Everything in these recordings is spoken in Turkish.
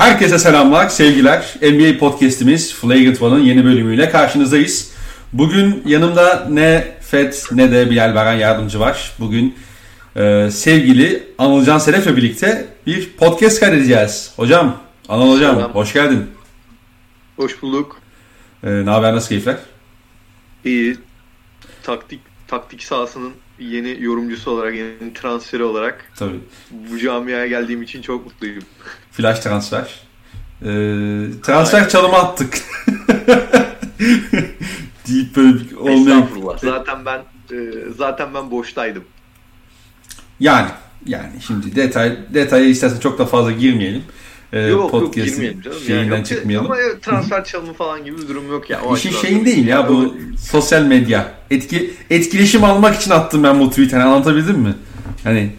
Herkese selamlar, sevgiler. NBA Podcast'imiz Flagrant One'ın yeni bölümüyle karşınızdayız. Bugün yanımda ne Fed ne de Bilal Baran yardımcı var. Bugün sevgili Anılcan Selef'le birlikte bir podcast kaydedeceğiz. Hocam, Anıl Hocam, selam. Hoş geldin. Hoş bulduk. Ne haber, nasıl keyifler? İyi. Taktik sahasının yeni yorumcusu olarak, yeni transferi olarak tabii. Bu camiaya geldiğim için çok mutluyum. Flash transfer. Transfer çalımı attık. deyip böyle olmayı... Zaten ben boştaydım. Yani şimdi detaya istersen çok da fazla girmeyelim. Yok girmeyelim canım. Şeyinden çıkmayalım. Ama transfer çalımı falan gibi bir durum yok ya. İşin şeyin değil ya bu sosyal medya. Etkileşim almak için attım ben bu tweet'i. Anlatabildim mi? Hani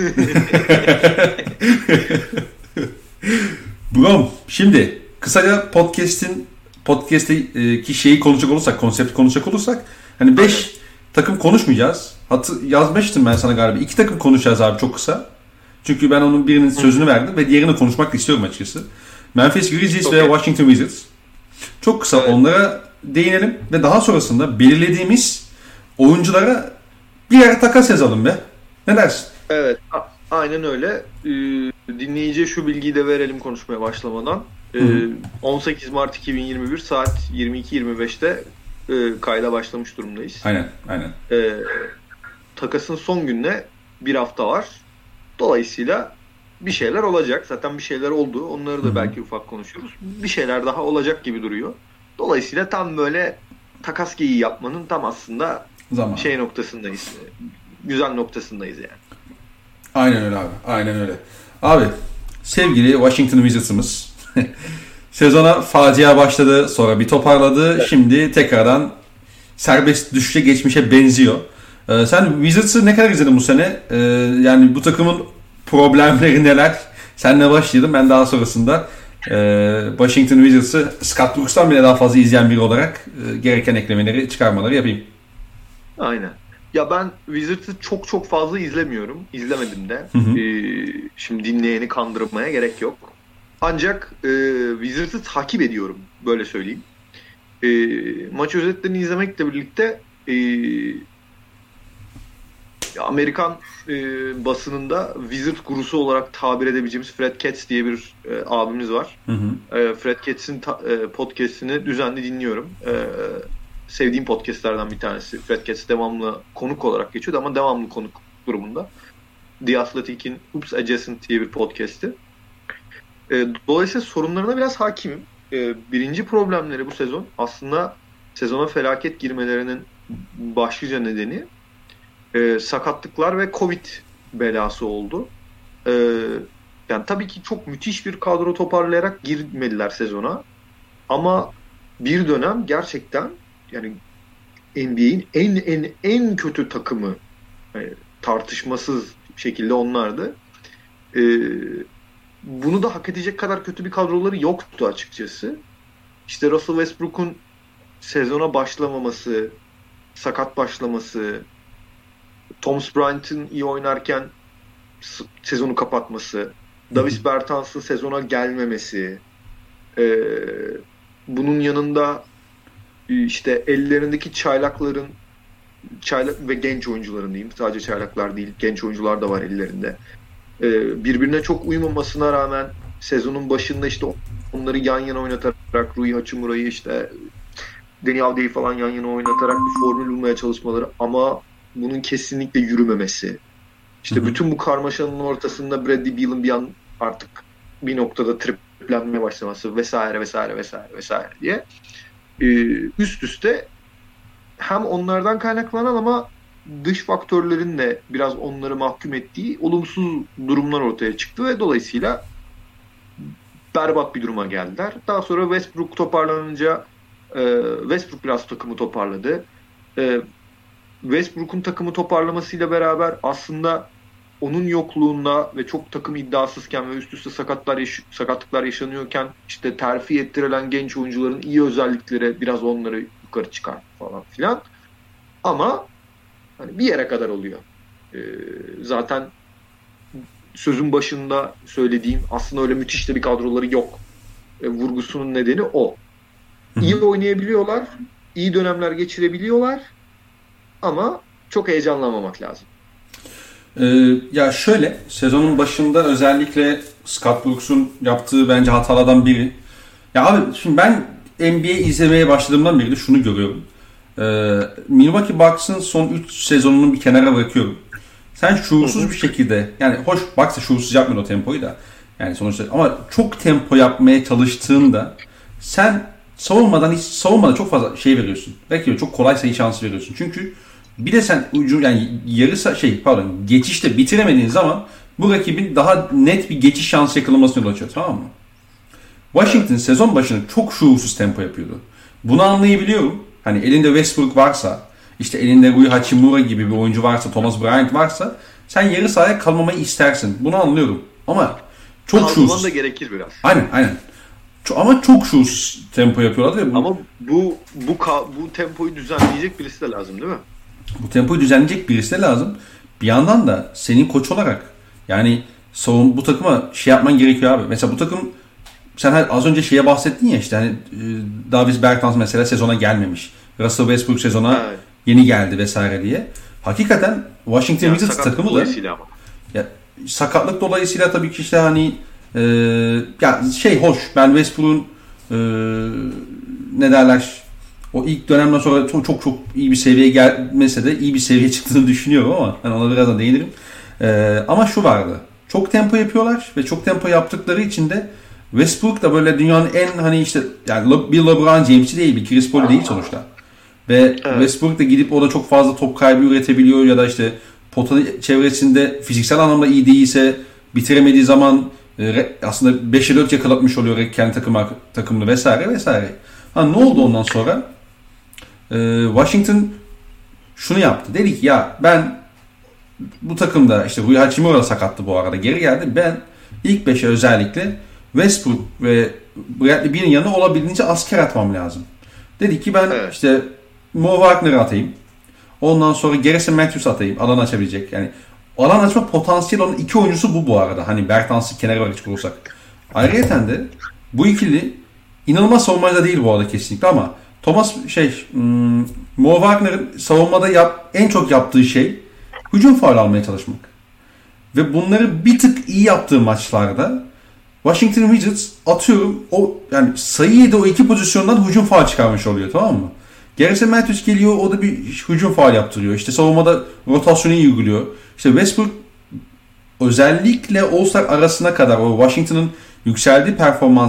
Brom, şimdi kısaca podcast'teki şeyi konuşacak olursak, konsepti konuşacak olursak hani 5 takım konuşmayacağız. Yazmıştım ben sana galiba. 2 takım konuşacağız abi çok kısa. Çünkü ben onun birinin sözünü verdim ve diğerini konuşmak da istiyorum açıkçası. Memphis Grizzlies ve Washington Wizards. Çok kısa onlara değinelim ve daha sonrasında belirlediğimiz oyunculara birer takas yazalım be. Ne dersin? Evet, aynen öyle. Dinleyiciye şu bilgiyi de verelim konuşmaya başlamadan. 18 Mart 2021 saat 22.25'te kayda başlamış durumdayız. Aynen. Takasın son gününe bir hafta var. Dolayısıyla bir şeyler olacak. Zaten bir şeyler oldu. Onları da belki ufak konuşuruz. Bir şeyler daha olacak gibi duruyor. Dolayısıyla tam böyle takas geyiği yapmanın tam aslında noktasındayız. Güzel noktasındayız yani. Aynen öyle abi. Aynen öyle. Abi sevgili Washington Wizards'ımız sezona facia başladı. Sonra bir toparladı. Evet. Şimdi tekrardan serbest düşüşe geçmişe benziyor. Sen Wizards'ı ne kadar izledin bu sene? Yani bu takımın problemleri neler? Senle başlayalım. Ben daha sonrasında Washington Wizards'ı Scott Brooks'tan bile daha fazla izleyen biri olarak gereken eklemeleri, çıkarmaları yapayım. Aynen. Ya ben Wizards'ı çok fazla izlemiyorum. İzlemedim de. Şimdi dinleyeni kandırmaya gerek yok. Ancak Wizards'ı takip ediyorum. Böyle söyleyeyim. Maç özetlerini izlemekle birlikte Amerikan basınında Wizard gurusu olarak tabir edebileceğimiz Fred Katz diye bir abimiz var. Fred Katz'in podcast'ini düzenli dinliyorum. Sevdiğim podcastlerden bir tanesi. Fred Katz devamlı konuk olarak geçiyordu ama devamlı konuk durumunda. The Athletic'in Hoops Adjacent diye bir podcast'i. Dolayısıyla sorunlarına biraz hakimim. Birinci problemleri bu sezon aslında sezona felaket girmelerinin başlıca nedeni sakatlıklar ve Covid belası oldu. Yani tabii ki çok müthiş bir kadro toparlayarak girmediler sezona. Ama bir dönem gerçekten yani NBA'in en kötü takımı tartışmasız şekilde onlardı. Bunu da hak edecek kadar kötü bir kadroları yoktu açıkçası. İşte Russell Westbrook'un sezona başlamaması, sakat başlaması, Thomas Bryant'ın iyi oynarken sezonu kapatması, Davis Bertans'ın sezona gelmemesi, bunun yanında işte ellerindeki çaylak ve genç oyuncuların diyeyim, sadece çaylaklar değil, genç oyuncular da var ellerinde. Birbirine çok uymamasına rağmen sezonun başında işte onları yan yana oynatarak Rui Hachimura'yı işte Deni Avdi'yi falan yan yana oynatarak bir formül bulmaya çalışmaları ama bunun kesinlikle yürümemesi. İşte bütün bu karmaşanın ortasında Bradley Beal'ın bir an artık bir noktada triplenmeye başlaması vesaire diye üst üste hem onlardan kaynaklanan ama dış faktörlerin de biraz onları mahkum ettiği olumsuz durumlar ortaya çıktı ve dolayısıyla berbat bir duruma geldiler. Daha sonra Westbrook toparlanınca Westbrook biraz takımı toparladı. Westbrook'un takımı toparlamasıyla beraber aslında onun yokluğunda ve çok takım iddiasızken ve üst üste sakatlıklar yaşanıyorken işte terfi ettirilen genç oyuncuların iyi özellikleri biraz onları yukarı çıkar falan filan. Ama hani bir yere kadar oluyor. Zaten sözün başında söylediğim aslında öyle müthiş de bir kadroları yok. Vurgusunun nedeni o. İyi oynayabiliyorlar, iyi dönemler geçirebiliyorlar ama çok heyecanlanmamak lazım. Ya şöyle, sezonun başında özellikle Scott Brooks'un yaptığı bence hatalardan biri. Ya abi şimdi ben NBA izlemeye başladığımdan beri de şunu görüyorum. Milwaukee Bucks'ın son 3 sezonunu bir kenara bırakıyorum. Sen şuursuz bir şekilde, yani hoş Bucks'a şuursuz yapmıyor o tempoyu da. Yani sonuçta ama çok tempo yapmaya çalıştığında sen savunmada çok fazla şey veriyorsun. Belki çok kolay sayı şansı veriyorsun. Çünkü bir de sen yani geçişte bitiremediğin zaman bu rakibin daha net bir geçiş şansı yakalamasına yol açıyor, tamam mı? Washington sezon başında çok şuursuz tempo yapıyordu. Bunu anlayabiliyorum. Hani elinde Westbrook varsa, işte elinde Rui Hachimura gibi bir oyuncu varsa, Thomas Bryant varsa sen yarı sahaya kalmamayı istersin. Bunu anlıyorum. Ama çok şuursuz. Kalman da gerekir biraz. Aynen. Ama çok şuursuz tempo yapıyorlar. Ama bu tempoyu düzenleyecek birisi de lazım değil mi? Bu tempoyu düzenleyecek birisi de lazım. Bir yandan da senin koç olarak yani bu takıma şey yapman gerekiyor abi. Mesela bu takım, sen az önce şeye bahsettin ya, işte hani Davis Bertans mesela sezona gelmemiş. Russell Westbrook sezona yeni geldi vesaire diye. Hakikaten Washington Wizards takımı da ya, sakatlık dolayısıyla tabii ki işte hani ya hoş, ben Westbrook'un ne derler, o ilk dönemden sonra çok iyi bir seviyeye gelmese de iyi bir seviyeye çıktığını düşünüyorum ama hani ona birazdan değinirim. Ama şu vardı. Çok tempo yapıyorlar ve çok tempo yaptıkları için de Westbrook da böyle dünyanın en hani işte yani bir LeBron James'i değil, bir Chris Paul değil sonuçta. Ve Westbrook da gidip o da çok fazla top kaybı üretebiliyor ya da işte pota çevresinde fiziksel anlamda iyi değilse bitiremediği zaman aslında 5'e 4 yakalatmış oluyor kendi takımını vesaire. Ne oldu ondan sonra? Washington şunu yaptı. Dedi ki ya ben bu takımda işte Rui Hachimura sakattı bu arada, geri geldi. Ben ilk 5'e özellikle Westbrook ve Bradley Beal'in yanına olabildiğince asker atmam lazım. Dedi ki ben işte Mo Wagner'ı atayım. Ondan sonra Garrison Matthews atayım. Alan açabilecek. Yani alan açma potansiyeli olan iki oyuncusu bu arada. Hani Bertans'ı kenara bırakacak olursak. Ayrıca de bu ikili inanılmaz savunmacı da değil bu arada kesinlikle ama Mo Wagner'ın savunmada en çok yaptığı şey hücum faul almaya çalışmak. Ve bunları bir tık iyi yaptığı maçlarda Washington Wizards atıyorum yani sayı yedi o iki pozisyondan hücum faul çıkarmış oluyor, tamam mı? Garrison Matthews geliyor, o da bir hücum faul yaptırıyor. İşte savunmada rotasyonu iyi uyguluyor. İşte Westbrook özellikle All-Star arasına kadar o Washington'ın yükseldiği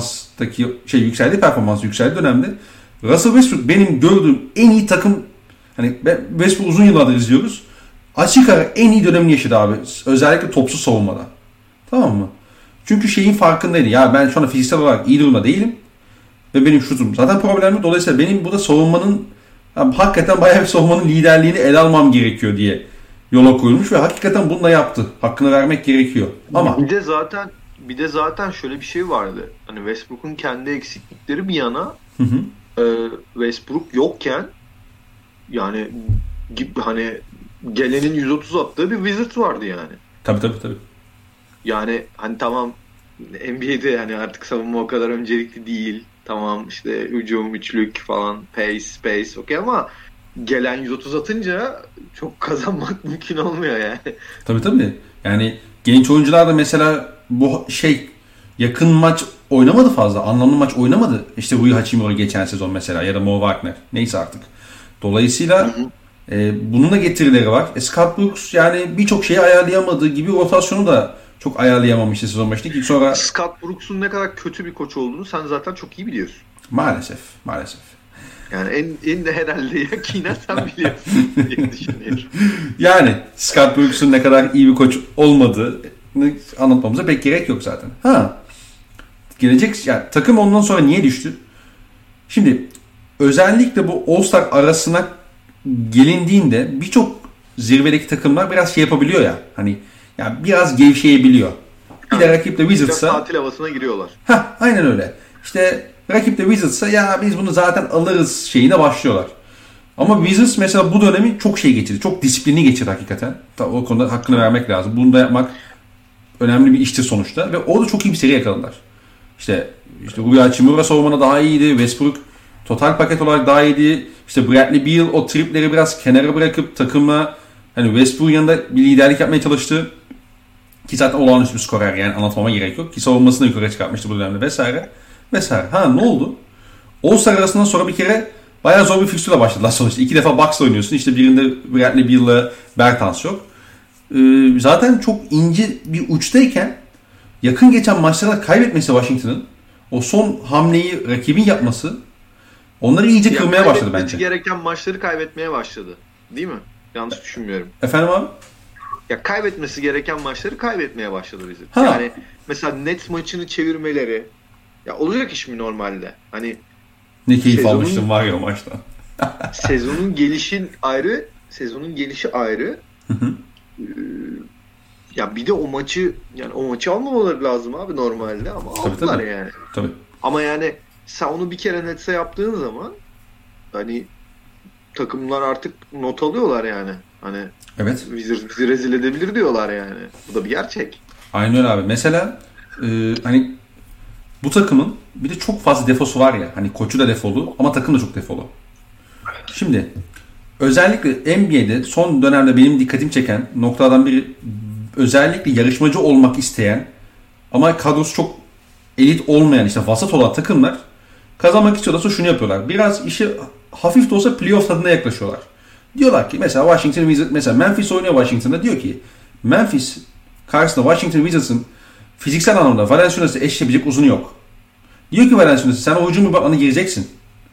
dönemde Russell Westbrook benim gördüğüm en iyi takım, hani Westbrook uzun yıllardır izliyoruz. Açık ara en iyi dönemini yaşadı abi. Özellikle topsuz savunmada. Tamam mı? Çünkü şeyin farkındaydı. Ya ben şu anda fiziksel olarak iyi durumda değilim. Ve benim şutum zaten problemli. Dolayısıyla benim burada savunmanın hakikaten bayağı bir savunmanın liderliğini ele almam gerekiyor diye yola koyulmuş ve hakikaten bunu da yaptı. Hakkını vermek gerekiyor. Ama bir de zaten şöyle bir şey vardı. Hani Westbrook'un kendi eksiklikleri bir yana, Westbrook yokken yani hani gelenin 130 attığı bir Wizards vardı yani. Tabii. Yani hani tamam, NBA'de hani artık savunma o kadar öncelikli değil. Tamam işte hücum, üçlük falan, space okey ama gelen 130 atınca çok kazanmak mümkün olmuyor yani. Tabii. Yani genç oyuncular da mesela bu yakın maç oynamadı fazla. Anlamlı maç oynamadı. İşte Rui Hachimura geçen sezon mesela ya da Mo Wagner. Neyse artık. Dolayısıyla bunun da getirileri var. Scott Brooks yani birçok şeyi ayarlayamadığı gibi rotasyonu da çok ayarlayamamıştı sezon başında ki sonra... Scott Brooks'un ne kadar kötü bir koç olduğunu sen zaten çok iyi biliyorsun. Maalesef. Yani en de herhalde yakinen sen biliyorsun diye düşünüyorum. Yani Scott Brooks'un ne kadar iyi bir koç olmadığını anlatmamıza pek gerek yok zaten. Gelecek yani takım ondan sonra niye düştü? Şimdi özellikle bu All-Star arasına gelindiğinde birçok zirvedeki takımlar biraz yapabiliyor ya. Hani yani biraz gevşeyebiliyor. Bir de rakip de Wizards'a tatil havasına giriyorlar. Aynen öyle. İşte rakip de Wizards'a ya biz bunu zaten alırız şeyine başlıyorlar. Ama Wizards mesela bu dönemi çok geçirdi. Çok disiplinli geçirdi hakikaten. O konuda hakkını vermek lazım. Bunu da yapmak önemli bir iştir sonuçta ve orada çok iyi bir seri yakaladılar. İşte Rui Hachimura savunmada daha iyiydi. Westbrook total paket olarak daha iyiydi. İşte Bradley Beal o tripleri biraz kenara bırakıp takımla hani Westbrook'un yanında bir liderlik yapmaya çalıştı. Ki zaten olağanüstü bir skorer yani anlatmama gerek yok. Ki savunmasını yukarı çıkartmıştı bu dönemde vesaire. Vesaire. Ha ne oldu? All-Star arasından sonra bir kere bayağı zor bir fikstürle başladılar sonuçta. 2 defa Bucks'la oynuyorsun. İşte birinde Bradley Beal'la Bertans yok. Zaten çok ince bir uçtayken yakın geçen maçlarda kaybetmesi Washington'ın o son hamleyi rakibin yapması onları iyice kırmaya başladı bence. Gereken maçları kaybetmeye başladı. Değil mi? Yanlış düşünmüyorum. Efendim abi? Ya kaybetmesi gereken maçları kaybetmeye başladı bizim. Yani mesela Nets maçını çevirmeleri ya olacak iş mi normalde? Hani ne keyif almıştım var ya o maçta. Sezonun gelişi ayrı. Ya bir de o maçı almamaları lazım abi normalde ama aldılar yani. Tabii. Ama yani sen onu bir kere Nets'e yaptığın zaman hani takımlar artık not alıyorlar yani. Hani evet. Bizi rezil edebilir diyorlar yani. Bu da bir gerçek. Aynen öyle abi. Mesela hani bu takımın bir de çok fazla defosu var ya. Hani koçu da defolu ama takım da çok defolu. Şimdi özellikle NBA'de son dönemde benim dikkatimi çeken noktalardan biri özellikle yarışmacı olmak isteyen ama kadrosu çok elit olmayan işte vasat olan takımlar kazanmak istiyorlarsa şunu yapıyorlar. Biraz işi hafif de olsa playoff tadına yaklaşıyorlar. Diyorlar ki mesela Washington Wizards mesela Memphis oynuyor Washington'da diyor ki Memphis karşısında Washington Wizards'ın fiziksel anlamda Valanciunas'ı eşleyebilecek uzunu yok. Diyor ki Valanciunas'ı sen o hücum bana gireceksin.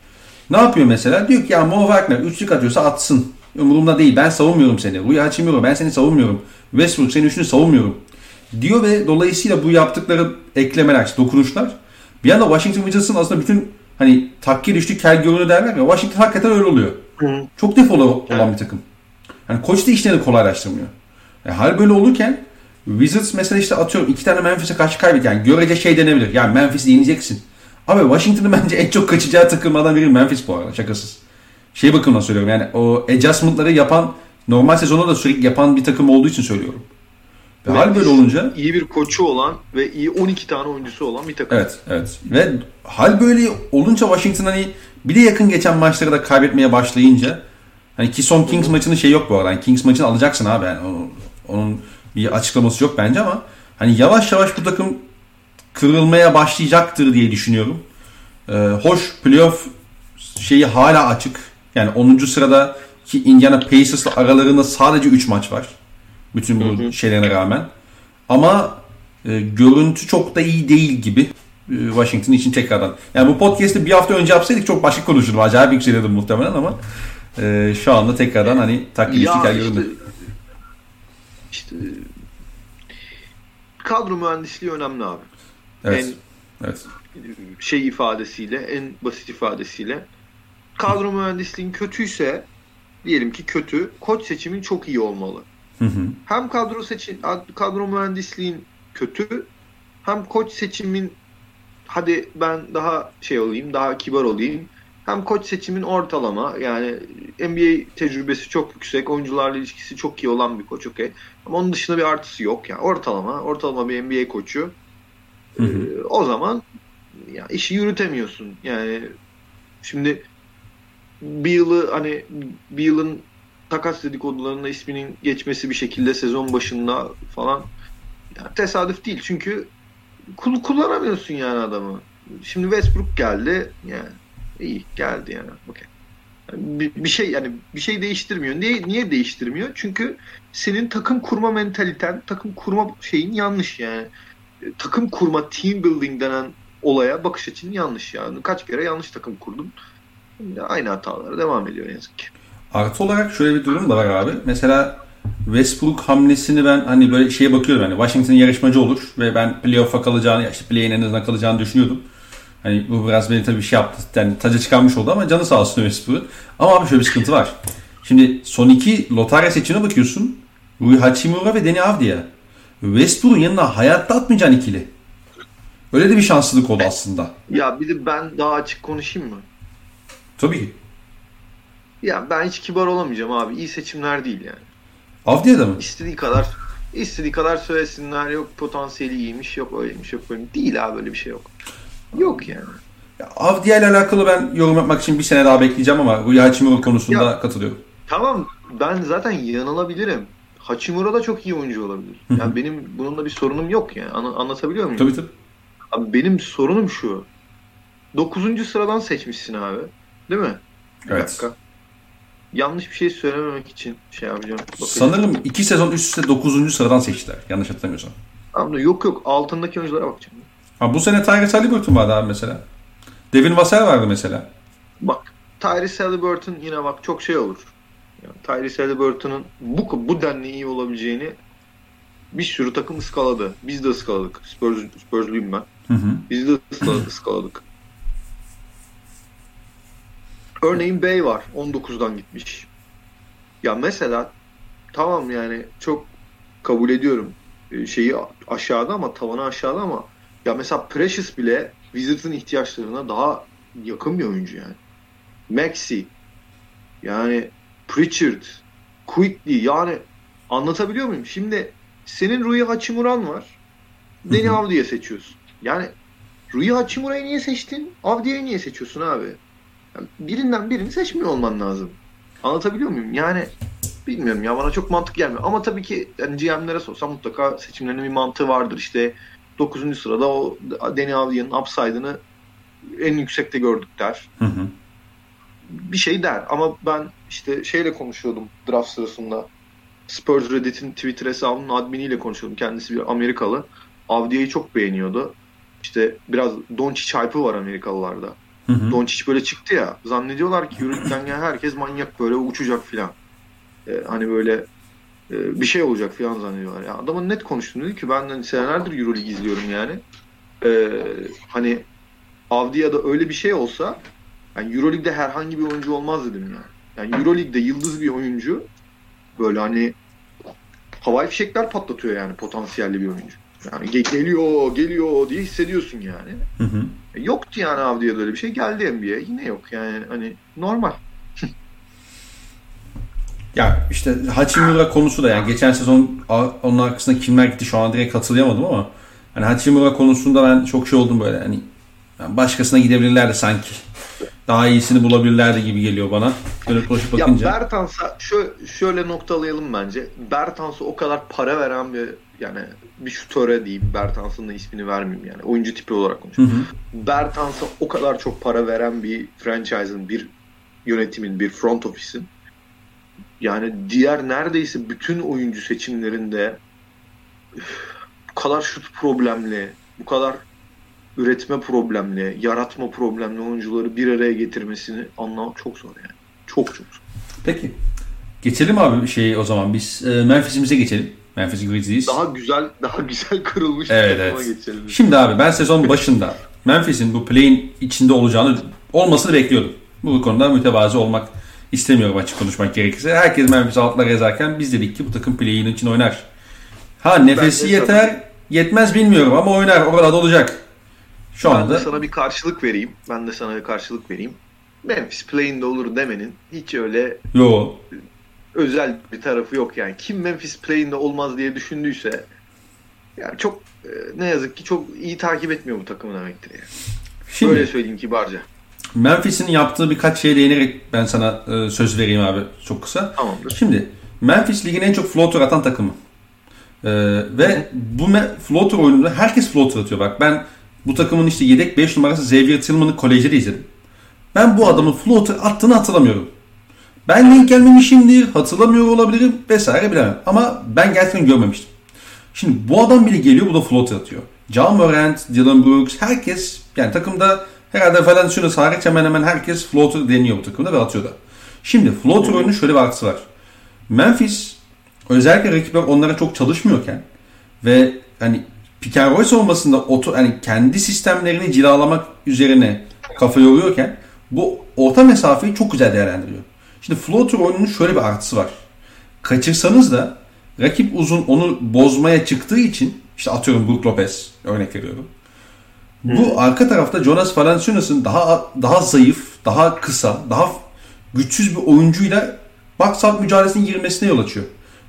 Ne yapıyor mesela? Diyor ki ya Mo Wagner üçlük atıyorsa atsın. Umurumda değil. Ben savunmuyorum seni. Rui Hachimura ben seni savunmuyorum. Westbrook senin üçünü savunmuyorum. Diyor ve dolayısıyla bu yaptıkları eklemeler, dokunuşlar bir anda Washington Wizards'ın aslında bütün hani takke düştü kel görünüyor derler ya Washington hakikaten öyle oluyor. Hı. Çok defolu olan bir takım. Yani koç da işlerini kolaylaştırmıyor. Hal böyle olurken Wizards mesela işte atıyorum 2 tane Memphis'e karşı kaybediyor. Yani görece şey denebilir. Yani Memphis'i yeneceksin. Abi Washington'ın bence en çok kaçacağı takımlardan biri Memphis bu arada şakasız. Şey bakımından söylüyorum yani o adjustment'ları yapan normal sezonda da sürekli yapan bir takım olduğu için söylüyorum. Ve hal böyle olunca iyi bir koçu olan ve iyi 12 tane oyuncusu olan bir takım. Evet. Ve hal böyle olunca Washington hani bir de yakın geçen maçları da kaybetmeye başlayınca hani ki son Kings maçının şey yok bu arada. Yani Kings maçını alacaksın abi yani onun bir açıklaması yok bence ama hani yavaş yavaş bu takım kırılmaya başlayacaktır diye düşünüyorum. Hoş playoff şeyi hala açık. Yani 10. sırada ki Indiana Pacers'la aralarında sadece 3 maç var. Bütün bu şeylerine rağmen. Ama görüntü çok da iyi değil gibi Washington için tekrardan. Yani bu podcast'ı bir hafta önce yapsaydık çok başka konuşurdum. Acayip yükselirdim muhtemelen ama şu anda tekrardan hani takdir iştikel göründü. İşte kadro mühendisliği önemli abi. Evet. Şey ifadesiyle, en basit ifadesiyle kadro mühendisliğin kötüyse diyelim ki kötü, koç seçimin çok iyi olmalı. Hem kadro mühendisliğin kötü hem koç seçimin hadi ben daha şey olayım, daha kibar olayım. Hem koç seçimin ortalama yani NBA tecrübesi çok yüksek, oyuncularla ilişkisi çok iyi olan bir koç okey. Ama onun dışında bir artısı yok yani ortalama bir NBA koçu. O zaman ya işi yürütemiyorsun. Yani şimdi Beal'ın takas dedikodularında isminin geçmesi bir şekilde sezon başında falan yani tesadüf değil. Çünkü kullanamıyorsun yani adamı. Şimdi Westbrook geldi yani iyi geldi yani. Okay. Bir şey değiştirmiyor. Niye değiştirmiyor? Çünkü senin takım kurma mentaliten, takım kurma şeyin yanlış yani. Takım kurma, team building denen olaya bakış açın yanlış yani. Kaç kere yanlış takım kurdun. Aynı hatalara devam ediyor ne yazık ki. Artı olarak şöyle bir durum da var abi. Mesela Westbrook hamlesini ben hani böyle şeye bakıyorum hani Washington yarışmacı olur ve ben playoff'a kalacağını, işte play-in en azından kalacağını düşünüyordum. Hani bu biraz beni tabii bir şey yaptı. Yani taca çıkarmış oldu ama canı sağ olsun Westbrook. Ama abi şöyle bir sıkıntı var. Şimdi son 2 lotarya seçimine bakıyorsun. Rui Hachimura ve Deni Avdija. Westbrook'un yanına hayatta atmayacaksın ikili. Öyle de bir şanssızlık oldu aslında. Ya bir de ben daha açık konuşayım mı? Tabii ki. Ya ben hiç kibar olamayacağım abi. İyi seçimler değil yani. Avdija'da mı? İstediği kadar söylesinler, yok potansiyeli iyiymiş, yok öyleymiş, yok böyle. Değil abi, böyle bir şey yok. Yok yani. Avdiya ile alakalı ben yorum yapmak için bir sene daha bekleyeceğim ama Rui Hachimura konusunda katılıyorum. Tamam, ben zaten yanılabilirim. Hachimura da çok iyi oyuncu olabilir. Yani benim bununla bir sorunum yok yani. Anlatabiliyor muyum? Tabii. Abi benim sorunum şu. 9. sıradan seçmişsin abi. Değil mi? Evet. Bir dakika. Yanlış bir şey söylememek için şey yapacağım. Bakacağım. Sanırım 2 sezon üst üste 9. sıradan seçtiler. Yanlış hatırlamıyorsam. Abi yok. Altındaki oyunculara bakacağım. Ha, bu sene Tyrese Haliburton vardı abi mesela. Devin Vassell vardı mesela. Bak Tyrese Haliburton yine bak çok şey olur. Yani Tyrese Haliburton'un bu denli iyi olabileceğini bir sürü takım ıskaladı. Biz de ıskaladık. Spursluyum ben. Biz de ıskaladık. Örneğin Bey var. 19'dan gitmiş. Ya mesela tamam yani çok kabul ediyorum. Şeyi aşağıda ama tavanı aşağıda ama ya mesela Precious bile Wizards'ın ihtiyaçlarına daha yakın bir oyuncu yani. Maxey yani Pritchard, Quickly yani anlatabiliyor muyum? Şimdi senin Rui Hachimura'nın var. Deni Avdia'yı seçiyorsun. Yani Rui Hachimura'yı niye seçtin? Avdia'yı niye seçiyorsun abi? Yani birinden birini seçmiyor olman lazım. Anlatabiliyor muyum? Yani bilmiyorum ya, bana çok mantık gelmiyor. Ama tabii ki yani GM'lere sorsam mutlaka seçimlerinin bir mantığı vardır. İşte 9. sırada o Deni Avdia'nın upside'ını en yüksekte gördük der. Bir şey der. Ama ben işte şeyle konuşuyordum draft sırasında. Spurs Reddit'in Twitter hesabının adminiyle konuşuyordum. Kendisi bir Amerikalı. Avdia'yı çok beğeniyordu. İşte biraz Doncic hype'ı var Amerikalılarda. Doncic böyle çıktı ya. Zannediyorlar ki Euroleague'den gelen herkes manyak, böyle uçacak filan. Hani böyle bir şey olacak filan zannediyorlar. Ya adamın net konuştuğunu dedi ki ben hani senelerdir Euroleague izliyorum yani. Hani Avdia'da öyle bir şey olsa yani Euroleague'de herhangi bir oyuncu olmaz dedim yani. Yani Euroleague'de yıldız bir oyuncu böyle hani havai fişekler patlatıyor yani, potansiyelli bir oyuncu. Yani geliyor diye hissediyorsun yani. Yoktu yani Avdia'da öyle bir şey. Geldi NBA. Yine yok yani, hani normal. Ya işte Hachimura konusu da yani geçen sezon onun arkasında kimler gitti şu an direkt katılamadım ama hani Hachimura konusunda ben çok şey oldum böyle hani yani başkasına gidebilirlerdi sanki. Daha iyisini bulabilirlerdi gibi geliyor bana. Böyle koşup bakınca. Ya Bertans'a şöyle noktalayalım bence. Bertans'a o kadar para veren bir şutöre diyeyim. Bertans'ın da ismini vermeyeyim yani. Oyuncu tipi olarak konuşuyorum. Bertans'a o kadar çok para veren bir franchise'ın, bir yönetimin, bir front office'in yani diğer neredeyse bütün oyuncu seçimlerinde bu kadar şut problemli, bu kadar üretme problemli, yaratma problemli oyuncuları bir araya getirmesini anlamak çok zor yani. Çok zor. Peki. Geçelim abi o zaman biz Memphis'imize geçelim. Memphis Grizzlies. Daha güzel kurulmuş bir takıma geçelim. Şimdi abi ben sezon başında Memphis'in bu play'in içinde olmasını bekliyordum. Bu konuda mütevazı olmak istemiyorum, açık konuşmak gerekirse. Herkes Memphis altına gezerken biz dedik ki bu takım play'in için oynar. Nefesi yetmez bilmiyorum ama oynar, orada olacak. Ben de sana bir karşılık vereyim. Memphis play'inde olur demenin hiç öyle özel bir tarafı yok yani. Kim Memphis play'inde olmaz diye düşündüyse yani çok ne yazık ki çok iyi takip etmiyor bu takımı demektir yani. Şimdi, öyle söyleyeyim kibarca. Memphis'in yaptığı birkaç şeye değinerek ben sana söz vereyim abi çok kısa. Tamamdır. Şimdi Memphis ligin en çok floater atan takımı. Ve bu floater oyununda herkes floater atıyor. Bak ben bu takımın işte yedek 5 numarası Xavier Tillman'ı kolejde izledim. Ben bu adamın floater attığını hatırlamıyorum. Ben denk gelmemişimdir, hatırlamıyor olabilirim vesaire bilemem. Ama ben gerçekten görmemiştim. Şimdi bu adam bile geliyor, bu da floater atıyor. Ja Morant, Dylan Brooks, herkes yani takımda herhalde Valanciunas hariç hemen hemen herkes floater deniyor bu takımda ve atıyor da. Şimdi floater oyunun şöyle bir artısı var. Memphis özellikle rakipler onlara çok çalışmıyorken ve hani pick and roll savunmasında hani kendi sistemlerini cilalamak üzerine kafa yoruyorken bu orta mesafeyi çok güzel değerlendiriyor. Şimdi floater oyununun şöyle bir artısı var. Kaçırsanız da rakip uzun onu bozmaya çıktığı için işte atıyorum Brook Lopez örnek veriyorum. Bu arka tarafta Jonas Valanciunas'ın daha zayıf, daha kısa, daha güçsüz bir oyuncuyla box out mücadelesine girmesine yol açıyor.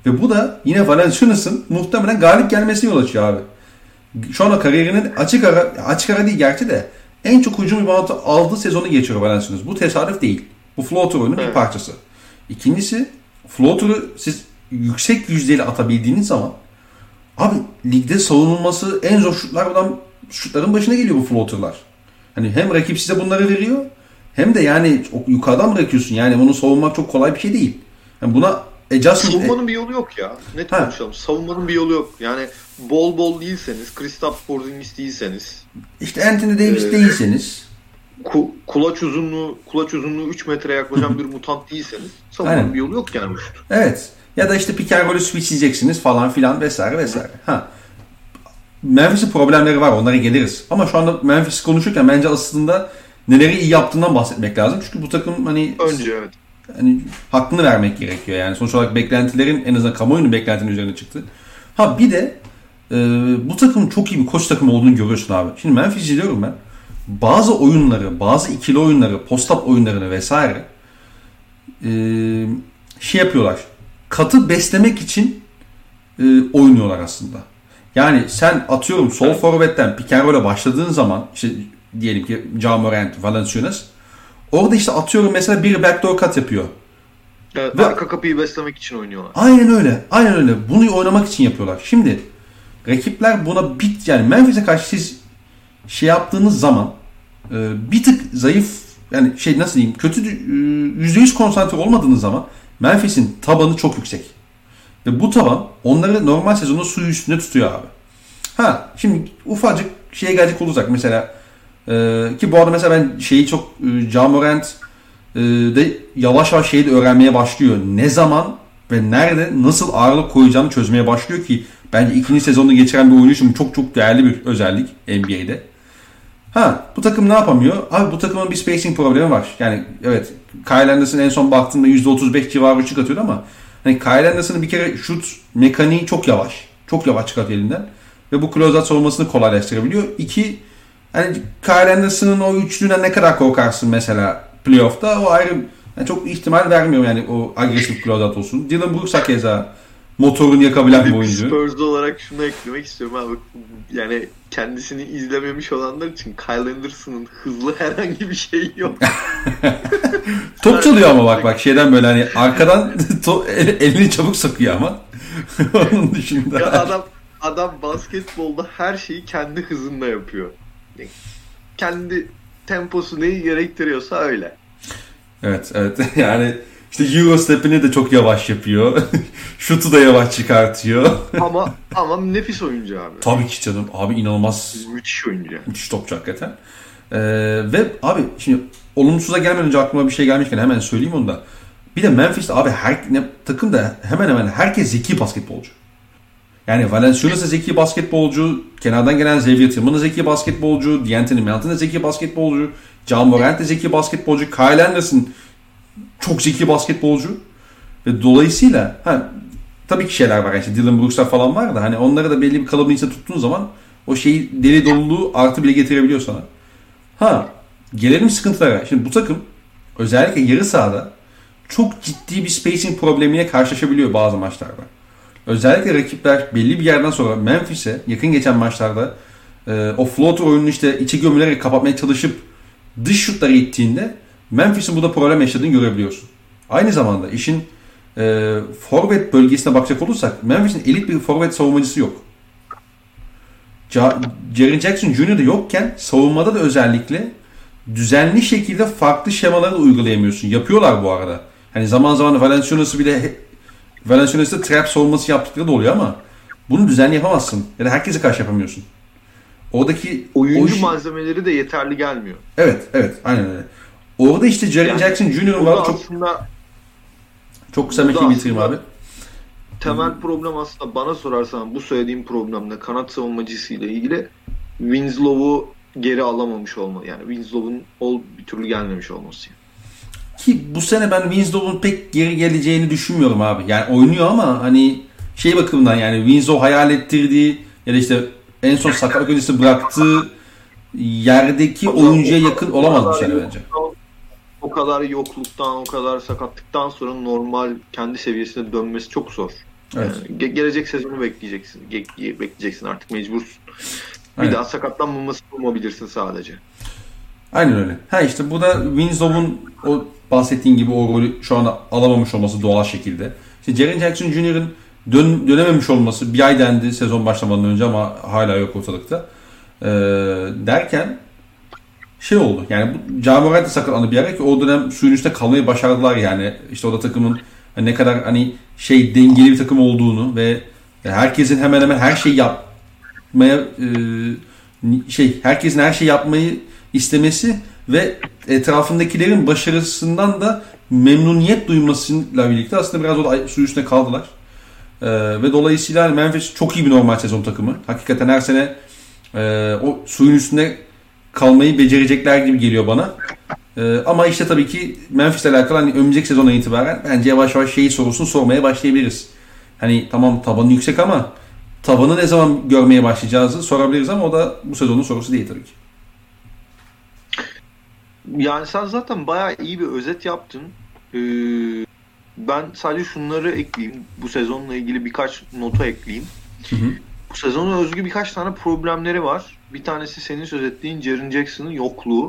Ve bu da yine Valanciunas'ın muhtemelen galip gelmesine yol açıyor abi. Şu anda kariyerinin açık ara değil gerçi de en çok hücum reboundu aldığı sezonu geçiyor Valanciunas. Bu tesadüf değil. Bu floater oyunun bir parçası. İkincisi, floater'ı siz yüksek yüzdeyle atabildiğiniz zaman abi ligde savunulması en zor şutların başına geliyor bu floater'lar. Hani hem rakip size bunları veriyor hem de yani yukarıdan bırakıyorsun. Yani bunu savunmak çok kolay bir şey değil. Yani buna savunmanın bir yolu yok ya. Net konuşalım. Savunmanın bir yolu yok. Yani bol değilseniz, Kristaps Porzingis değilseniz, işte Anthony Davis değilseniz, kulaç uzunluğu 3 metre yaklaşan bir mutant değilseniz savunmanın bir yolu yok yani. Evet. Ya da işte pick and roll'ü switchleyeceksiniz falan filan vesaire. Memphis'in problemleri var. Onlara geliriz. Ama şu anda Memphis konuşurken bence aslında neleri iyi yaptığından bahsetmek lazım. Çünkü bu takım önce evet. Hani hakkını vermek gerekiyor yani. Sonuç olarak beklentilerin en azından kamuoyunun beklentinin üzerine çıktı. Bir de bu takımın çok iyi bir koç takımı olduğunu görüyorsun abi. Şimdi Memphis'i izliyorum ben. Bazı oyunları, bazı ikili oyunları, post-up oyunlarını vesaire yapıyorlar. Katı beslemek için oynuyorlar aslında. Yani sen atıyorum sol forvetten pick and roll'e başladığın zaman işte diyelim ki Ja Morant, Valanciunas orada işte atıyorum mesela biri backdoor cut yapıyor. Evet, arka kapıyı beslemek için oynuyorlar. Aynen öyle. Bunu oynamak için yapıyorlar. Şimdi rakipler buna yani Memphis'e karşı siz yaptığınız zaman bir tık zayıf yani nasıl diyeyim kötü %100 konsantre olmadığınız zaman Memphis'in tabanı çok yüksek. Ve bu taban onları normal sezonda suyu üstünde tutuyor abi. Şimdi ufacık şeye gelecek olursak mesela ki bu arada mesela ben çok Ja Morant de yavaş yavaş de öğrenmeye başlıyor. Ne zaman ve nerede nasıl ağırlık koyacağını çözmeye başlıyor ki bence ikinci sezonunu geçiren bir oyuncu için çok çok değerli bir özellik NBA'de. Bu takım ne yapamıyor? Abi bu takımın bir spacing problemi var. Yani evet Kyle Anderson en son baktığımda %35 civarı şut atıyordu ama hani Kyle Anderson'ın bir kere şut mekaniği çok yavaş. Çok yavaş çıkartıyor elinden. Ve bu closeout savunmasını kolaylaştırabiliyor. İki, hani Kyle Anderson'ın o üçlüğüne ne kadar korkarsın mesela playoff'ta o ayrı. Yani çok ihtimal vermiyor yani o agresif closeout olsun. Dylan Brooks'a keza motorunu yakabilen bir oyuncu. Spurs olarak şunu eklemek istiyorum abi. Yani kendisini izlememiş olanlar için Kyle Anderson'ın hızlı herhangi bir şeyi yok. Top çalıyor ama bak şeyden böyle hani arkadan elini çabuk sokuyor ama. Onun dışında. Ya adam basketbolda her şeyi kendi hızında yapıyor. Kendi temposu neyi gerektiriyorsa öyle. Evet yani işte Eurostep'ini de çok yavaş yapıyor. Şutu da yavaş çıkartıyor. ama nefis oyuncu abi. Tabii ki canım. Abi inanılmaz. Müthiş oyuncu. Müthiş topçu hakikaten. Ve abi şimdi olumsuza gelmeden önce aklıma bir şey gelmişken hemen söyleyeyim onu da. Bir de Memphis'te abi takımda hemen herkes zeki basketbolcu. Yani Valanciunas da zeki basketbolcu, kenardan gelen Xavier Tillman da zeki basketbolcu, D'Anthony Melton da zeki basketbolcu, Ja Morant da zeki basketbolcu, Kyle Anderson çok zeki basketbolcu ve dolayısıyla tabii ki şeyler var. Yani Dylan Brooks'lar falan var da hani onları da belli bir kalıbın içinde tuttuğun zaman o deli doluluğu artı bile getirebiliyor sana. Gelelim sıkıntılara. Şimdi bu takım özellikle yarı sahada çok ciddi bir spacing problemiyle karşılaşabiliyor bazı maçlarda. Özellikle rakipler belli bir yerden sonra Memphis'e yakın geçen maçlarda o floater oyununu işte içe gömülerek kapatmaya çalışıp dış şutları ittiğinde Memphis'in burada problem yaşadığını görebiliyorsun. Aynı zamanda işin forvet bölgesine bakacak olursak Memphis'in elit bir forvet savunmacısı yok. Jaren Jackson Jr. da yokken savunmada da özellikle düzenli şekilde farklı şemaları da uygulayamıyorsun. Yapıyorlar bu arada. Hani zaman zaman Valanciunas'ta trap savunması yaptıkları da oluyor ama bunu düzenli yapamazsın. Ya da herkese karşı yapamıyorsun. Oradaki oyuncu malzemeleri de yeterli gelmiyor. Evet, aynen öyle. Orada işte Jaren Jackson Jr. var çok kısa mekiği bitireyim abi. Temel problem aslında bana sorarsan bu söylediğim problemde kanat savunmacısı ile ilgili Winslow'u geri alamamış olma. Yani Winslow'un bir türlü gelmemiş olması. Ki bu sene ben Winslow'un pek geri geleceğini düşünmüyorum abi. Yani oynuyor ama hani bakımından yani Winslow hayal ettirdiği ya da işte en son sakatlık öncesi bıraktığı yerdeki oyuncuya yakın olamaz bu sene bence. O kadar yokluktan, o kadar sakatlıktan sonra normal kendi seviyesine dönmesi çok zor. Evet. Gelecek sezonu bekleyeceksin artık, mecbursun. Aynen. Bir daha sakatlanmaması umabilirsin sadece. Aynen öyle. İşte bu da Winslow'un o bahsettiğin gibi o rolü şu anda alamamış olması doğal şekilde. İşte Jaren Jackson Jr.'ın dönememiş olması, bir ay dendi sezon başlamadan önce ama hala yok ortalıkta. Derken şey oldu. Yani bu Ja Morant da sakatlandı bir ara ki o dönem suyun üstünde kalmayı başardılar yani. İşte o da takımın ne kadar dengeli bir takım olduğunu ve herkesin hemen hemen her şeyi yapmaya herkesin her şeyi yapmayı istemesi ve etrafındakilerin başarısından da memnuniyet duymasıyla birlikte aslında biraz o da su üstüne kaldılar. Ve dolayısıyla Memphis çok iyi bir normal sezon takımı. Hakikaten her sene o suyun üstünde kalmayı becerecekler gibi geliyor bana. Ama işte tabii ki Memphis'le alakalı önümüzdeki sezona itibaren bence yavaş yavaş sorusunu sormaya başlayabiliriz. Tamam tabanı yüksek ama tavanı ne zaman görmeye başlayacağızı sorabiliriz ama o da bu sezonun sorusu değil tabii ki. Yani sen zaten bayağı iyi bir özet yaptın. Ben sadece şunları ekleyeyim. Bu sezonla ilgili birkaç nota ekleyeyim. Hı hı. Bu sezona özgü birkaç tane problemleri var. Bir tanesi senin söz ettiğin Jaren Jackson'ın yokluğu.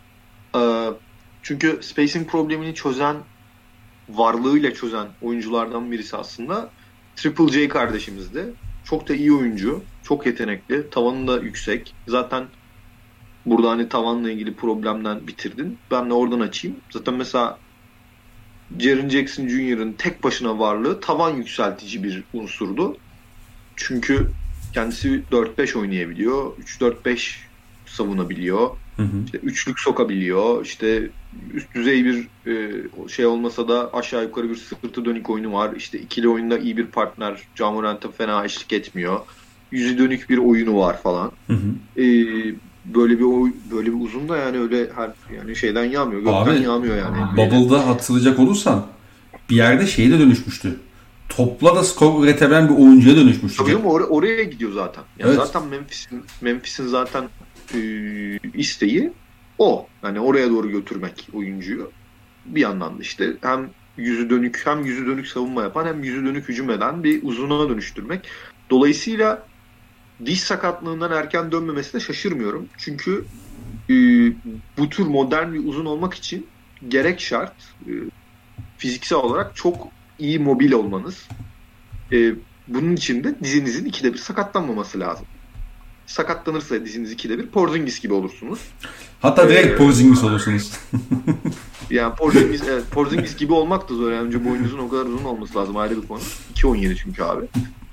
Çünkü spacing problemini varlığıyla çözen oyunculardan birisi aslında Triple J kardeşimizdi. Çok da iyi oyuncu, çok yetenekli, tavanı da yüksek. Zaten burada tavanla ilgili problemden bitirdin. Ben de oradan açayım. Zaten mesela Jaren Jackson Jr.'ın tek başına varlığı tavan yükseltici bir unsurdu. Çünkü kendisi 4-5 oynayabiliyor. 3-4-5 savunabiliyor. Hı hı. İşte üçlük sokabiliyor. İşte üst düzey bir olmasa da aşağı yukarı bir sırtı dönük oyunu var. İşte ikili oyunda iyi bir partner. Ja Morant'a fena eşlik etmiyor. Yüzü dönük bir oyunu var falan. Hı hı. Böyle bir uzun da öyle şeyden yağmıyor. Gökten yağmıyor yani. Bubble'da hatırlayacak olursan bir yerde de dönüşmüştü. Topla da skor üretebilen bir oyuncuya dönüşmüştü. Tabii ama oraya gidiyor zaten. Yani evet. Zaten Memphis'in zaten isteği o. Yani oraya doğru götürmek oyuncuyu. Bir yandan da işte hem yüzü dönük savunma yapan hem yüzü dönük hücum eden bir uzuna dönüştürmek. Dolayısıyla diş sakatlığından erken dönmemesine şaşırmıyorum. Çünkü bu tür modern bir uzun olmak için gerek şart fiziksel olarak çok iyi mobil olmanız. Bunun için de dizinizin 2'de 1 sakatlanmaması lazım. Sakatlanırsa diziniz 2'de 1 Porzingis gibi olursunuz. Hatta direkt Porzingis olursunuz. Yani Porzingis gibi olmak da zor. Yani önce boyunuzun o kadar uzun olması lazım, ayrı bir konu. 2.17 çünkü abi.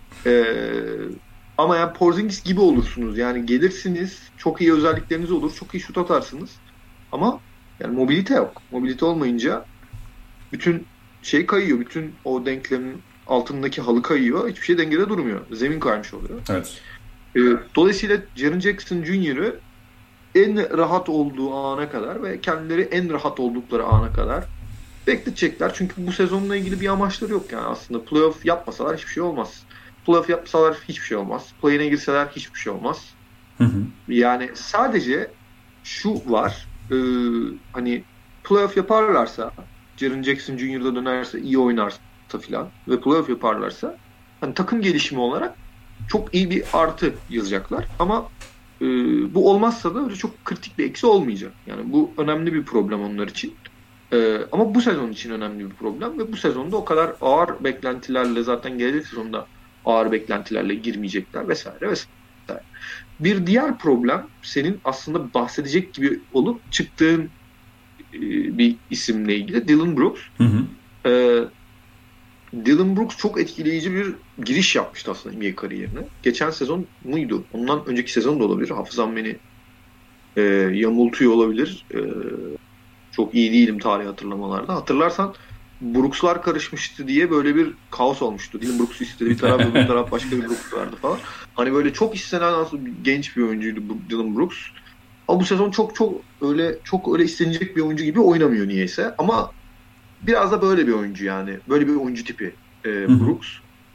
Ama Porzingis gibi olursunuz. Yani gelirsiniz, çok iyi özellikleriniz olur, çok iyi şut atarsınız. Ama mobilite yok. Mobilite olmayınca bütün şey kayıyor. Bütün o denklemin altındaki halı kayıyor. Hiçbir şey dengede durmuyor. Zemin kaymış oluyor. Evet. Dolayısıyla Jaren Jackson Jr.'ı en rahat olduğu ana kadar ve kendileri en rahat oldukları ana kadar bekletecekler. Çünkü bu sezonla ilgili bir amaçları yok yani aslında. Playoff yapmasalar hiçbir şey olmaz. Playoff yapsalar hiçbir şey olmaz. Play-in'e girseler hiçbir şey olmaz. Hı hı. Yani sadece şu var. Playoff yaparlarsa, Jaren Jackson Jr.'da dönerse, iyi oynarsa filan ve playoff yaparlarsa takım gelişimi olarak çok iyi bir artı yazacaklar. Ama bu olmazsa da öyle çok kritik bir eksi olmayacak. Yani bu önemli bir problem onlar için. Ama bu sezon için önemli bir problem ve bu sezonda o kadar ağır beklentilerle, zaten gelecek sezonda ağır beklentilerle girmeyecekler vesaire vesaire. Bir diğer problem, senin aslında bahsedecek gibi olup çıktığın bir isimle ilgili, Dillon Brooks. Hı hı. Dillon Brooks çok etkileyici bir giriş yapmıştı aslında NBA kariyerine. Geçen sezon muydu? Ondan önceki sezon da olabilir. Hafızam beni yamultuyor olabilir. Çok iyi değilim tarih hatırlamalarda. Hatırlarsan Brooks'lar karışmıştı diye böyle bir kaos olmuştu. Dillon Brooks'u istedi bir taraf, öbür taraf başka bir Brooks vardı falan. Böyle çok istenen aslında genç bir oyuncuydu Dillon Brooks. Ama bu sezon çok öyle istenecek bir oyuncu gibi oynamıyor niyeyse. Ama biraz da böyle bir oyuncu yani. Böyle bir oyuncu tipi Brooks.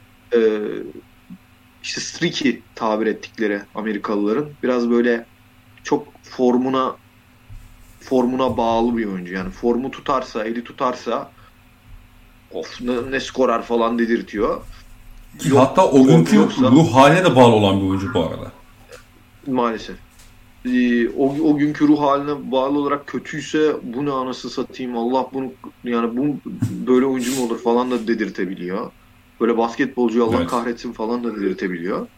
İşte streaky tabir ettikleri Amerikalıların. Biraz böyle çok formuna bağlı bir oyuncu. Yani formu tutarsa, eli tutarsa ne skorer falan dedirtiyor. Ki hatta o günkü yoksa, ruh haline de bağlı olan bir oyuncu bu arada. Maalesef. O günkü ruh haline bağlı olarak kötüyse bu ne anasını satayım, Allah bunu, yani bu böyle oyuncu mu olur falan da dedirtebiliyor. Böyle basketbolcuyu Allah kahretsin falan da dedirtebiliyor.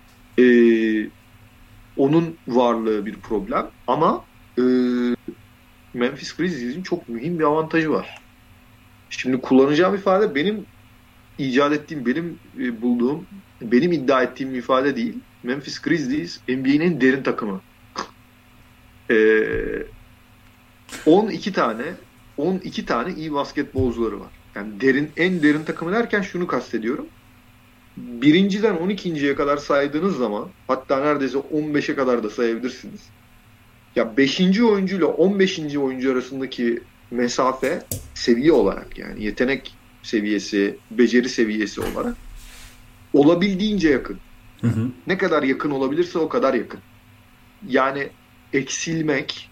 Onun varlığı bir problem ama Memphis Grizzlies'in çok mühim bir avantajı var. Şimdi kullanacağım ifade benim icat ettiğim, benim bulduğum, benim iddia ettiğim bir ifade değil. Memphis Grizzlies NBA'nin en derin takımı. 12 tane iyi basketbolcuları var. Yani en derin takımı derken şunu kastediyorum. Birinciden 12.'ye kadar saydığınız zaman, hatta neredeyse 15'e kadar da sayabilirsiniz. Ya 5. oyuncu ile 15. oyuncu arasındaki mesafe, seviye olarak, yani yetenek seviyesi, beceri seviyesi olarak olabildiğince yakın. Hı hı. Ne kadar yakın olabilirse o kadar yakın. Yani eksilmek,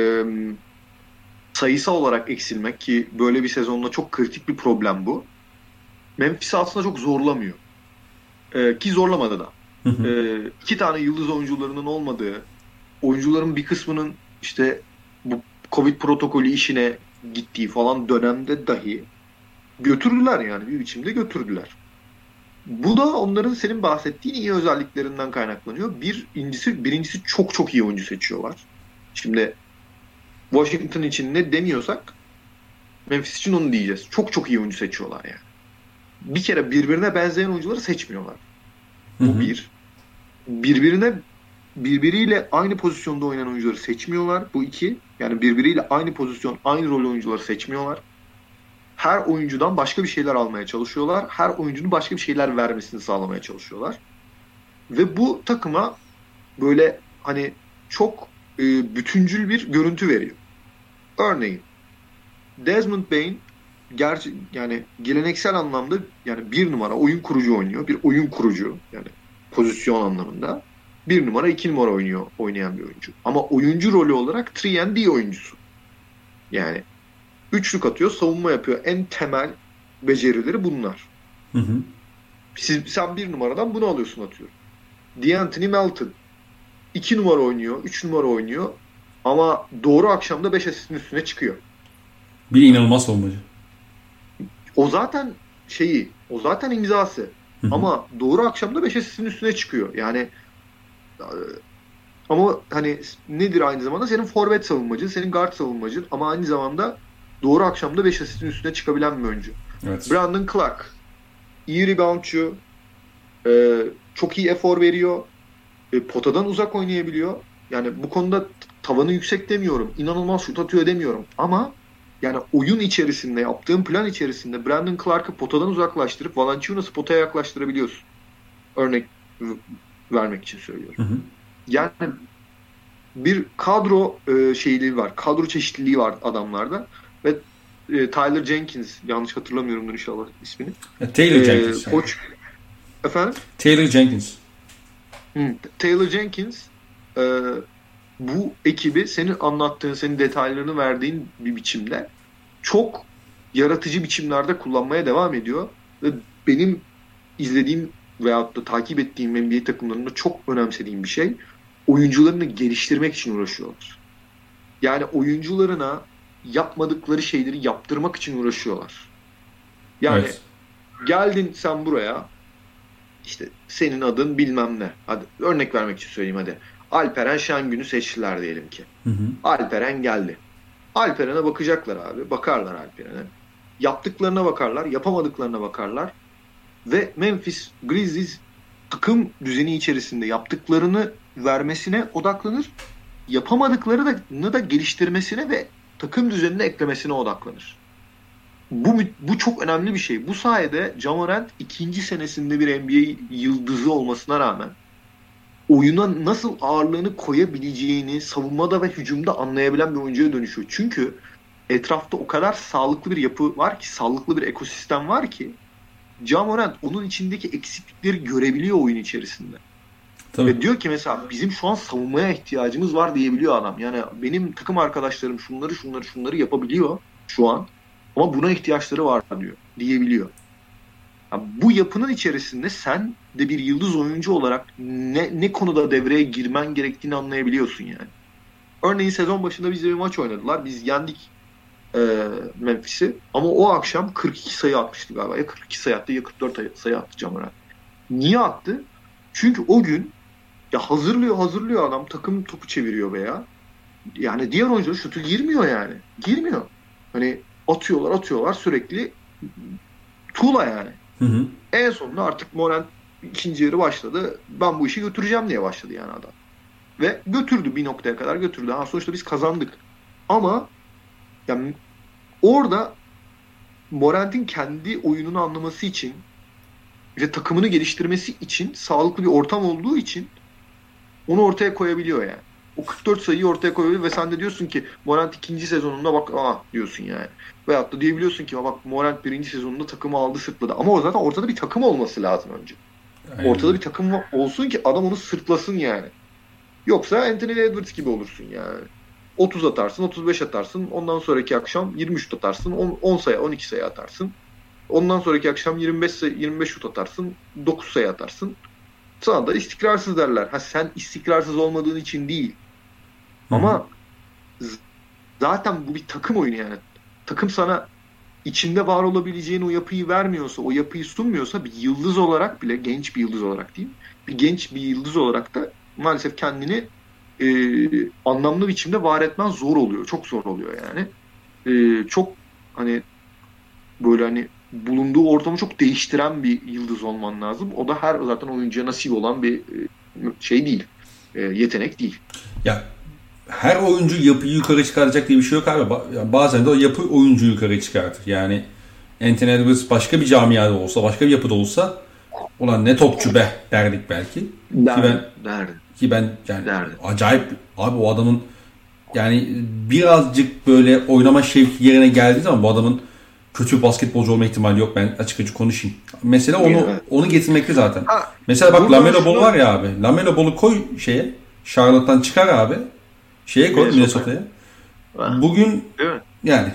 sayısal olarak eksilmek, ki böyle bir sezonda çok kritik bir problem bu. Memphis aslında çok zorlamıyor. Ki zorlamadı da. Hı hı. 2 tane yıldız oyuncularının olmadığı, oyuncuların bir kısmının işte bu Covid protokolü işine gittiği falan dönemde dahi götürdüler, yani bir biçimde götürdüler. Bu da onların senin bahsettiğin iyi özelliklerinden kaynaklanıyor. Birincisi çok çok iyi oyuncu seçiyorlar. Şimdi Washington için ne demiyorsak Memphis için onu diyeceğiz. Çok çok iyi oyuncu seçiyorlar yani. Bir kere birbirine benzeyen oyuncuları seçmiyorlar. Bu bir. Birbiriyle aynı pozisyonda oynayan oyuncuları seçmiyorlar. Bu iki. Yani birbiriyle aynı pozisyon, aynı rol oyuncuları seçmiyorlar. Her oyuncudan başka bir şeyler almaya çalışıyorlar. Her oyuncunun başka bir şeyler vermesini sağlamaya çalışıyorlar. Ve bu takıma böyle hani çok bütüncül bir görüntü veriyor. Örneğin Desmond Bane yani geleneksel anlamda yani bir numara oyun kurucu oynuyor. Bir oyun kurucu, yani pozisyon anlamında. Bir numara, iki numara oynayan bir oyuncu. Ama oyuncu rolü olarak 3&D oyuncusu. Yani üçlük atıyor, savunma yapıyor. En temel becerileri bunlar. Hı hı. Sen bir numaradan bunu alıyorsun, atıyorum. D'Anthony Melton 2 numara oynuyor, 3 numara oynuyor. Ama doğru akşamda 5 asistin üstüne çıkıyor. Bir inanılmaz savunmacı. O zaten imzası. Hı hı. Ama doğru akşamda 5 asistin üstüne çıkıyor. Yani ama hani nedir aynı zamanda? Senin forvet savunmacın, senin guard savunmacın, ama aynı zamanda doğru akşamda 5 asistin üstüne çıkabilen bir oyuncu. Evet. Brandon Clark iyi reboundçu, çok iyi efor veriyor, potadan uzak oynayabiliyor. Yani bu konuda tavanı yüksek demiyorum, inanılmaz şut atıyor demiyorum, ama yani oyun içerisinde, yaptığın plan içerisinde Brandon Clark'ı potadan uzaklaştırıp Valanciunas'ı potaya yaklaştırabiliyorsun. Örnek vermek için söylüyorum. Hı hı. Yani bir kadro şeyliği var, kadro çeşitliliği var adamlarda ve Tyler Jenkins, yanlış hatırlamıyorumdur inşallah ismini. Taylor Jenkins. Koç. Efendim? Taylor Jenkins. Taylor Jenkins bu ekibi senin anlattığın, senin detaylarını verdiğin bir biçimde çok yaratıcı biçimlerde kullanmaya devam ediyor. Ve benim izlediğim veyahut da takip ettiğim NBA takımlarında çok önemsediğim bir şey, oyuncularını geliştirmek için uğraşıyorlar. Yani oyuncularına yapmadıkları şeyleri yaptırmak için uğraşıyorlar. Yani Evet. Geldin sen buraya, işte senin adın bilmem ne. Hadi örnek vermek için söyleyeyim hadi. Alperen Şengün'ü seçtiler diyelim ki. Hı hı. Alperen geldi. Alperen'e bakacaklar abi. Bakarlar Alperen'e. Yaptıklarına bakarlar, yapamadıklarına bakarlar. Ve Memphis Grizzlies takım düzeni içerisinde yaptıklarını vermesine odaklanır. Yapamadıklarını da geliştirmesine ve takım düzenine eklemesine odaklanır. Bu çok önemli bir şey. Bu sayede Ja Morant ikinci senesinde bir NBA yıldızı olmasına rağmen oyuna nasıl ağırlığını koyabileceğini savunmada ve hücumda anlayabilen bir oyuncuya dönüşüyor. Çünkü etrafta o kadar sağlıklı bir yapı var ki, sağlıklı bir ekosistem var ki Ja Morant onun içindeki eksiklikleri görebiliyor oyun içerisinde. Tabii. Ve diyor ki mesela bizim şu an savunmaya ihtiyacımız var diyebiliyor adam. Yani benim takım arkadaşlarım şunları yapabiliyor şu an. Ama buna ihtiyaçları var diyor. Diyebiliyor. Ya bu yapının içerisinde sen de bir yıldız oyuncu olarak ne konuda devreye girmen gerektiğini anlayabiliyorsun yani. Örneğin sezon başında bizle bir maç oynadılar. Biz yendik Memphis'i. Ama o akşam 42 sayı atmıştı galiba. Ya 42 sayı attı ya 44 sayı attı Cameron. Niye attı? Çünkü o gün ya hazırlıyor adam. Takım topu çeviriyor veya. Yani diğer oyuncular şutu girmiyor yani. Girmiyor. Hani atıyorlar sürekli tuğla yani. Hı hı. En sonunda artık Morant ikinci yarı başladı. Ben bu işi götüreceğim diye başladı yani adam. Ve götürdü, bir noktaya kadar götürdü. Sonuçta biz kazandık. Ama yani orada Morant'in kendi oyununu anlaması için ve takımını geliştirmesi için sağlıklı bir ortam olduğu için onu ortaya koyabiliyor yani. O 44 sayıyı ortaya koyabiliyor ve sen de diyorsun ki Morant ikinci sezonunda bak diyorsun yani. Veyahut da diyebiliyorsun ki bak Morant birinci sezonunda takımı aldı sırtladı. Ama o zaten ortada bir takım olması lazım önce. Aynen. Ortada bir takım olsun ki adam onu sırtlasın yani. Yoksa Anthony Edwards gibi olursun yani. 30 atarsın, 35 atarsın. Ondan sonraki akşam 23 şut atarsın. 10 sayı, 12 sayı atarsın. Ondan sonraki akşam 25 şut atarsın. 9 sayı atarsın. Sana da istikrarsız derler. Sen istikrarsız olmadığın için değil. Ama zaten bu bir takım oyunu yani. Takım sana içinde var olabileceğin o yapıyı vermiyorsa, o yapıyı sunmuyorsa bir yıldız olarak bile, genç bir yıldız olarak diyeyim, genç bir yıldız olarak da maalesef kendini anlamlı biçimde var etmen zor oluyor. Çok zor oluyor yani. Çok hani böyle hani bulunduğu ortamı çok değiştiren bir yıldız olman lazım. O da her zaten oyuncuya nasip olan bir şey değil. Yetenek değil. Ya her oyuncu yapıyı yukarı çıkaracak diye bir şey yok abi. Bazen de o yapı oyuncu yukarı çıkartır. Yani Anthony Edwards başka bir camiada olsa, başka bir yapıda olsa ulan ne topçu be derdik belki. Ki ben yani acayip abi o adamın yani birazcık böyle oynama şevki yerine geldiği zaman bu adamın kötü basketbolcu olma ihtimali yok. Ben açık konuşayım. Mesela onu getirmekte zaten. Mesela bak LaMelo Ball var ya abi. LaMelo Ball'u koy Charlotte'tan çıkar abi. Koy Minnesota'ya. Bugün yani.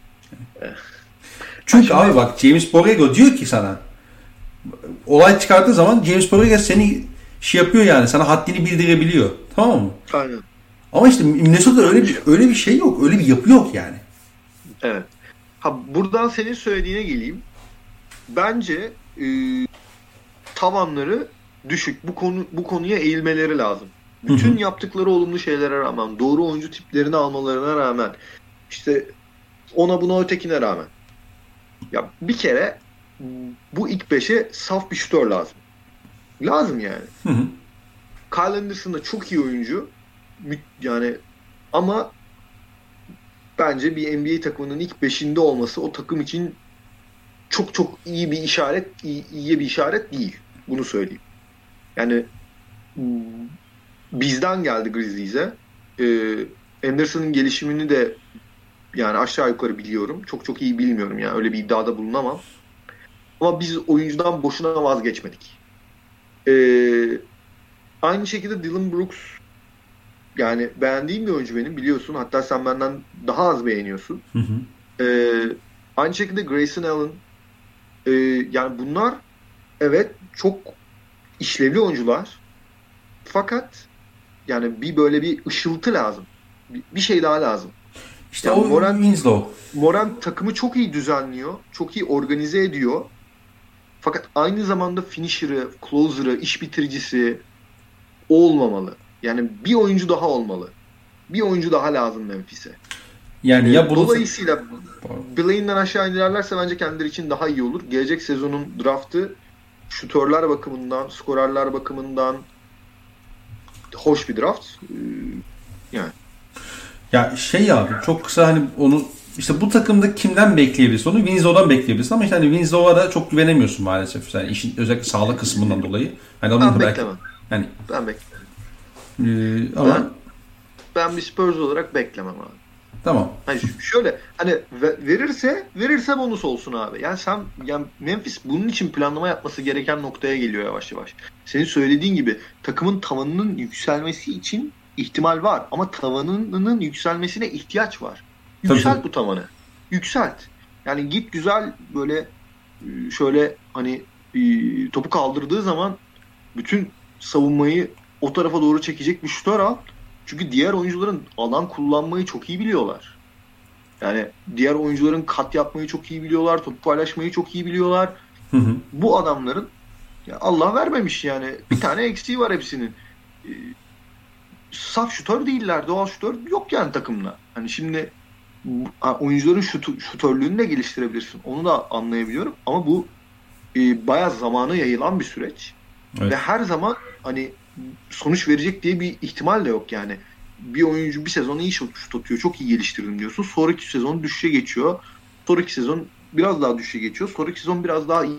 Çünkü abi bak James Borrego diyor ki sana olay çıkarttığı zaman James Borrego seni yapıyor yani. Sana haddini bildirebiliyor. Tamam mı? Aynen. Ama işte Minnesota'da öyle bir şey yok. Öyle bir yapı yok yani. Evet. Buradan senin söylediğine geleyim. Bence tavanları düşük. Bu konuya eğilmeleri lazım. Bütün yaptıkları olumlu şeylere rağmen, doğru oyuncu tiplerini almalarına rağmen, işte ona buna ötekine rağmen. Ya bir kere bu ilk 5'e saf bir şutör lazım. Lazım yani. Kyle Anderson da çok iyi oyuncu. Yani ama bence bir NBA takımının ilk 5'inde olması o takım için çok çok iyi bir işaret, iyi bir işaret değil. Bunu söyleyeyim. Yani bizden geldi Grizzlies'e. Anderson'ın gelişimini de yani aşağı yukarı biliyorum. Çok çok iyi bilmiyorum yani. Öyle bir iddiada bulunamam. Ama biz oyuncudan boşuna vazgeçmedik. Aynı şekilde Dillon Brooks yani beğendiğim bir oyuncu benim biliyorsun. Hatta sen benden daha az beğeniyorsun. Aynı şekilde Grayson Allen yani bunlar evet çok işlevli oyuncular. Fakat yani böyle bir ışıltı lazım. Bir şey daha lazım. İşte yani Morant takımı çok iyi düzenliyor. Çok iyi organize ediyor. Fakat aynı zamanda finisher'ı, closer'ı, iş bitiricisi olmamalı. Yani bir oyuncu daha olmalı. Bir oyuncu daha lazım Memphis'e. Yani ya dolayısıyla Blaine'den aşağı inerlerse bence kendileri için daha iyi olur. Gelecek sezonun draftı şutörler bakımından, skorerler bakımından hoş bir draft. Yani. Ya abi çok kısa hani onu işte bu takımda kimden bekleyebilirsin? Onu Winslow'dan bekleyebilirsin ama işte hani Winslow'a da çok güvenemiyorsun maalesef. Yani işin özellikle sağlık kısmından dolayı. Hani ben beklemem. Yani, ben beklemem. Ama ben bir Spurs olarak beklemem abi. Tamam. Hani şöyle hani verirse bonus olsun abi. Yani Memphis bunun için planlama yapması gereken noktaya geliyor yavaş yavaş. Senin söylediğin gibi takımın tavanının yükselmesi için ihtimal var ama tavanının yükselmesine ihtiyaç var. Yükselt bu tavanı. Yükselt. Yani git güzel böyle şöyle hani topu kaldırdığı zaman bütün savunmayı o tarafa doğru çekecek bir şutör al. Çünkü diğer oyuncuların alan kullanmayı çok iyi biliyorlar. Yani diğer oyuncuların kat yapmayı çok iyi biliyorlar. Topu paylaşmayı çok iyi biliyorlar. Bu adamların ya Allah vermemiş yani. Bir tane eksiği var hepsinin. Saf şutör değiller. Doğal şutör yok yani takımda. Hani şimdi oyuncuların şutörlüğünü de geliştirebilirsin. Onu da anlayabiliyorum. Ama bu bayağı zamana yayılan bir süreç. Evet. Ve her zaman hani sonuç verecek diye bir ihtimal de yok yani. Bir oyuncu bir sezon iyi şut atıyor, çok iyi geliştirdim diyorsun. Sonraki sezon düşüşe geçiyor. Sonraki sezon biraz daha düşüşe geçiyor. Sonraki sezon biraz daha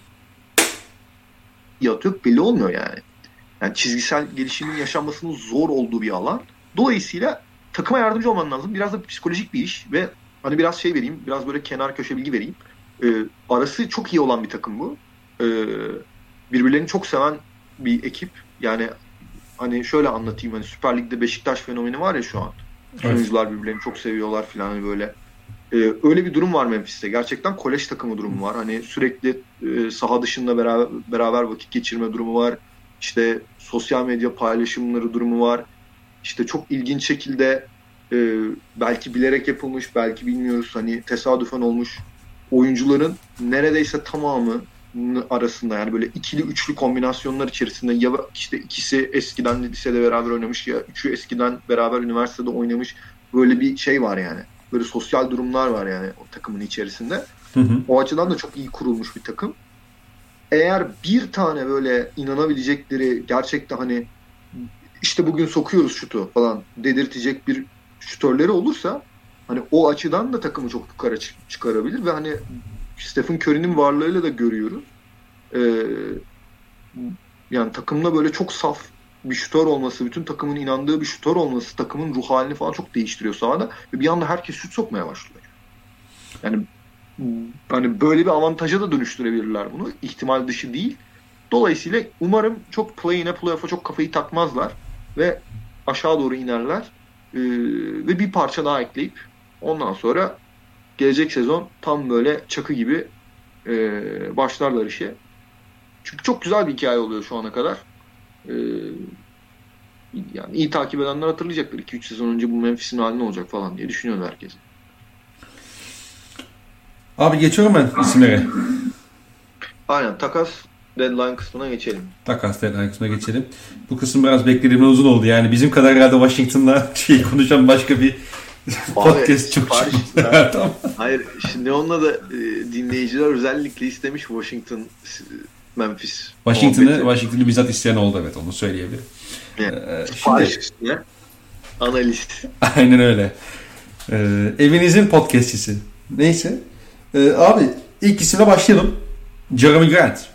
iyi atıyor. Belli olmuyor yani. Yani çizgisel gelişimin yaşanmasının zor olduğu bir alan. Dolayısıyla takıma yardımcı olman lazım. Biraz da psikolojik bir iş ve hani biraz şey vereyim, biraz böyle kenar köşe bilgi vereyim. Arası çok iyi olan bir takım bu. Birbirlerini çok seven bir ekip. Yani hani şöyle anlatayım, hani Süper Lig'de Beşiktaş fenomeni var ya şu an. Evet. Oyuncular birbirlerini çok seviyorlar falan hani böyle. Öyle bir durum var Memphis'te. Gerçekten kolej takımı durumu var. Hani sürekli saha dışında beraber vakit geçirme durumu var. İşte sosyal medya paylaşımları durumu var. İşte çok ilginç şekilde belki bilerek yapılmış, belki bilmiyoruz, hani tesadüfen olmuş oyuncuların neredeyse tamamı arasında, yani böyle ikili üçlü kombinasyonlar içerisinde ya işte ikisi eskiden lisede beraber oynamış ya üçü eskiden beraber üniversitede oynamış, böyle bir şey var yani. Böyle sosyal durumlar var yani o takımın içerisinde. O açıdan da çok iyi kurulmuş bir takım. Eğer bir tane böyle inanabilecekleri, gerçekten hani işte bugün sokuyoruz şutu falan dedirtecek bir şutörleri olursa hani o açıdan da takımı çok yukarı çıkarabilir ve hani Stephen Curry'nin varlığıyla da görüyoruz. Yani takımda böyle çok saf bir şutör olması, bütün takımın inandığı bir şutör olması takımın ruh halini falan çok değiştiriyor sahada ve bir anda herkes şut sokmaya başlıyor. Yani hani böyle bir avantaja da dönüştürebilirler bunu. İhtimal dışı değil. Dolayısıyla umarım çok playoff'a çok kafayı takmazlar ve aşağı doğru inerler ve bir parça daha ekleyip ondan sonra gelecek sezon tam böyle çakı gibi başlarlar işe. Çünkü çok güzel bir hikaye oluyor şu ana kadar. Yani iyi takip edenler hatırlayacaktır. 2-3 sezon önce bu Memphis'in hali ne olacak falan diye düşünüyordu herkes. Abi geçiyorum ben isimlere. Aynen, takas deadline kısmına geçelim. Takas deadline kısmına geçelim. Bu kısım biraz beklediğimden uzun oldu. Yani bizim kadar herhalde Washington'la konuşan başka bir podcast çok çıkmadı. Tamam. Hayır, şimdi onunla da dinleyiciler özellikle istemiş Washington Memphis. Washington'ı bizzat isteyen oldu, evet, onu söyleyebilirim. Şimdi analist. Aynen öyle. Evinizin podcastçisi. Neyse. Abi ilk isimle başlayalım. Jeremy Grant.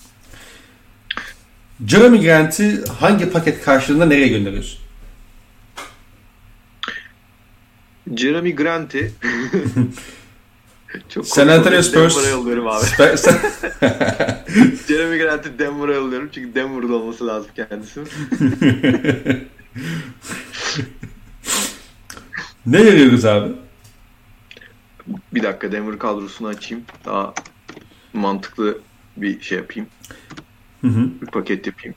Jeremy Grant'i hangi paket karşılığında nereye gönderiyorsun? Jeremy Grant'i çok San Antonio Spurs. Denver'a yolluyorum abi. Jeremy Grant'i Denver'a yolluyorum çünkü Denver'da olması lazım kendisi. Ne veriyoruz abi? Bir dakika, Denver kadrosunu açayım. Daha mantıklı bir şey yapayım. Bir paket yapayım.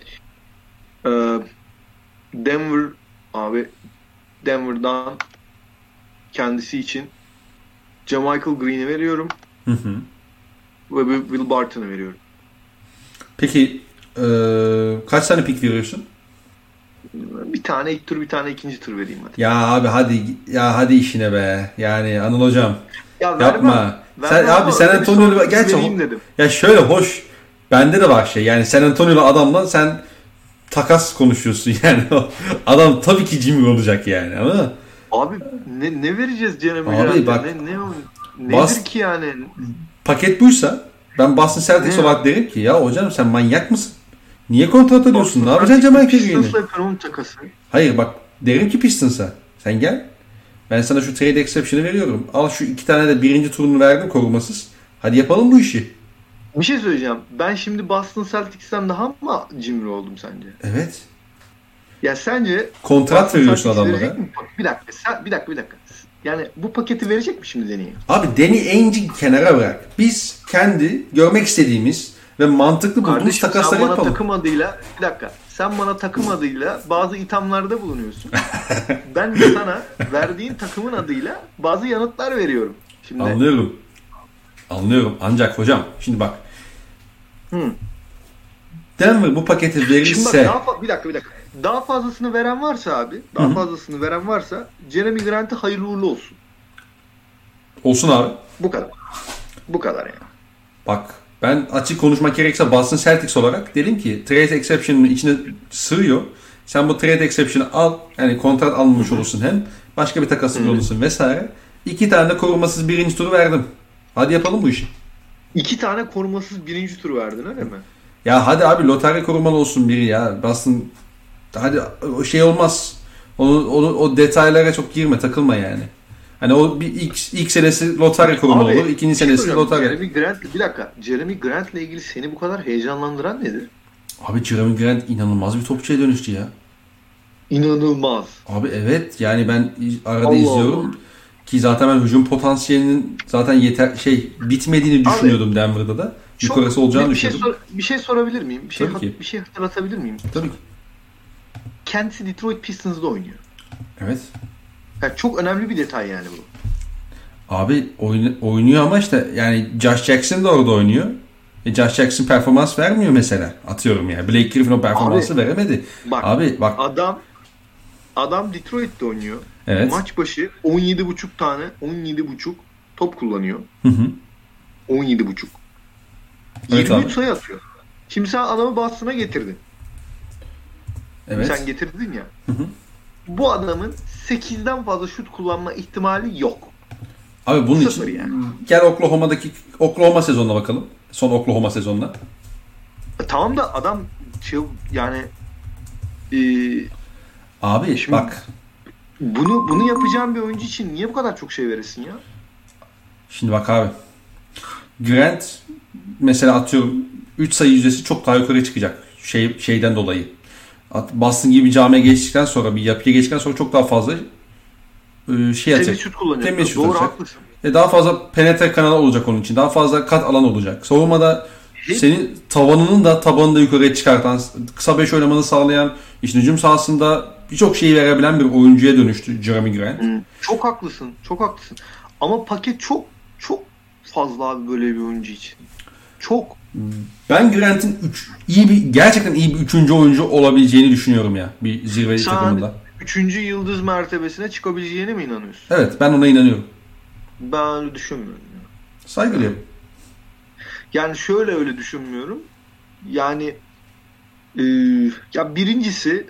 Denver abi, Denver'dan kendisi için JaMychal Green'i veriyorum. Ve Will Barton'ı veriyorum. Peki kaç tane pick veriyorsun? Bir tane ilk tur, bir tane ikinci tur vereyim hadi. Ya abi hadi işine be. Yani Anıl hocam. Ya yapma. Sen abi San Antonio'lu gerçi ya şöyle hoş. Bende de var şey. Yani San Antonio'lu adamla sen takas konuşuyorsun yani. Adam tabii ki Jimmy olacak yani, ama abi ne vereceğiz Jeremy Grant'e? Nedir ki yani? Paket buysa ben Boston Celtics olarak derim ki ya hocam sen manyak mısın? Niye kontrat ediyorsun? Ne yapacaksın JaMychal Green'i? Hayır bak, derim ki Pistons'a sen gel. Ben sana şu trade exception'ı veriyorum. Al şu 2 tane de birinci turunu verdim korumasız. Hadi yapalım bu işi. Bir şey söyleyeceğim. Ben şimdi Boston Celtics'ten daha mı cimri oldum sence? Evet. Ya sence kontrat veriyorsun adamlara. Bir dakika. Yani bu paketi verecek mi şimdi Danny'ye? Abi Danny Ainge'i kenara bırak. Biz kendi görmek istediğimiz ve mantıklı bulduğumuz takasları yapalım. Sen bana takım adıyla bazı ithamlarda bulunuyorsun. Ben de sana verdiğin takımın adıyla bazı yanıtlar veriyorum. Şimdi... Anlıyorum. Ancak hocam şimdi bak. Denver bu paketi verirse... Şimdi bak bir dakika. Daha fazlasını veren varsa abi, Jeremy Grant'e hayırlı uğurlu olsun. Olsun abi. Bu kadar yani. Bak ben açık konuşmak gerekirse Boston Celtics olarak dedim ki trade exception'ın içine sığıyor. Sen bu trade exception'ı al. Yani kontrat almamış olursun hem. Başka bir takasın olursun vesaire. 2 tane de korumasız birinci turu verdim. Hadi yapalım bu işi. 2 tane korumasız birinci turu verdin öyle mi? Ya hadi abi lotarya korumalı olsun biri ya. Boston hadi o şey olmaz. O detaylara çok girme, takılma yani. Hani o bir ilk senesi lotarya korumalı olur, ikinci senesi lotarya. Jeremy Grant'le ilgili seni bu kadar heyecanlandıran nedir? Abi Jeremy Grant inanılmaz bir topçuya dönüştü ya. İnanılmaz. Abi evet yani ben arada izliyorum ki zaten ben hücum potansiyelinin zaten bitmediğini düşünüyordum Denver'da da. Yukarısı olacağını düşünüyordum. Bir şey sorabilir miyim? Bir şey hatırlatabilir miyim? Tabii ki. Kendisi Detroit Pistons'da oynuyor. Evet. Yani çok önemli bir detay yani bu. Abi oynuyor ama işte yani Josh Jackson da orada oynuyor. Josh Jackson performans vermiyor mesela. Atıyorum ya. Blake Griffin o performansı veremedi. Bak. Adam Detroit'te oynuyor. Evet. Maç başı 17,5 top kullanıyor. 17,5. Evet 23 sayı atıyor. Şimdi sen adamı Boston'a getirdin. Evet. Sen getirdin ya. Bu adamın 8'den fazla şut kullanma ihtimali yok. Abi bunun için yani. Gel Oklahoma sezonuna bakalım. Son Oklahoma sezonuna. Tamam da adam abi şimdi, bak. Bunu yapacağım bir oyuncu için niye bu kadar çok şey veresin ya? Şimdi bak abi. Grant mesela atıyorum 3 sayı yüzdesi çok daha yukarı çıkacak. Şeyden dolayı. Boston gibi bir camiye geçtikten sonra bir yapıya geçtikten sonra çok daha fazla temiz şut kullanacak. Doğru, haklısın. Daha fazla penetre kanalı olacak onun için. Daha fazla kat alan olacak. Savunmada senin tabanını da yukarıya çıkartan, kısa 5 oynamanı sağlayan, hücum sahasında birçok şeyi verebilen bir oyuncuya dönüştü Jeremy Grant. Çok haklısın. Ama paket çok fazla abi böyle bir oyuncu için. Çok. Ben Grant'in gerçekten iyi bir 3. oyuncu olabileceğini düşünüyorum ya. Bir zirve takımında. 3. yıldız mertebesine çıkabileceğine mi inanıyorsun? Evet, ben ona inanıyorum. Ben öyle düşünmüyorum. Saygılıyım. Yani şöyle öyle düşünmüyorum. Yani ya birincisi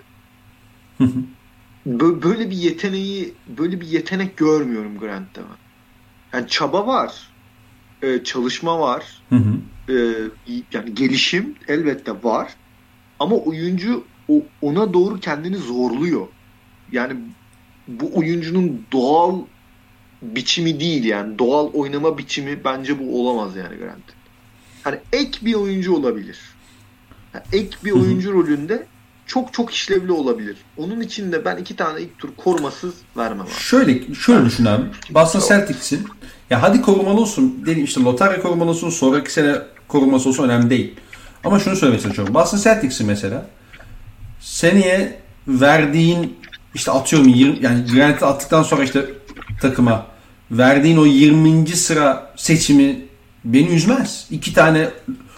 böyle bir yetenek görmüyorum Grant'ta ben. Yani çaba var. Çalışma var. Yani gelişim elbette var. Ama oyuncu ona doğru kendini zorluyor. Yani bu oyuncunun doğal biçimi değil yani. Doğal oynama biçimi bence bu olamaz yani Grant. Hani ek bir oyuncu olabilir. Yani ek bir oyuncu rolünde çok işlevli olabilir. Onun için de ben 2 tane ilk tur korumasız vermem abi. Şöyle düşün abi. Boston Celtics'in ya hadi korumalı olsun. Diyelim işte lotarya korumalı olsun. Sonraki sene koruması olsun önemli değil. Ama şunu söylemeye çalışıyorum. Boston Celtics'in mesela seneye verdiğin işte atıyorum yani Grant'ı attıktan sonra işte takıma verdiğin o 20. sıra seçimi beni üzmez. 2 tane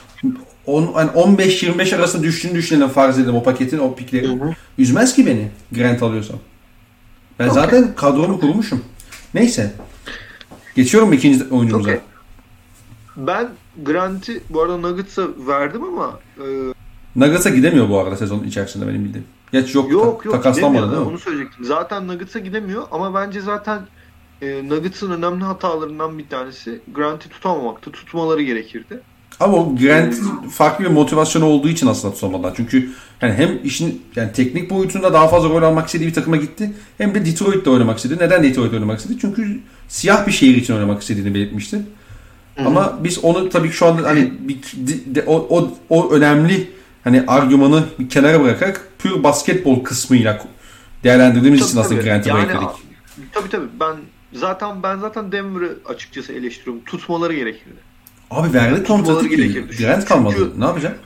15-25 arasında düştüğünü düşünelim farz edelim o paketin, o pikleri. Üzmez ki beni Grant alıyorsam. Ben zaten kadromu kurmuşum. Neyse. Geçiyorum ikinci oyuncumuza. Okay. Ben Grant'i bu arada Nuggets'a verdim ama Nuggets'a gidemiyor bu arada sezon içerisinde benim bildiğim. Yok takaslanmadı değil mi? Onu söyleyecektim. Zaten Nuggets'a gidemiyor ama bence zaten Nuggets'ın önemli hatalarından bir tanesi Grant'i tutamamaktı. Tutmaları gerekirdi. Ama o Grant'in farklı bir motivasyonu olduğu için aslında tutamadılar. Çünkü yani hem işin yani teknik boyutunda daha fazla rol almak istediği bir takıma gitti. Hem de Detroit'te oynamak istedi. Neden Detroit'te oynamak istedi? Çünkü siyah bir şehir için oynamak istediğini belirtmişti. Ama biz onu tabii ki şu anda hani o önemli hani argümanı bir kenara bırakarak pür basketbol kısmıyla değerlendirdiğimiz için aslında Grant'i yani, ekledik. Tabii ben zaten Denver'ı açıkçası eleştiriyorum. Tutmaları gerekirdi. Abi verdi kontratı ki. Grant kalmadı. Çünkü, ne yapacak?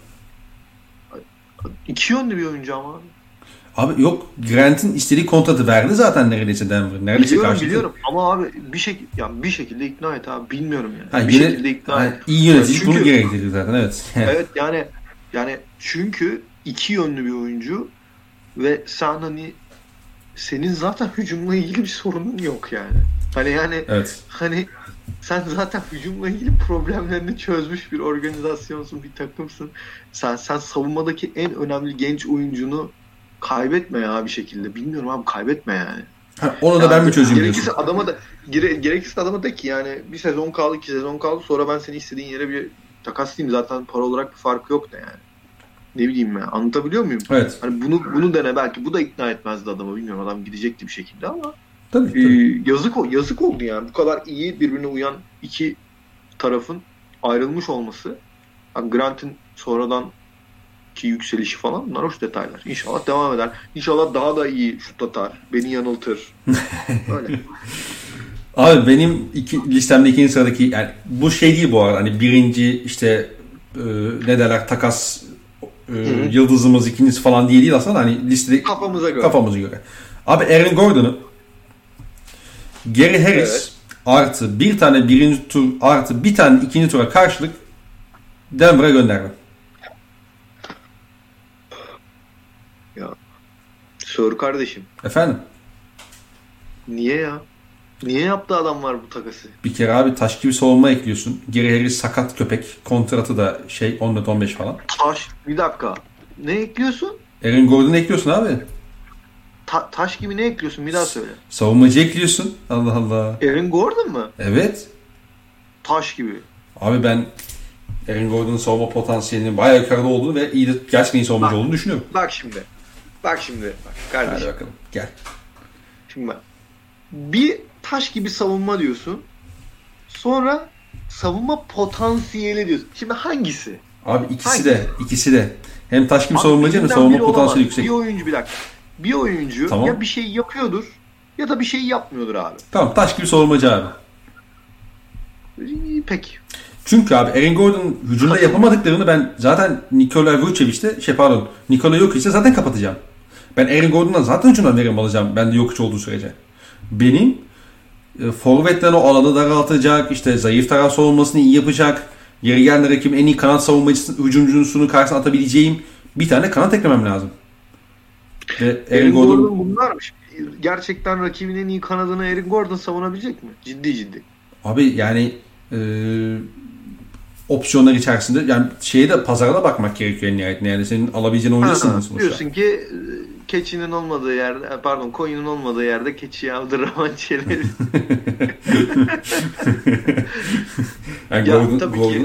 İki yönlü bir oyuncu ama abi. Abi yok, Grant'in istediği kontratı verdi zaten neredeyse Denver. Neredeyse biliyorum ama abi bir şekilde ikna et abi. Bilmiyorum yani. Bir şekilde ikna et. İyi yönetici bunu gerektirir zaten, evet. Evet yani çünkü iki yönlü bir oyuncu ve sen hani senin zaten hücumla ilgili bir sorunun yok yani. Evet. Hani sen zaten hücumla ilgili problemlerini çözmüş bir organizasyonsun, bir takımsın. Sen savunmadaki en önemli genç oyuncunu kaybetme ya bir şekilde. Bilmiyorum abi, kaybetme yani. Onu da ben mi çözeyim diyorsun? Gerekirse adama de ki yani bir sezon kaldı, 2 sezon kaldı, sonra ben seni istediğin yere bir takaslayayım, zaten para olarak bir farkı yok da yani. Ne bileyim ben, anlatabiliyor muyum? Evet. Hani bunu dene, belki bu da ikna etmezdi adamı, bilmiyorum, adam gidecekti bir şekilde ama tabii. Yazık oldu yani, bu kadar iyi birbirine uyan iki tarafın ayrılmış olması. Yani Grant'in sonradan ki yükselişi falan, bunlar hoş detaylar. İnşallah devam eder. İnşallah daha da iyi şut atar. Beni yanıltır. Öyle. Abi benim listemde ikinci sıradaki, yani bu şey değil bu arada, hani birinci işte ne derler, takas yıldızımız ikincisi falan değil aslında, hani listede kafamıza göre. Abi Aaron Gordon'u, Gary Harris artı bir tane birinci tur artı bir tane ikinci tura karşılık Denver'a gönderdim. Ya sor kardeşim. Efendim? Niye ya? Niye yaptı adamlar bu takası? Bir kere abi taş gibi savunma ekliyorsun. Gary Harris sakat köpek. Kontratı da 14-15 falan. Bir dakika. Ne ekliyorsun? Aaron Gordon'u ekliyorsun abi. Taş gibi ne ekliyorsun? Bir daha söyle. Savunmacı ekliyorsun. Allah Allah. Aaron Gordon mu? Evet. Taş gibi. Abi ben Aaron Gordon'un savunma potansiyelinin bayağı yukarıda olduğunu ve gerçekten iyi savunmacı olduğunu düşünüyorum. Bak şimdi kardeşim. Hadi bakalım gel. Şimdi bak. Bir taş gibi savunma diyorsun. Sonra savunma potansiyeli diyorsun. Şimdi hangisi? Abi ikisi de. Hem taş gibi savunmacı hem de savunma potansiyeli yüksek. Bir oyuncu tamam. Ya bir şey yapıyordur ya da bir şey yapmıyordur abi. Tamam, taş gibi savunmacı abi. Peki. Çünkü abi Aaron Gordon hücumda yapamadıklarını ben zaten Nikola Jokic'te zaten kapatacağım. Ben Aaron Gordon'dan zaten hücumdan verim alacağım. Ben de Jokic olduğu sürece. Benim forvetten o alanı daraltacak, işte zayıf taraf savunmasını iyi yapacak, yeri geldiğinde rakibin en iyi kanat savunmacısını, hücumcusunu karşısına atabileceğim bir tane kanat eklemem lazım. Ve Aaron Gordon bunlarmış. Gerçekten rakibin en iyi kanadını Aaron Gordon savunabilecek mi? Ciddi. Abi yani opsiyonlar içerisinde, yani de pazara bakmak gerekiyor en nihayetinde. Yani senin alabileceğin oyuncusun sonuçta. Diyorsun ki keçinin olmadığı yerde, koyunun olmadığı yerde keçiyi aldıraman çeleri. Yani ya tabii ki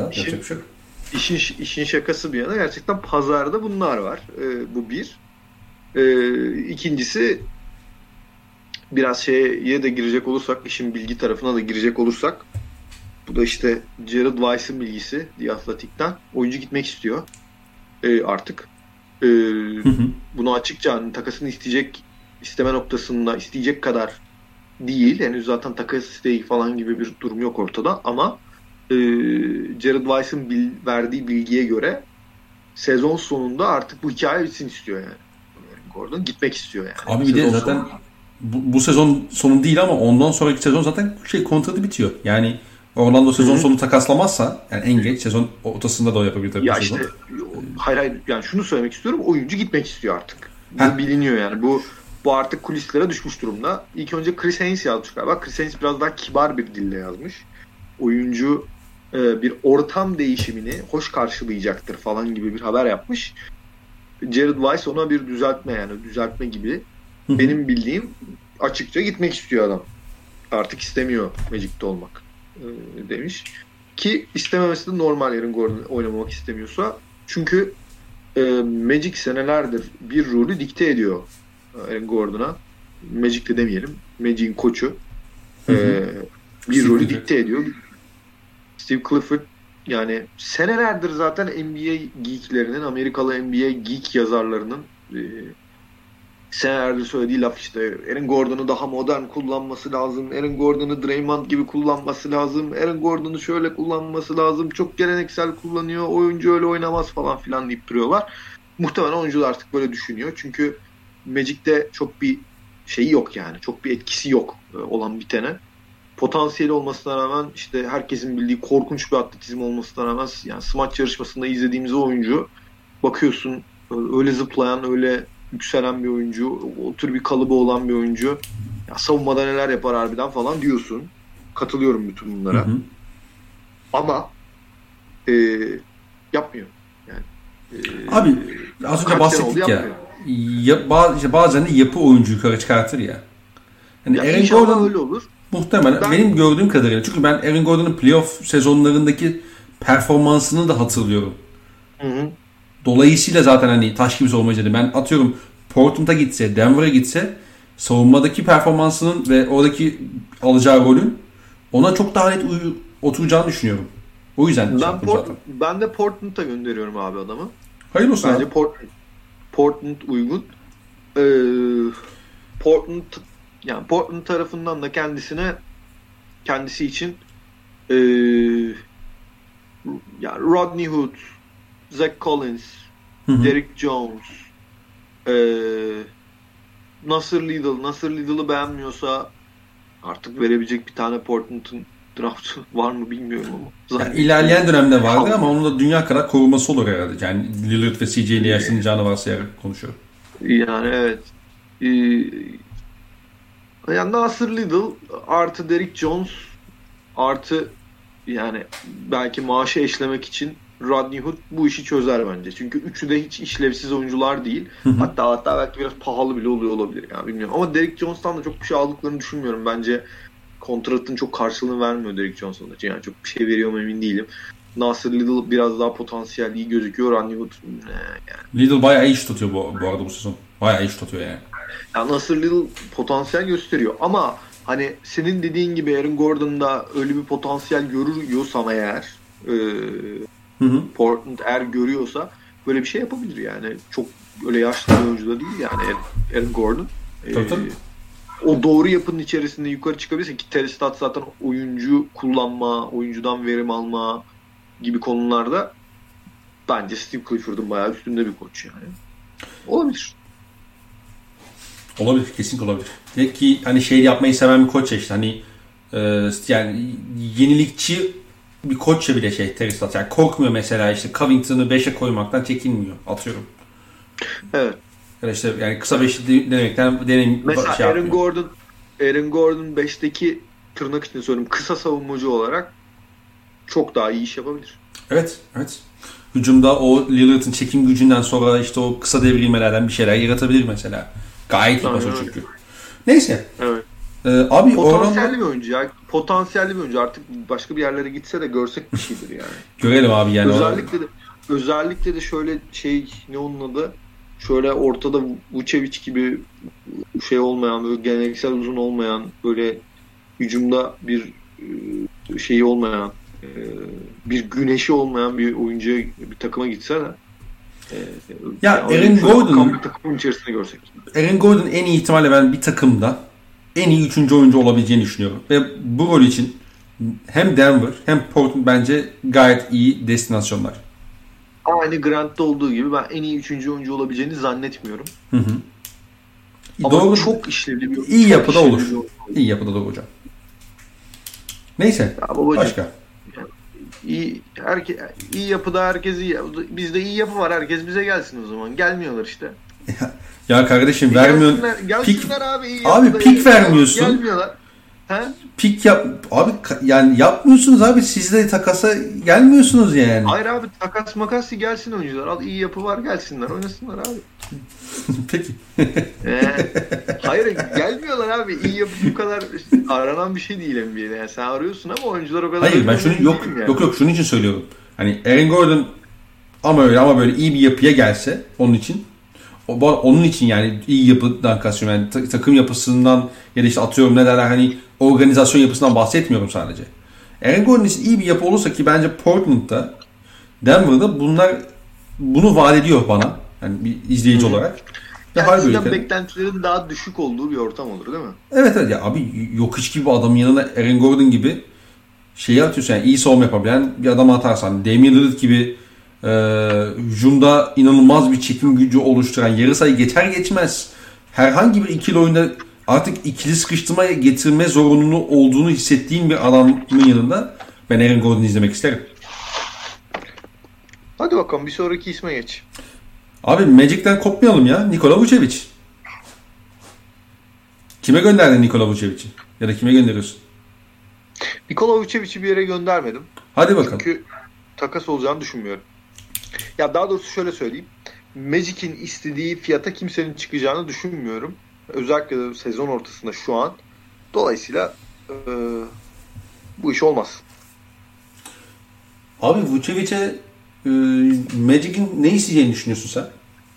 şimdi işin şakası bir yana, gerçekten pazarda bunlar var. Bu bir. İkincisi, biraz şeye de girecek olursak, işin bilgi tarafına da girecek olursak, bu da işte Jared Weiss'in bilgisi The Athletic'ten. Oyuncu gitmek istiyor artık. Bunu açıkça hani takasını isteme noktasında isteyecek kadar değil. Henüz zaten takas isteği falan gibi bir durum yok ortada ama Jared Weiss'in verdiği bilgiye göre sezon sonunda artık bu hikaye bitsin istiyor yani. Gordon gitmek istiyor yani. Abi bir de zaten bu sezon sonu değil ama ondan sonraki sezon zaten kontratı bitiyor. Yani Orlando sezon sonu takaslamazsa, yani en geç sezon ortasında da o yapabilir tabii. Ya işte hayır yani şunu söylemek istiyorum, oyuncu gitmek istiyor artık. Bu biliniyor yani. Bu artık kulislere düşmüş durumda. İlk önce Chris Haynes yazmış galiba. Chris Haynes biraz daha kibar bir dille yazmış. Oyuncu bir ortam değişimini hoş karşılayacaktır falan gibi bir haber yapmış. Jared Weiss ona bir düzeltme gibi. Benim bildiğim, açıkça gitmek istiyor adam. Artık istemiyor Magic'te olmak demiş. Ki istememesi de normal, Aaron Gordon oynamamak istemiyorsa. Çünkü Magic senelerdir bir rolü dikte ediyor Aaron Gordon'a. Magic de demeyelim. Magic'in koçu. Bir rolü dikte ediyor. Steve Clifford yani senelerdir zaten NBA geeklerinin, Amerikalı NBA geek yazarlarının senelerdir söylediği laf işte. Aaron Gordon'u daha modern kullanması lazım. Aaron Gordon'u Draymond gibi kullanması lazım. Aaron Gordon'u şöyle kullanması lazım. Çok geleneksel kullanıyor. Oyuncu öyle oynamaz falan filan deyip duruyorlar. Muhtemelen oyuncular artık böyle düşünüyor. Çünkü Magic'te çok bir şeyi yok yani. Çok bir etkisi yok olan bitene. Potansiyeli olmasına rağmen işte herkesin bildiği korkunç bir atletizm olmasına rağmen yani smaç yarışmasında izlediğimiz oyuncu bakıyorsun öyle zıplayan, öyle yükselen bir oyuncu, o tür bir kalıbı olan bir oyuncu. Ya savunmada neler yapar harbiden falan diyorsun. Katılıyorum bütün bunlara. Hı hı. Ama yapmıyor. Yani abi az önce bahsettik ya bazen de yapı oyuncu yukarı çıkartır ya. Yani ya Aaron Gordon öyle olur. Muhtemelen benim gördüğüm kadarıyla. Çünkü ben Aaron Gordon'un playoff sezonlarındaki performansını da hatırlıyorum. Hı. Dolayısıyla zaten hani taş gibi savunmacıydı. Ben atıyorum Portland'a gitse, Denver'a gitse savunmadaki performansının ve oradaki alacağı rolün ona çok daha net oturacağını düşünüyorum. O yüzden ben de Portland'a gönderiyorum abi adamı. Hayırlı olsun. Bence Portland uygun. Portland tarafından da kendisi için yani Rodney Hood, Zach Collins, Derrick Jones, Nasir Liddell'ı beğenmiyorsa artık verebilecek bir tane Portland'ın draftı var mı bilmiyorum ama. Yani ilerleyen dönemde vardı ama onun da dünya kadar koruması olur herhalde. Yani Lillard ve CJ'li yaşlanacağını varsayarak konuşuyor. Yani evet. Yani Nasir Liddell artı Derrick Jones artı yani belki maaşı eşlemek için Rodney Hood bu işi çözer bence. Çünkü üçü de hiç işlevsiz oyuncular değil. Hatta belki biraz pahalı bile oluyor olabilir yani bilmiyorum. Ama Derrick Jones'tan da çok bir şey aldıklarını düşünmüyorum. Bence kontratın çok karşılığını vermiyor Derrick Jones'un da. Yani çok bir şey veriyor mu emin değilim. Nasir Liddell biraz daha potansiyel iyi gözüküyor. Rodney Hood yani. Liddell bayağı iyi şut tutuyor bu arada bu sezon. Bayağı iyi şut tutuyor yani. Yani Nasir Liddell potansiyel gösteriyor ama hani senin dediğin gibi Aaron Gordon'da öyle bir potansiyel görüyorsam eğer Portland eğer görüyorsa böyle bir şey yapabilir yani. Çok öyle yaşlı bir oyuncu da değil yani Aaron Gordon. Tabii. O doğru yapının içerisinde yukarı çıkabilirse ki Terry Stotts zaten oyuncu kullanma, oyuncudan verim alma gibi konularda bence Steve Clifford'un bayağı üstünde bir koç yani. Olabilir. Olabilir. Kesinlikle olabilir. Ki hani şey yapmayı seven bir koç ya işte hani yani yenilikçi bir koçça bile Terry Stotts. Yani korkmuyor mesela işte Covington'ı 5'e koymaktan çekinmiyor. Atıyorum. Evet. Ya işte yani kısa 5'li denemekten mesela şey Aaron Gordon 5'teki tırnak içinde söyleyeyim kısa savunmacı olarak çok daha iyi iş yapabilir. Evet. Hücumda o Lillard'ın çekim gücünden sonra işte o kısa devrilmelerden bir şeyler yaratabilir mesela. Gayet iyi başarı çünkü. Neyse. Evet. Abi potansiyelli bir oyuncu ya. Potansiyelli bir oyuncu. Artık başka bir yerlere gitse de görsek bir şeydir yani. Görelim abi yani. Özellikle de şöyle ne onun adı? Şöyle ortada Vucevic gibi şey olmayan, böyle geleneksel uzun olmayan, böyle hücumda bir şeyi olmayan, bir güneşi olmayan bir oyuncuya bir takıma gitse de ya Aaron Gordon'un takımın içerisinde görsek. Aaron Gordon en iyi ihtimalle ben bir takımda en iyi 3. oyuncu olabileceğini düşünüyorum. Ve bu rol için hem Denver hem Portland bence gayet iyi destinasyonlar. Aynı Grant'ta olduğu gibi ben en iyi 3. oyuncu olabileceğini zannetmiyorum. Ama doğru, çok işlevli bir iyi yapıda olur. İyi yapıda olur hocam. Neyse. Başka. İyi yapıda herkes iyi. Bizde iyi yapı var. Herkes bize gelsin o zaman. Gelmiyorlar işte. Ya kardeşim vermiyorsun. Gelsinler abi iyi abi pik vermiyorsun. Gelmiyorlar. He? Pik yap abi yani yapmıyorsunuz abi siz de takasa gelmiyorsunuz yani. Hayır abi takas makası gelsin oyuncular. Al iyi yapı var gelsinler oynasınlar abi. Peki. Hayır gelmiyorlar abi. İyi yapı bu kadar aranan bir şey değil NBA'de. Yani sen arıyorsun ama oyuncular o kadar. Hayır ben şunu yok şunun için söylüyorum. Hani Aaron Gordon ama böyle iyi bir yapıya gelse onun için onun için yani iyi yapıdan kastediyorum yani takım yapısından ya da işte atıyorum ne derler hani organizasyon yapısından bahsetmiyorum sadece. Aaron Gordon için iyi bir yapı olursa ki bence Portland'da, Denver'da bunu vaat ediyor bana. Yani bir izleyici olarak. Kendisinden beklentilerin daha düşük olduğu bir ortam olur değil mi? Evet ya abi, yok hiç gibi adamın yanına Aaron Gordon gibi şeyi atıyorsun, yani iyi savunma yapabilen bir adam atarsan, Damian Lillard gibi hücumda inanılmaz bir çekim gücü oluşturan, yarı sayı geçer geçmez herhangi bir ikili oyunda artık ikili sıkıştırma getirme zorunluluğu olduğunu hissettiğim bir adamın yanında ben Aaron Gordon'u izlemek isterim. Hadi bakalım bir sonraki isme geç. Abi Magic'ten kopmayalım ya. Nikola Vucevic. Kime gönderdin Nikola Vucevic'i? Ya da kime gönderiyorsun? Nikola Vucevic'i bir yere göndermedim. Hadi bakalım. Çünkü takas olacağını düşünmüyorum. Ya daha doğrusu şöyle söyleyeyim. Magic'in istediği fiyata kimsenin çıkacağını düşünmüyorum. Özellikle de sezon ortasında şu an. Dolayısıyla bu iş olmaz. Abi Vucevic'e Magic'in ne isteyeceğini düşünüyorsun sen?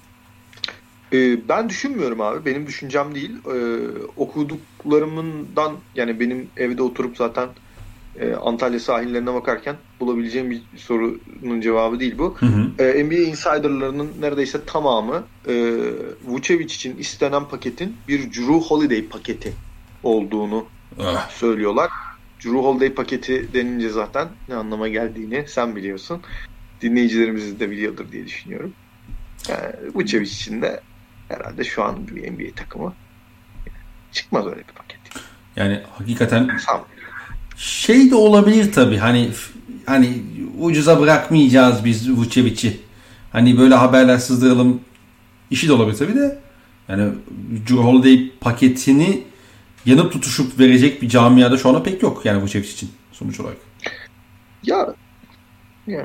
Ben düşünmüyorum abi. Benim düşüncem değil. Okuduklarımdan, yani benim evde oturup zaten Antalya sahillerine bakarken bulabileceğim bir sorunun cevabı değil bu. NBA insiderlarının neredeyse tamamı Vucevic için istenen paketin bir Jrue Holiday paketi olduğunu söylüyorlar. Jrue Holiday paketi denince zaten ne anlama geldiğini sen biliyorsun. Dinleyicilerimiz de biliyordur diye düşünüyorum. Vucevic için de herhalde şu an bir NBA takımı çıkmaz öyle bir paket. Yani hakikaten şey de olabilir tabii, hani ucuza bırakmayacağız biz Vucevic'i. Hani böyle haberler sızdıralım işi de olabilir tabii de. Yani Jrue Holiday paketini yanıp tutuşup verecek bir camiada şu anda pek yok yani Vucevic için sonuç olarak. Ya yani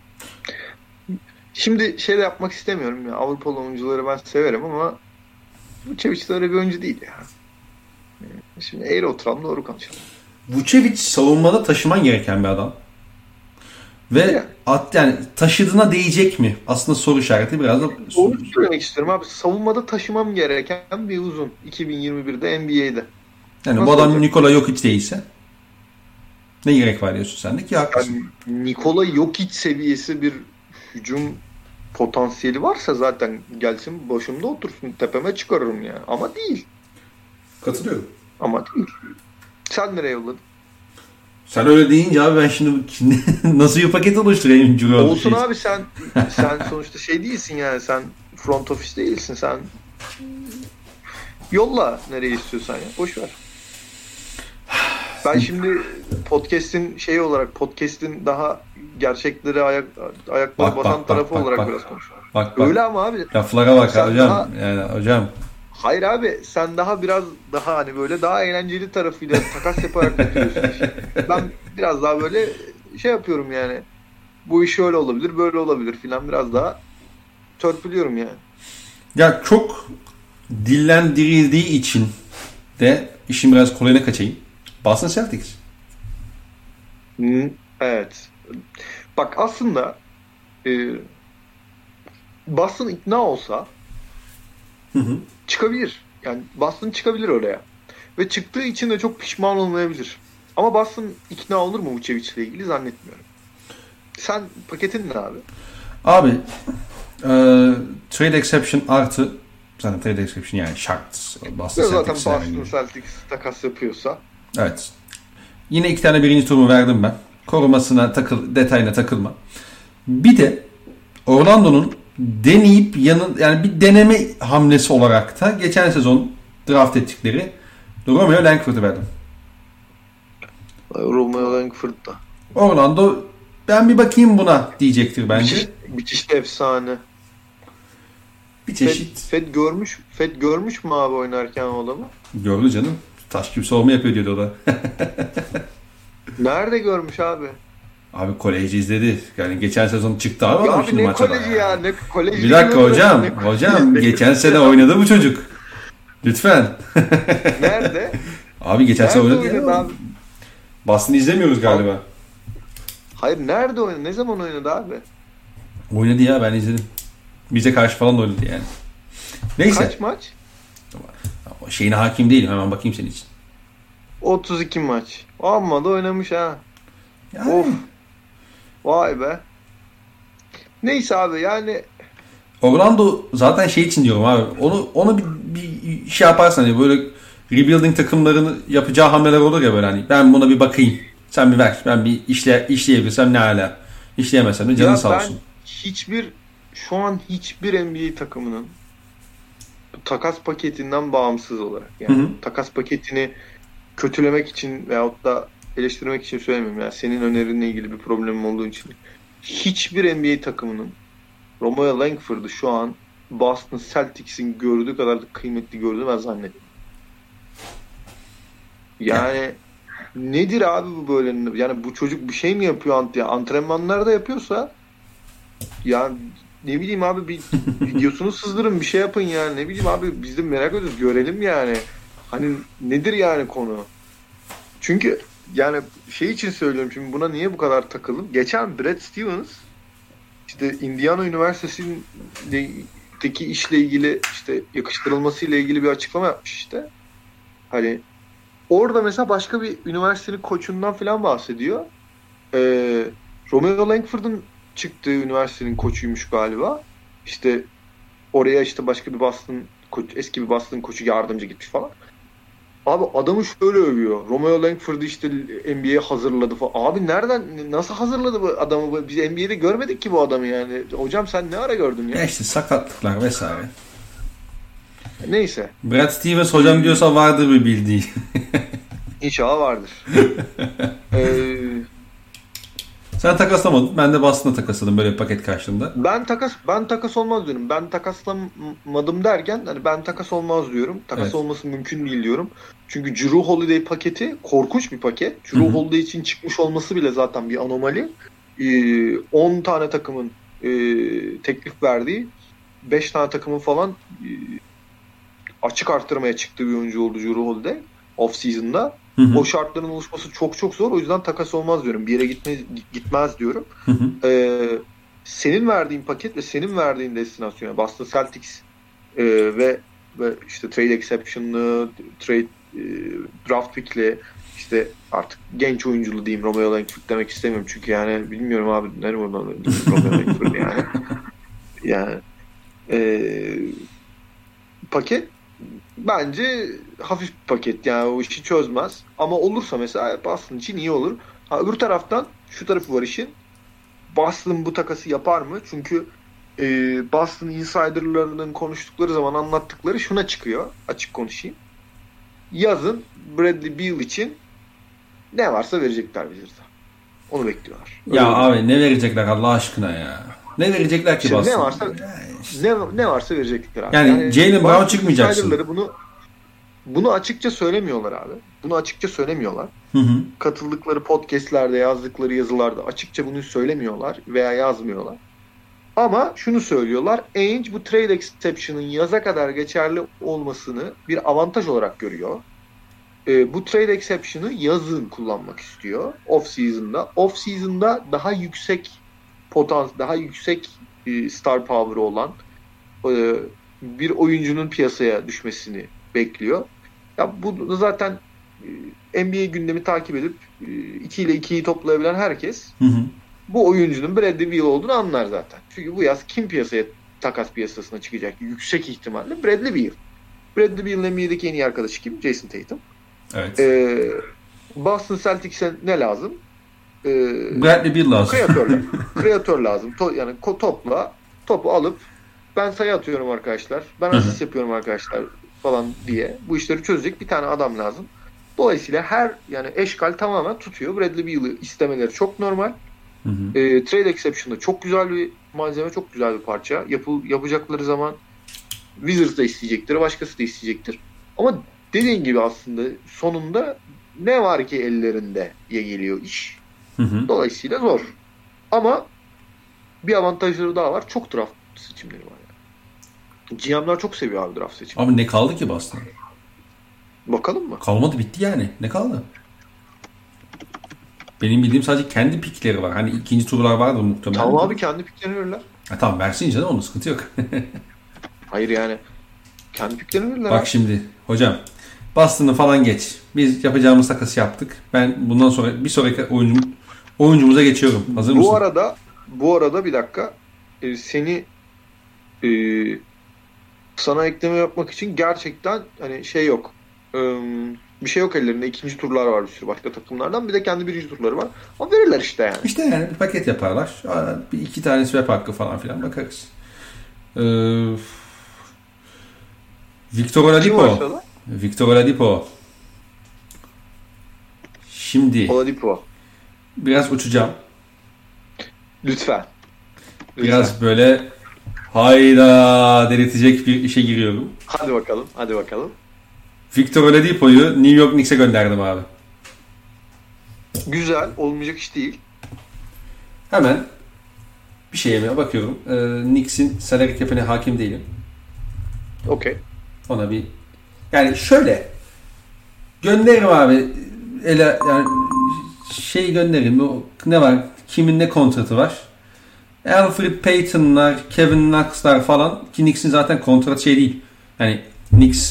şimdi şey de yapmak istemiyorum ya. Avrupalı oyuncuları ben severim ama Vucevic de öyle bir oyuncu değil ya. Şimdi eğri oturalım, doğru konuşalım. Vucevic savunmada taşıman gereken bir adam. Ve yani taşıdığına değecek mi? Aslında soru işareti biraz da. Onu söylemek istiyorum abi. Savunmada taşımam gereken bir uzun. 2021'de NBA'de. Yani nasıl bu adam olacak? Nikola Jokic değilse ne gerek var diyorsun sen de ki haklısın. Yani Nikola Jokic seviyesi bir hücum potansiyeli varsa zaten gelsin başımda otursun, tepeme çıkarırım yani. Ama değil. Katılıyorum. Ama değil. Sen nereye yolladın? Sen öyle deyince abi ben şimdi nasıl bir paket oluşturayım? Olsun abi, sen sonuçta şey değilsin yani, sen front office değilsin, sen yolla nereye istiyorsan ya, boş ver. Ben şimdi podcast'in daha gerçekleri ayakları basan tarafı olarak biraz konuşuyorum. Öyle ama abi. Laflara bak hocam. Daha, yani hocam. Hayır abi, sen biraz daha hani böyle daha eğlenceli tarafıyla takas yaparak yapıyorsun işi. Ben biraz daha böyle şey yapıyorum yani. Bu iş şöyle olabilir, böyle olabilir filan, biraz daha törpülüyorum yani. Ya çok dillendirildiği için de işin biraz kolayına kaçayım. Boston Celtics. Evet. Bak aslında Boston ikna olsa çıkabilir. Yani Boston çıkabilir oraya. Ve çıktığı için de çok pişman olmayabilir. Ama Boston ikna olur mu Vucevic ile ilgili zannetmiyorum. Sen paketin ne abi? Abi trade exception artı zaten trade exception yani şart. Zaten Boston Celtics takas yapıyorsa. Evet. Yine 2 tane birinci turumu verdim ben. Korumasına detayına takılma. Bir de Orlando'nun deneyip yani bir deneme hamlesi olarak da geçen sezon draft ettikleri Romeo Langford'u verdim. Romeo Langford da. Orlando ben bir bakayım buna diyecektir bence. Müthiş efsane. Bir çeşit. Fed görmüş mü abi oynarken o adamı? Gördü canım. Taş gibi savunma yapıyor diyordu o da. Nerede görmüş abi? Abi koleji izledi. Yani geçen sezon çıktı abi. Ya abi ne koleji ya? Ne koleji? Bir dakika hocam. Hocam geçen sene oynadı bu çocuk. Lütfen. Nerede? Abi geçen sene oynadı abi. Boston'ı izlemiyoruz galiba. Abi. Hayır, nerede oynadı? Ne zaman oynadı abi? Oynadı ya, ben izledim. Bize karşı falan oynadı yani. Neyse. Kaç maç? Şeyine hakim değilim. Hemen bakayım senin için. 32 maç. Amma da oynamış ha. Yani. Of. Vay be. Neyse abi yani. Orlando zaten şey için diyorum abi. Onu bir şey yaparsan hani böyle rebuilding takımlarının yapacağı hamleler olur ya böyle hani ben buna bir bakayım. Sen bir ver. Ben bir işleyebilirsem ne hala. İşleyemezsem de canın sağ olsun. Şu an hiçbir NBA takımının takas paketinden bağımsız olarak yani takas paketini kötülemek için veyahut da eleştirmek için söylemiyorum. Yani senin önerinle ilgili bir problemim olduğu için. Hiçbir NBA takımının Romeo Langford'u şu an Boston Celtics'in gördüğü kadar da kıymetli gördüğünü ben zannetmiyorum. Yani nedir abi bu böyle? Yani bu çocuk bir şey mi yapıyor antrenmanlarda yapıyorsa yani ne bileyim abi bir videosunu sızdırın bir şey yapın yani. Ne bileyim abi biz de merak ediyoruz görelim yani. Hani nedir yani konu? Çünkü yani şey için söylüyorum şimdi buna niye bu kadar takıldım? Geçen Brad Stevens işte Indiana Üniversitesi'ndeki işle ilgili işte yakıştırılması ile ilgili bir açıklama yapmış işte. Hani orada mesela başka bir üniversitenin koçundan falan bahsediyor. Romeo Langford'un çıktığı üniversitenin koçuymuş galiba. İşte oraya işte başka bir eski bir Boston koçu yardımcı gitmiş falan. Abi adamı şöyle övüyor. Romeo Langford'u işte NBA'ye hazırladı falan. Abi nasıl hazırladı bu adamı? Biz NBA'de görmedik ki bu adamı yani. Hocam sen ne ara gördün ya? Ya işte sakatlıklar vesaire. Neyse. Brad Stevens hocam diyorsa vardır bir bildiği. İnşallah vardır. Sen takaslamadın. Ben de Boston'a takasladım böyle bir paket karşılığında. Ben takas olmaz diyorum. Ben takaslamadım derken hani ben takas olmaz diyorum. Takas olması mümkün değil diyorum. Çünkü Jrue Holiday paketi korkunç bir paket. Jrue Holiday için çıkmış olması bile zaten bir anomali. 10 tane takımın teklif verdiği 5 tane takımın falan açık arttırmaya çıktığı bir oyuncu oldu Jrue Holiday off-season'da. O şartların oluşması çok çok zor. O yüzden takas olmaz diyorum. Bir yere gitmez diyorum. Senin verdiğin paket ve senin verdiğin destinasyon yani Boston Celtics ve işte trade exception'lı, trade draft pick'li işte artık genç oyunculu diyeyim Romeo Langford demek istemiyorum çünkü yani bilmiyorum abi nerede oradan Romeo Langford yani. Yani paket bence hafif bir paket yani o işi çözmez. Ama olursa mesela Boston için iyi olur. Öbür taraftan şu tarafı var işin. Boston bu takası yapar mı? Çünkü Boston insiderlarının konuştukları zaman anlattıkları şuna çıkıyor. Açık konuşayım. Yazın Bradley Beal için ne varsa verecekler Wizards'a. Onu bekliyorlar. Öyle ya abi ne verecekler Allah aşkına ya. Ne verecekler ki Boston? Ne varsa verecekler abi. Yani Jaylen Brown çıkmayacaksın. Bunu açıkça söylemiyorlar abi. Bunu açıkça söylemiyorlar. Katıldıkları podcastlerde, yazdıkları yazılarda açıkça bunu söylemiyorlar veya yazmıyorlar. Ama şunu söylüyorlar. Ainge bu trade exception'ın yaza kadar geçerli olmasını bir avantaj olarak görüyor. Bu trade exception'ı yazın kullanmak istiyor. Off-season'da. Off-season'da daha yüksek daha yüksek star power'ı olan bir oyuncunun piyasaya düşmesini bekliyor. Ya bu zaten NBA gündemi takip edip 2 ile 2'yi toplayabilen herkes bu oyuncunun Bradley Beal olduğunu anlar zaten. Çünkü bu yaz kim takas piyasasına çıkacak? Yüksek ihtimalle Bradley Beal. Bradley Beal'ın NBA'deki en iyi arkadaşı kim? Jason Tatum. Evet. Boston Celtics'e ne lazım? Bradley Beal lazım. Kreatör lazım. Yani topu alıp ben sayı atıyorum arkadaşlar. Ben asist yapıyorum arkadaşlar falan diye bu işleri çözecek bir tane adam lazım. Dolayısıyla yani eşkal tamamen tutuyor. Bradley Beal'ı istemeleri çok normal. Trade exception'da çok güzel bir malzeme, çok güzel bir parça. Yapacakları zaman Wizards da isteyecektir, başkası da isteyecektir. Ama dediğin gibi aslında sonunda ne var ki ellerinde geliyor iş. Dolayısıyla zor. Ama bir avantajları daha var. Çok draft seçimleri var. GM'ler çok seviyor abi draft seçimleri. Abi ne kaldı ki Boston? Bakalım mı? Kalmadı bitti yani. Ne kaldı? Benim bildiğim sadece kendi pikleri var. Hani ikinci turlar vardır muhtemelen. Tamam abi kendi piklerini verirler. Tamam versin canım onun sıkıntı yok. Hayır yani kendi piklerini verirler. Bak abi. Şimdi hocam Boston'ı falan geç. Biz yapacağımız takası yaptık. Ben bundan sonra bir sonraki Oyuncumuza geçiyorum. Hazır mısın? Bu arada bir dakika. E, sana ekleme yapmak için gerçekten hani şey yok. Bir şey yok ellerinde. İkinci turlar var bir sürü başka takımlardan. Bir de kendi birinci turları var. Ama verirler işte yani. İşte yani bir paket yaparlar. Bir iki tane swap hakkı falan filan bakarız. Victor Oladipo. Victor Oladipo. Şimdi Oladipo. Biraz uçacağım. Lütfen. Biraz böyle hayda delirtecek bir işe giriyorum. Hadi bakalım. Victor Oladipo'yu New York Knicks'e gönderdim abi. Güzel. Olmayacak iş değil. Hemen bir şeye bakıyorum. Knicks'in salary cap'ine hakim değilim. Okey. Ona bir yani şöyle gönderirim abi. Yani şey gönderirim. Ne var? Kimin ne kontratı var? Elfrid Payton'lar, Kevin Knox'lar falan ki Knicks'in zaten kontrat şey değil. Yani Knicks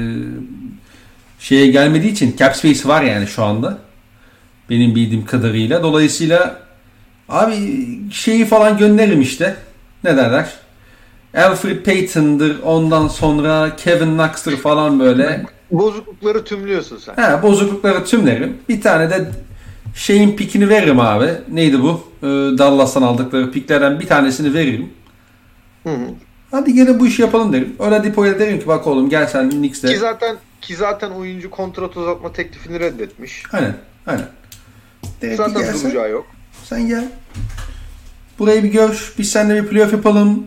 şeye gelmediği için cap space var yani şu anda. Benim bildiğim kadarıyla. Dolayısıyla abi şeyi falan gönderirim işte. Ne derler? Elfrid Payton'dır, ondan sonra Kevin Knox'tır falan böyle. Bozuklukları tümlüyorsun sen. He, bozuklukları tümlerim. Bir tane de şeyin pikini veririm abi. Neydi bu? Dallas'tan aldıkları piklerden bir tanesini veririm. Hı. Hadi gelin bu işi yapalım derim. Oladipo'ya derim ki bak oğlum gel sen Knicks'te. Ki zaten oyuncu kontrat uzatma teklifini reddetmiş. Aynen. Zaten duracağı yok. Sen gel. Burayı bir gör. Biz seninle bir playoff yapalım.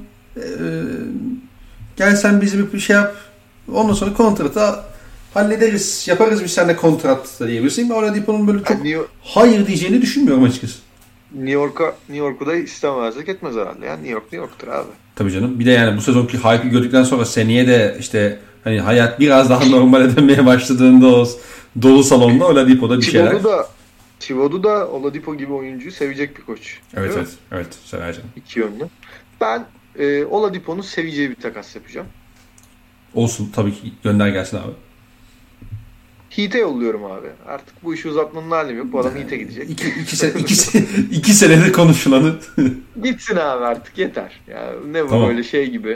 Gel sen bizi bir şey yap. Ondan sonra kontratı hallederiz. Yaparız biz seninle kontrat diyebilirsin. Oladipo'nun böyle çok hayır diyeceğini düşünmüyorum açıkçası. New York'u da istemezlik etmez herhalde. Yani New York'tur abi. Tabii canım. Bir de yani bu sezonki hype'ı gördükten sonra seneye de işte hani hayat biraz daha normale dönmeye başladığında o dolu salonda Oladipo'da bir şeyler. Thibodeau da Oladipo gibi oyuncuyu sevecek bir koç. Evet. Sever canım. İki yönlü. Ben Oladipo'nun seveceği bir takas yapacağım. Olsun tabii ki gönder gelsin abi. Heat'e yolluyorum abi. Artık bu işi uzatmanın hali yok. Bu adam Heat'e gidecek. İki senedir konuşulanı. Gitsin abi artık yeter. Ya ne bu tamam. Böyle şey gibi.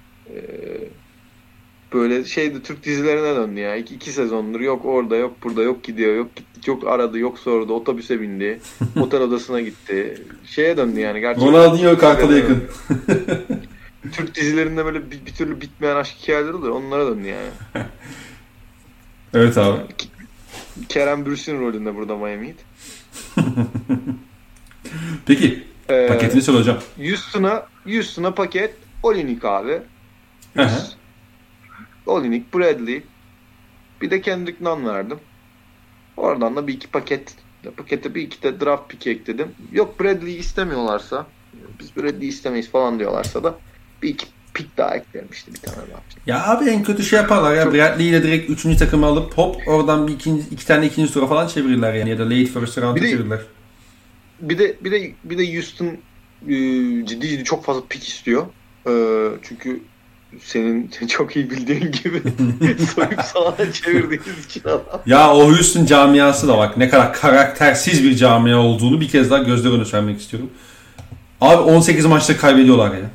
Böyle şeydi Türk dizilerine döndü ya. İki sezondur yok orada yok burada yok gidiyor yok gitti çok aradı yok sordu otobüse bindi. Otel odasına gitti. Şeye döndü yani gerçekten. Ronaldinho Kartal'a yakın. Türk dizilerinde böyle bir türlü bitmeyen aşk hikayeleri oluyor. Onlara döndü yani. Evet abi. Kerem Bürsin rolünde burada Miami Heat. Peki. Paketini soracağım. Houston'a paket Olynyk abi. Olynyk, Bradley. Bir de Kendrick Nunn verdim. Oradan da bir iki pakete bir iki de draft pick ekledim. Yok Bradley'i istemiyorlarsa biz Bradley'i istemeyiz falan diyorlarsa da bir iki pick daha eklerim işte bir tane daha. Ya abi en kötü şey yaparlar ya. Bradley ile direkt 3. takımı alıp hop oradan iki tane ikinci tura falan çevirirler yani ya da late first round'a çevirirler. Bir de Houston ciddi çok fazla pick istiyor. Çünkü senin çok iyi bildiğin gibi soyup sana çevirdiğiniz için adam. Ya o Houston camiası da bak ne kadar karaktersiz bir camia olduğunu bir kez daha gözler önüne sermek istiyorum. Abi 18 maçta kaybediyorlar ya.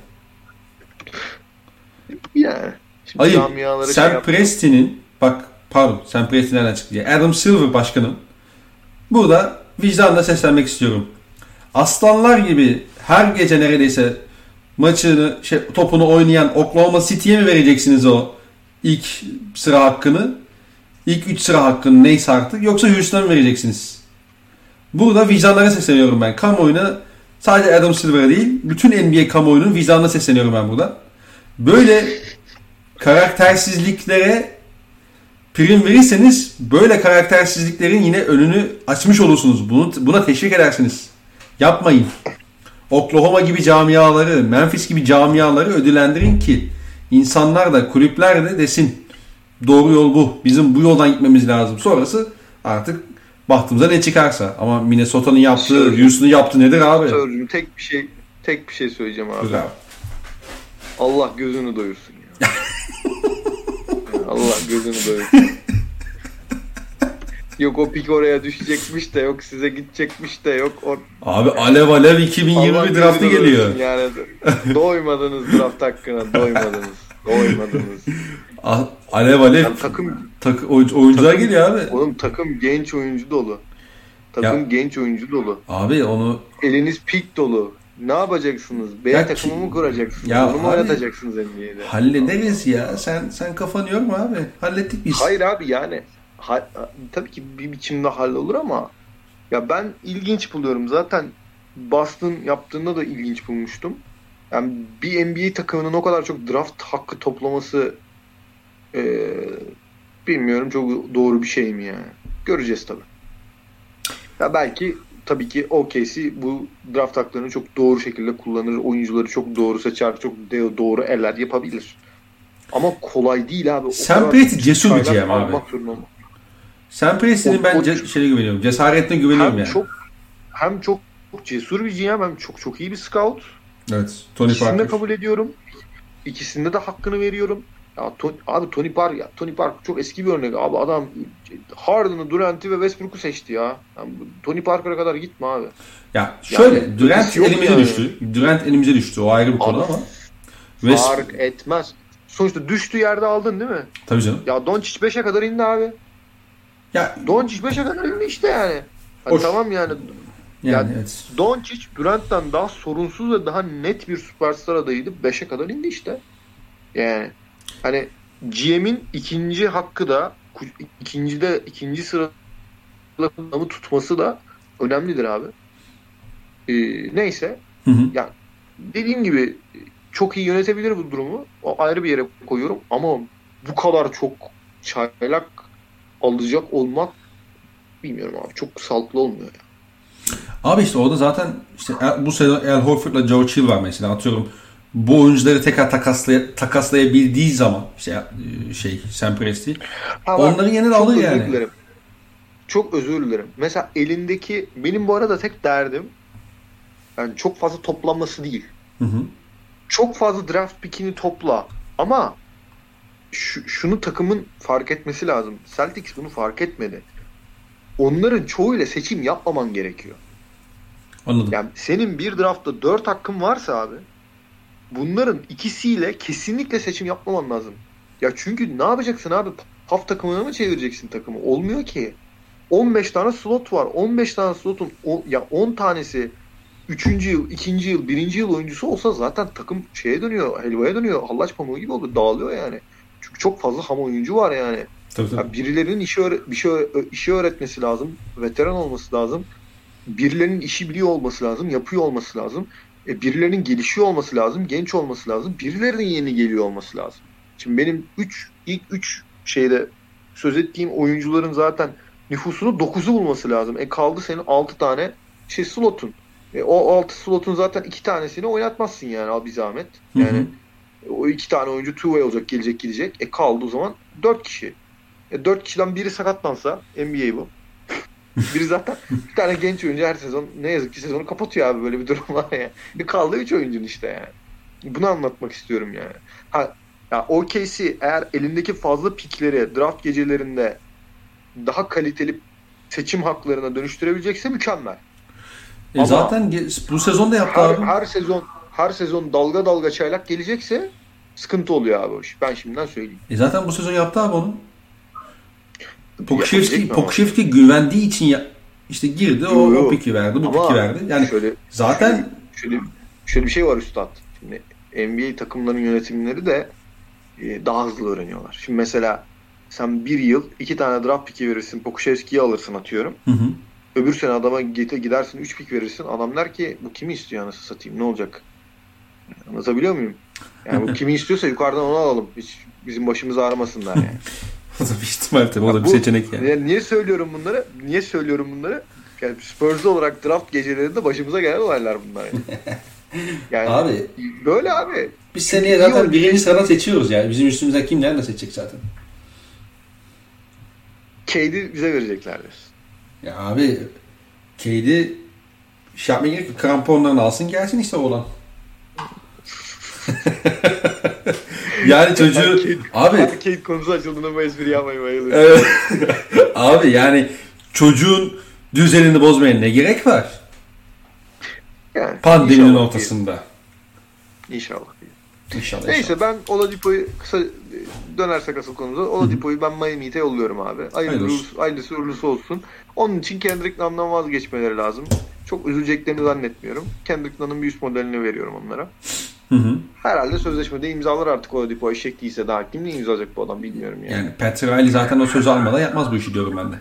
Yani. Hayır. Sam Preston'in Sam Preston nereden çıktı diye. Adam Silver başkanım. Burada vicdanla seslenmek istiyorum. Aslanlar gibi her gece neredeyse maçını topunu oynayan Oklahoma City'ye mi vereceksiniz o ilk sıra hakkını? İlk 3 sıra hakkını neyse artık yoksa Houston'a mı vereceksiniz? Burada vicdanlara sesleniyorum ben. Kamuoyuna sadece Adam Silver'a değil bütün NBA kamuoyunun vicdanına sesleniyorum ben burada. Böyle karaktersizliklere prim verirseniz böyle karaktersizliklerin yine önünü açmış olursunuz. Buna teşvik edersiniz. Yapmayın. Oklahoma gibi camiaları, Memphis gibi camiaları ödüllendirin ki insanlar da kulüpler de desin doğru yol bu. Bizim bu yoldan gitmemiz lazım. Sonrası artık bahtımıza ne çıkarsa. Ama Minnesota'nın yaptığı, Houston'un yaptığı nedir abi? Sörcüğüm tek bir şey söyleyeceğim abi. Güzel. Allah gözünü doyursun ya. Allah gözünü doyursun. Yok o pik oraya düşecekmiş de yok size gidecekmiş de yok. Abi alev alev 2020 Allah draftı gözünü geliyor. doyursun yani. Doymadınız draft hakkına. Doymadınız. Alev alev Yani oyuncular geliyor abi. Oğlum takım genç oyuncu dolu. Genç oyuncu dolu. Abi onu... Eliniz pik dolu. Ne yapacaksınız? B takımı mı kuracaksınız? Onu mu oynatacaksınız NBA'de? Hallederiz ya. Sen kafanı yorma abi. Hallettik biz. Hayır abi yani tabii ki bir biçimde hallolur ama ya ben ilginç buluyorum. Zaten Boston yaptığında da ilginç bulmuştum. Yani bir NBA takımının o kadar çok draft hakkı toplaması bilmiyorum çok doğru bir şey mi yani. Göreceğiz tabii. Ya belki tabii ki OKC bu draft haklarını çok doğru şekilde kullanır. Oyuncuları çok doğru seçer. Çok doğru eller yapabilir. Ama kolay değil abi. Sam Presti cesur bir GM abi. Sam Presti'nin ben şeyine güveniyorum. Cesaretine güveniyorum yani. Hem çok cesur bir GM hem çok iyi bir scout. Evet. Tony Parker. İkisini de kabul ediyorum. İkisinde de hakkını veriyorum. Ya abi Tony Parker çok eski bir örnek. Abi adam Harden'ı, Durant'i ve Westbrook'u seçti ya. Yani Tony Parker'a kadar gitme abi. Ya şöyle yani, Durant elimize düştü. Durant elimize düştü. O ayrı bir konu ama. Fark etmez. Sonuçta düştüğü yerde aldın değil mi? Tabii canım. Ya Doncic 5'e kadar indi abi. Ya Doncic 5'e kadar indi işte yani. Hani tamam yani. Yani evet. Doncic Durant'tan daha sorunsuz ve daha net bir süperstar adayıydı. 5'e kadar indi işte. Yani hani GM'in ikinci hakkı da ikinci sırada tutması da önemlidir abi. Neyse. Yani dediğim gibi çok iyi yönetebilir bu durumu. O ayrı bir yere koyuyorum ama bu kadar çok çaylak alacak olmak bilmiyorum abi. Çok sağlıklı olmuyor ya. Abi işte orada zaten işte bu sezon Al Horford'la George Hill var mesela atıyorum. Bu oyuncuları tekrar takaslayabildiği zaman işte Sam Presti onların yerine alır yani. Dilerim. Çok özür dilerim. Mesela elindeki benim bu arada tek derdim yani çok fazla toplanması değil. Çok fazla draft pick'ini topla ama şunu takımın fark etmesi lazım. Celtics bunu fark etmedi. Onların çoğuyla seçim yapmaman gerekiyor. Anladım. Yani senin bir draftta 4 hakkın varsa abi bunların ikisiyle kesinlikle seçim yapmaman lazım. Ya çünkü ne yapacaksın abi? Paf takımına mı çevireceksin takımı? Olmuyor ki. 15 tane slot var. 15 tane slotun 10 tanesi 3. yıl, 2. yıl, 1. yıl oyuncusu olsa zaten takım şeye dönüyor, helvaya dönüyor. Hallaç pamuğu gibi oluyor. Dağılıyor yani. Çünkü çok fazla ham oyuncu var yani. Tabii. Yani birilerinin işi öğretmesi lazım. Veteran olması lazım. Birilerinin işi biliyor olması lazım. Yapıyor olması lazım. Birilerinin gelişiyor olması lazım. Genç olması lazım. Birilerinin yeni geliyor olması lazım. Şimdi benim ilk 3 şeyde söz ettiğim oyuncuların zaten nüfusunu 9'u bulması lazım. Kaldı senin 6 tane slotun. O 6 slotun zaten 2 tanesini oynatmazsın yani al bir zahmet. Yani o 2 tane oyuncu two-way olacak, gelecek gidecek. Kaldı o zaman 4 kişi. 4 kişiden biri sakatlansa NBA bu. Biri zaten bir tane genç oyuncu her sezon ne yazık ki sezonu kapatıyor abi böyle bir durum var ya. Bir kaldı 3 oyuncun işte yani. Bunu anlatmak istiyorum yani. Ya OKC eğer elindeki fazla pikleri draft gecelerinde daha kaliteli seçim haklarına dönüştürebilecekse mükemmel. Zaten bu sezon da yaptı abi. Her sezon dalga dalga çaylak gelecekse sıkıntı oluyor abi o iş. Ben şimdiden söyleyeyim. Zaten bu sezon yaptı abi onu. Pokusevski güvendiği için işte girdi o piki verdi, bu piki verdi. Yani zaten şöyle bir şey var üstad. Şimdi NBA takımlarının yönetimleri de daha hızlı öğreniyorlar. Şimdi mesela sen bir yıl 2 tane draft piki verirsin, Pokusevski'yi alırsın atıyorum. Öbür sene adama gidersin 3 pik verirsin. Adam der ki bu kimi istiyor anasını satayım ne olacak? Anlatabiliyor muyum? Yani bu kimi istiyorsa yukarıdan onu alalım. Hiç bizim başımız ağrımasınlar yani. O da bir ihtimal tabii. O da bir seçenek yani. Niye söylüyorum bunları? Yani Spurs'lu olarak draft gecelerinde başımıza gelen olaylar bunlar yani. Yani abi. Böyle abi. Biz seneye zaten birinci sırada seçiyoruz yani. Bizim üstümüzden kim nerede seçecek zaten? KD bize vereceklerdir. Ya abi KD şey yapmaya gerek yok. Kramponlarını alsın gelsin işte oğlan. Yani çocuğu abi Kate konusu açıldığında bu espri yapmayı bayılıyorum. Evet. Abi yani çocuğun düzenini bozmaya ne gerek var? Yani, pandeminin ortasında. İnşallah. İnşallah. Neyse ben Oladipo'yu kısa dönersek asıl konumuza. Oladipo'yu ben Miami Heat'e yolluyorum abi. Hayırlısı uğurlusu olsun. Onun için Kendrick Nunn'dan vazgeçmeleri lazım. Çok üzüleceklerini zannetmiyorum. Kendrick Nunn'ın bir üst modelini veriyorum onlara. Herhalde sözleşmede imzalar artık Oladipo. Eşek değilse daha kim ne imzalayacak bu adam bilmiyorum yani. Yani Pat Riley zaten o sözü almadan yapmaz bu işi diyorum ben de.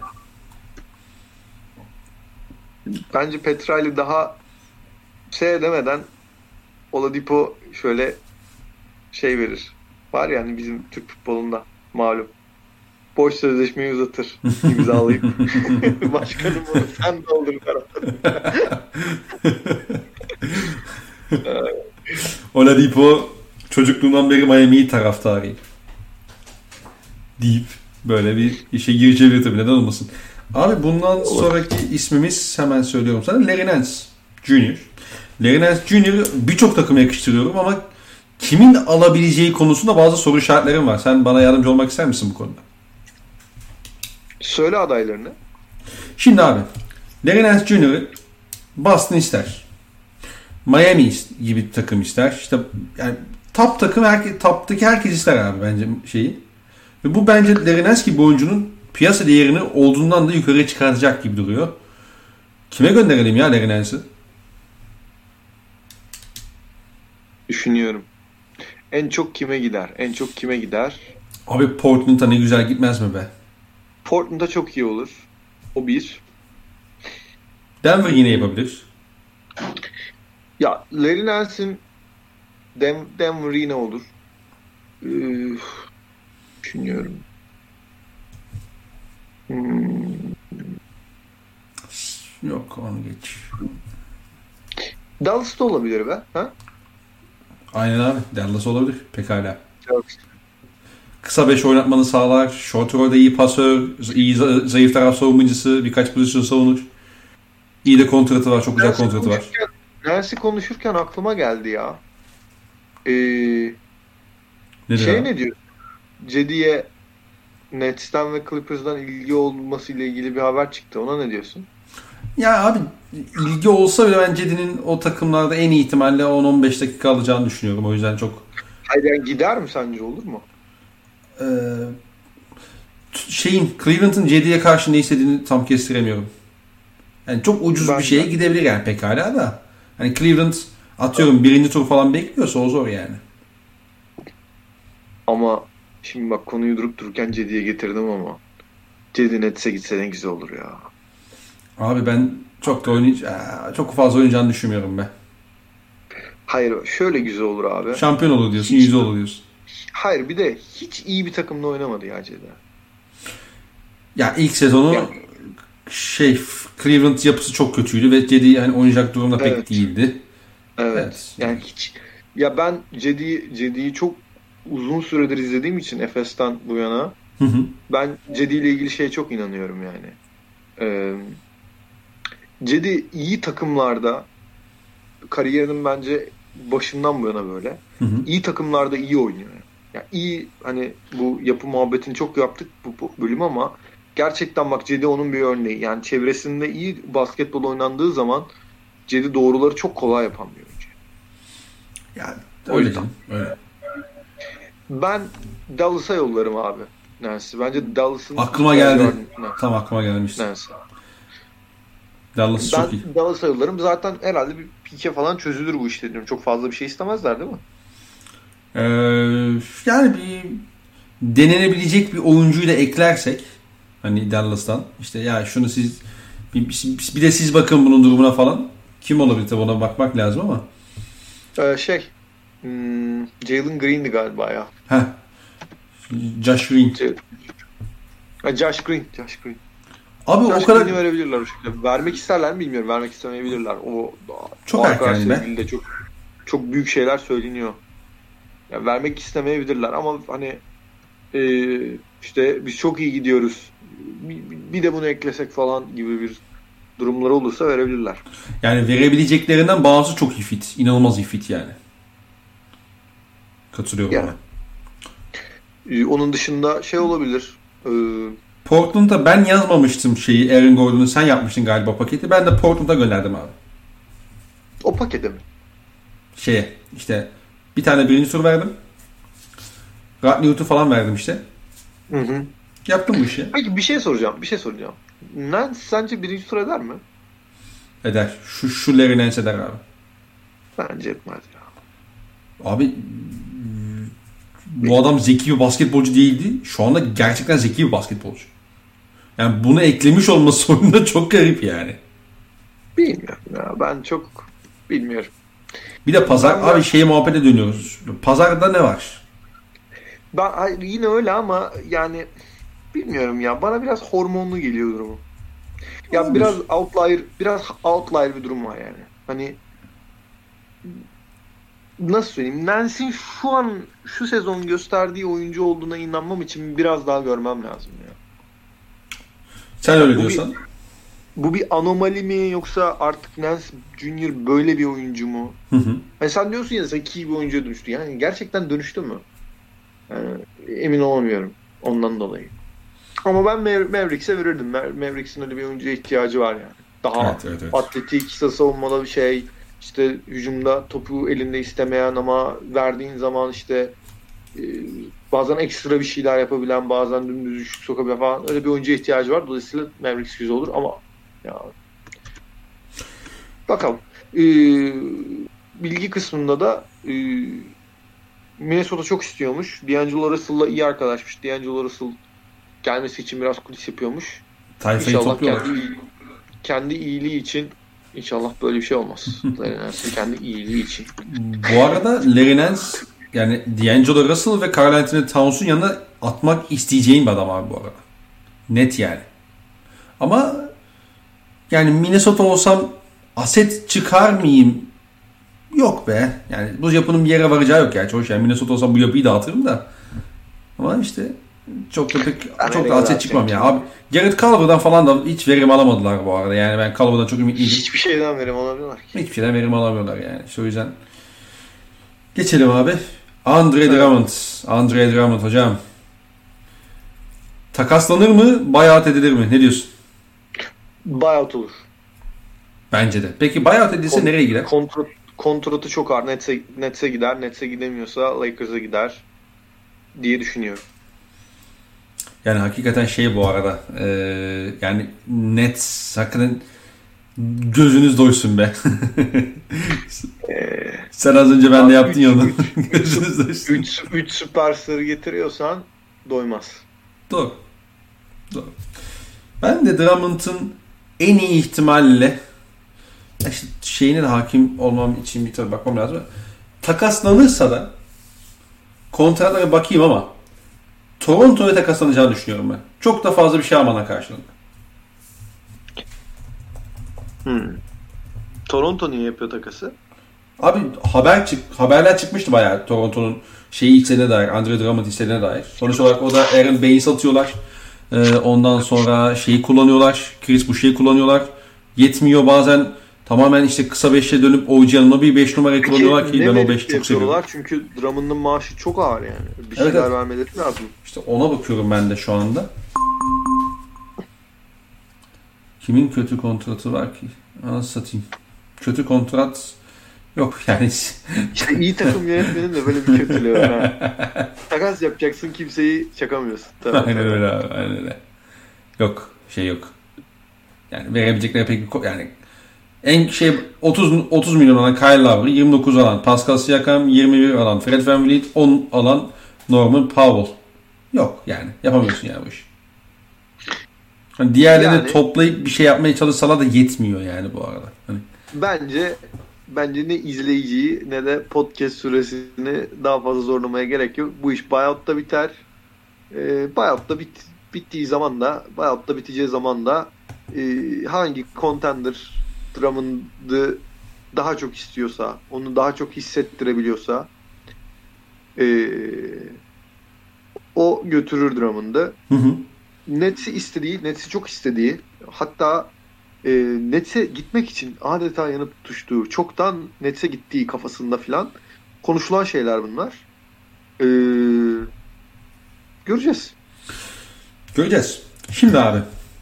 Bence Pat Riley daha demeden Oladipo şöyle verir. Var yani bizim Türk futbolunda malum. Boş sözleşmeyi uzatır. İmzalayıp. Başkanım bunu sen doldur taraftarı. Oladipo çocukluğundan beri Miami taraftarıyım. Deyip böyle bir işe gireceği tabii neden olmasın. Abi bundan sonraki ismimiz hemen söylüyorum sana Larry Nance Jr. Larry Nance Jr. birçok takıma yakıştırıyorum ama kimin alabileceği konusunda bazı soru işaretlerim var. Sen bana yardımcı olmak ister misin bu konuda? Söyle adaylarını. Şimdi abi Larry Nance Jr. Boston ister. Miami gibi takım ister. İşte yani top takım top'taki herkes ister abi bence şeyi. Ve bu bence Larry Nance gibi bir oyuncunun piyasa değerini olduğundan da yukarıya çıkartacak gibi duruyor. Kime gönderelim ya Larry Nance'ı? Düşünüyorum. En çok kime gider? Abi Portland'a ne güzel gitmez mi be? Portland'da çok iyi olur. O bir. Denver yine yapabilir. Ya Larry Nance'in Denver yine olur. Düşünüyorum. Yok onu geç. Dallas'ta olabilir be. Ha? Aynen abi. Dallas olabilir. Pekala. Dallas. Kısa 5 oynatmanı sağlar. Short roll'da iyi pasör. İyi zayıf taraf savunmacısı. Birkaç pozisyon savunur. İyi de kontratı var. Çok güzel kontratı var. Nancy konuşurken aklıma geldi ya. Ne diyor? Cedi'ye Nets'ten ve Clippers'dan ilgi olmasıyla ilgili bir haber çıktı. Ona ne diyorsun? Ya abi ilgi olsa bile ben Cedi'nin o takımlarda en iyi ihtimalle 10-15 dakika alacağını düşünüyorum. O yüzden çok... Hayır yani gider mi sence, olur mu? Cleveland'ın Cedi'ye karşı ne istediğini tam kestiremiyorum. Yani çok ucuz bir şeye gidebilir yani pekala da. Hani Cleveland atıyorum birinci tur falan bekliyorsa o zor yani. Ama şimdi bak konuyu durup dururken Cedi'ye getirdim ama Cedi Nets'e gitse ne güzel olur ya. Abi ben çok fazla oynayacağını düşünmüyorum be. Hayır şöyle güzel olur abi. Şampiyon olur diyorsun, yüzde olur diyorsun. Hayır bir de hiç iyi bir takımda oynamadı ya Cedi. Ya ilk sezonu Cleveland yapısı çok kötüydü ve Cedi yani oynayacak durumda pek değildi. Evet. Yani hiç. Ya ben Cedi'yi çok uzun süredir izlediğim için Efes'ten bu yana ben Cedi ile ilgili çok inanıyorum yani. Cedi iyi takımlarda kariyerinin bence başından bu yana böyle. İyi takımlarda iyi oynuyor. Yani iyi hani bu yapı muhabbetini çok yaptık bu bölüm ama gerçekten bak Cedi onun bir örneği. Yani çevresinde iyi basketbol oynandığı zaman Cedi doğruları çok kolay yapan bir oyuncu. Yani öyle. Ben Dallas'a yollarım abi. Nancy. Bence Dallas'ın... Aklıma geldi. Tam aklıma gelmişti. Nancy. Dallas çok iyi. Ben Dallas'a yollarım. Zaten herhalde bir pike falan çözülür bu işte diyorum. Çok fazla bir şey istemezler değil mi? Yani bir denenebilecek bir oyuncuyu da eklersek hani Dallas'tan işte ya şunu siz bir de siz bakın bunun durumuna falan. Kim olabilir tabi ona bakmak lazım ama. Jalen Green'di galiba ya. Josh Green. Josh Green. Abi Josh o kadar Green'i verebilirler o şekilde. Vermek isterler mi bilmiyorum. Vermek istemeyebilirler. Çok erken be. Çok büyük şeyler söyleniyor. Yani vermek istemeyebilirler ama hani işte biz çok iyi gidiyoruz. Bir de bunu eklesek falan gibi bir durumları olursa verebilirler. Yani verebileceklerinden bazı çok iyi fit. İnanılmaz iyi fit yani. Katılıyorum yani. Onun dışında olabilir. Portland'a ben yazmamıştım şeyi. Aaron Gordon'u sen yapmıştın galiba paketi. Ben de Portland'a gönderdim abi. O pakete mi? Şeye işte bir tane birinci tur verdim. Rodney Hood'u falan verdim işte. Hı. Yaptım bu işi. Peki bir şey soracağım. Nance sence birinci tur eder mi? Eder. Şu Larry Nance eder abi. Bence etmez ya. Abi bu adam zeki bir basketbolcu değildi. Şu anda gerçekten zeki bir basketbolcu. Yani bunu eklemiş olması sonunda çok garip yani. Bilmiyorum ya. Ben çok bilmiyorum. Bir de pazar abi muhabbete dönüyoruz. Pazarda ne var? Ben yine öyle ama yani bilmiyorum ya. Bana biraz hormonlu geliyor durumu. Ya Olmuş. biraz outlier bir durum var yani. Hani nasıl söyleyeyim? Nance'in şu sezon gösterdiği oyuncu olduğuna inanmam için biraz daha görmem lazım ya. Sen öyle diyorsan. Bu bir anomali mi yoksa artık Nance Junior böyle bir oyuncu mu? Hı. Hani sen diyorsun ya zeki bir oyuncuya dönüştü. Yani gerçekten dönüştü mü? Yani emin olamıyorum ondan dolayı. Ama ben Mavericks'e verirdim. Mavericks'in öyle bir oyuncuya ihtiyacı var yani. Daha Evet. atletik, kısa savunmalı bir şey. İşte hücumda topu elinde istemeyen ama verdiğin zaman işte bazen ekstra bir şeyler yapabilen, bazen dümdüz üçlük sokabilen falan öyle bir oyuncuya ihtiyacı var. Dolayısıyla Mavericks güzel olur ama ya bakalım. Bilgi kısmında da Minnesota çok istiyormuş. D'Angelo Russell'la iyi arkadaşmış. D'Angelo Russell gelmesi için biraz kulis yapıyormuş. Tayfayı İnşallah topluyorlar. kendi iyiliği için inşallah böyle bir şey olmaz. Kendi iyiliği için. Bu arada Larry Nance yani D'Angelo Russell ve Karl Anthony Towns'un yanına atmak isteyeceğim bir adam abi bu arada. Net yani. Ama yani Minnesota olsam aset çıkar mıyım? Yok be. Yani bu yapının bir yere varacağı yok gerçi. Hoş yani Minnesota olsam bu yapıyı dağıtırım da. Ama işte çok da aset çıkmam ya. Abi Garrett Culver'dan falan da hiç verim alamadılar bu arada. Yani ben Culver'dan çok ümitliydim. Hiçbir şeyden verim alamıyorlar ki. Hiçbir şeyden verim alamıyorlar yani. İşte o yüzden geçelim abi. Andre Drummond hocam. Takaslanır mı? Buyout edilir mi? Ne diyorsun? Buyout olur. Bence de. Peki buyout edilse nereye gider? Kontratı çok ağır. Nets'e gider. Nets'e gidemiyorsa Lakers'a gider diye düşünüyorum. Yani hakikaten bu arada. Yani Nets hakikaten gözünüz doysun be. Sen az önce ben de yaptın ya onu. Gözünüz doysun. 3 süperstarı getiriyorsan doymaz. Doğru. Ben de Drummond'ın en iyi ihtimalle işte şeyine de hakim olmam için bir tabi bakmam lazım. Takaslanırsa da kontratlara bakayım ama Toronto'ya takaslanacağını düşünüyorum ben. Çok da fazla bir şey almana karşılığında. Toronto niye yapıyor takası? Abi haberler çıkmıştı bayağı Toronto'nun ilk sene dair, Andre Drummond istediğine dair. Sonuç olarak o da Aaron Baines satıyorlar. Ondan sonra kullanıyorlar. Chris Boucher'i kullanıyorlar. Yetmiyor bazen tamamen işte kısa 5'e dönüp OG yanına bir 5 numara kullanıyorlar ki ben o 5'i çok seviyorum. Çünkü Drummond'un maaşı çok ağır yani. Bir şeyler vermeleri lazım. İşte ona bakıyorum ben de şu anda. Kimin kötü kontratı var ki? Anasını satayım. Kötü kontrat yok yani. İşte iyi takım yönetmenin de böyle bir kötülüğü var. Takas yapacaksın kimseyi çakamıyorsun. Aynen öyle abi. Aynen öyle. Yok. Yok. Yani verebilecekleri pek bir yani en 30 milyon alan Kyle Lowry, 29 alan Pascal Siakam, 21 alan Fred VanVleet, 10 alan Norman Powell. Yok yani. Yapamıyorsun yani bu işi. Hani diğerlerini toplayıp bir şey yapmaya çalışsalar da yetmiyor yani bu arada. Hani Bence ne izleyiciyi ne de podcast süresini daha fazla zorlamaya gerek yok. Bu iş buyout'ta biter. Buyout'ta bittiği zaman da buyout'ta biteceği zaman da hangi contender Drummond'ı daha çok istiyorsa, onu daha çok hissettirebiliyorsa o götürür Drummond'ı. Nets'i çok istediği, hatta Nets'e gitmek için adeta yanıp tutuştuğu, çoktan Nets'e gittiği kafasında filan konuşulan şeyler bunlar. Göreceğiz. Şimdi abi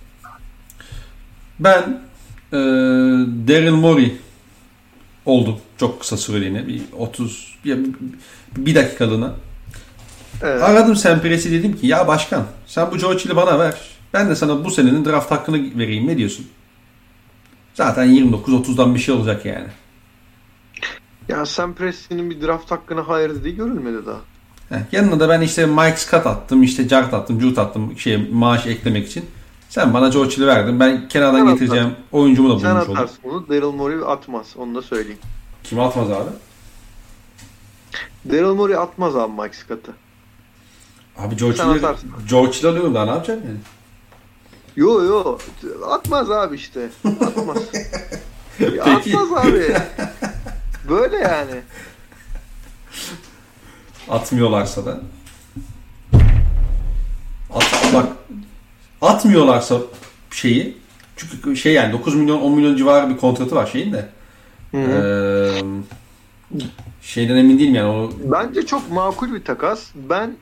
ben Daryl Morey oldum çok kısa süreliğine bir 30 bir dakikalığına. Evet. Aradım Sam Press'i, dedim ki ya başkan sen bu George Hill'i bana ver. Ben de sana bu senenin draft hakkını vereyim, ne diyorsun? Zaten 29-30'dan bir şey olacak yani. Ya Sam Presti'nin bir draft hakkına hayır dediği görülmedi daha. Yanına da ben işte Mike Scott attım, işte Jart attım, Jurt attım maaş eklemek için. Sen bana George Hill'i verdin. Ben kenardan getireceğim oyuncumu da bulmuş oldum. Sen atarsın onu. Daryl Morey atmaz. Onu da söyleyeyim. Kim atmaz abi? Daryl Morey atmaz abi Mike Scott'ı. Abi George Hill alıyorum daha, ne yapacaksın yani? Yo atmaz abi işte. Atmaz. Atmaz abi. Böyle yani. Atmıyorlarsa da. Bak atmıyorlarsa şeyi, çünkü şey yani 9 milyon 10 milyon civarı bir kontratı var şeyin de. Şeyden emin değilim yani. O... Bence çok makul bir takas. Ben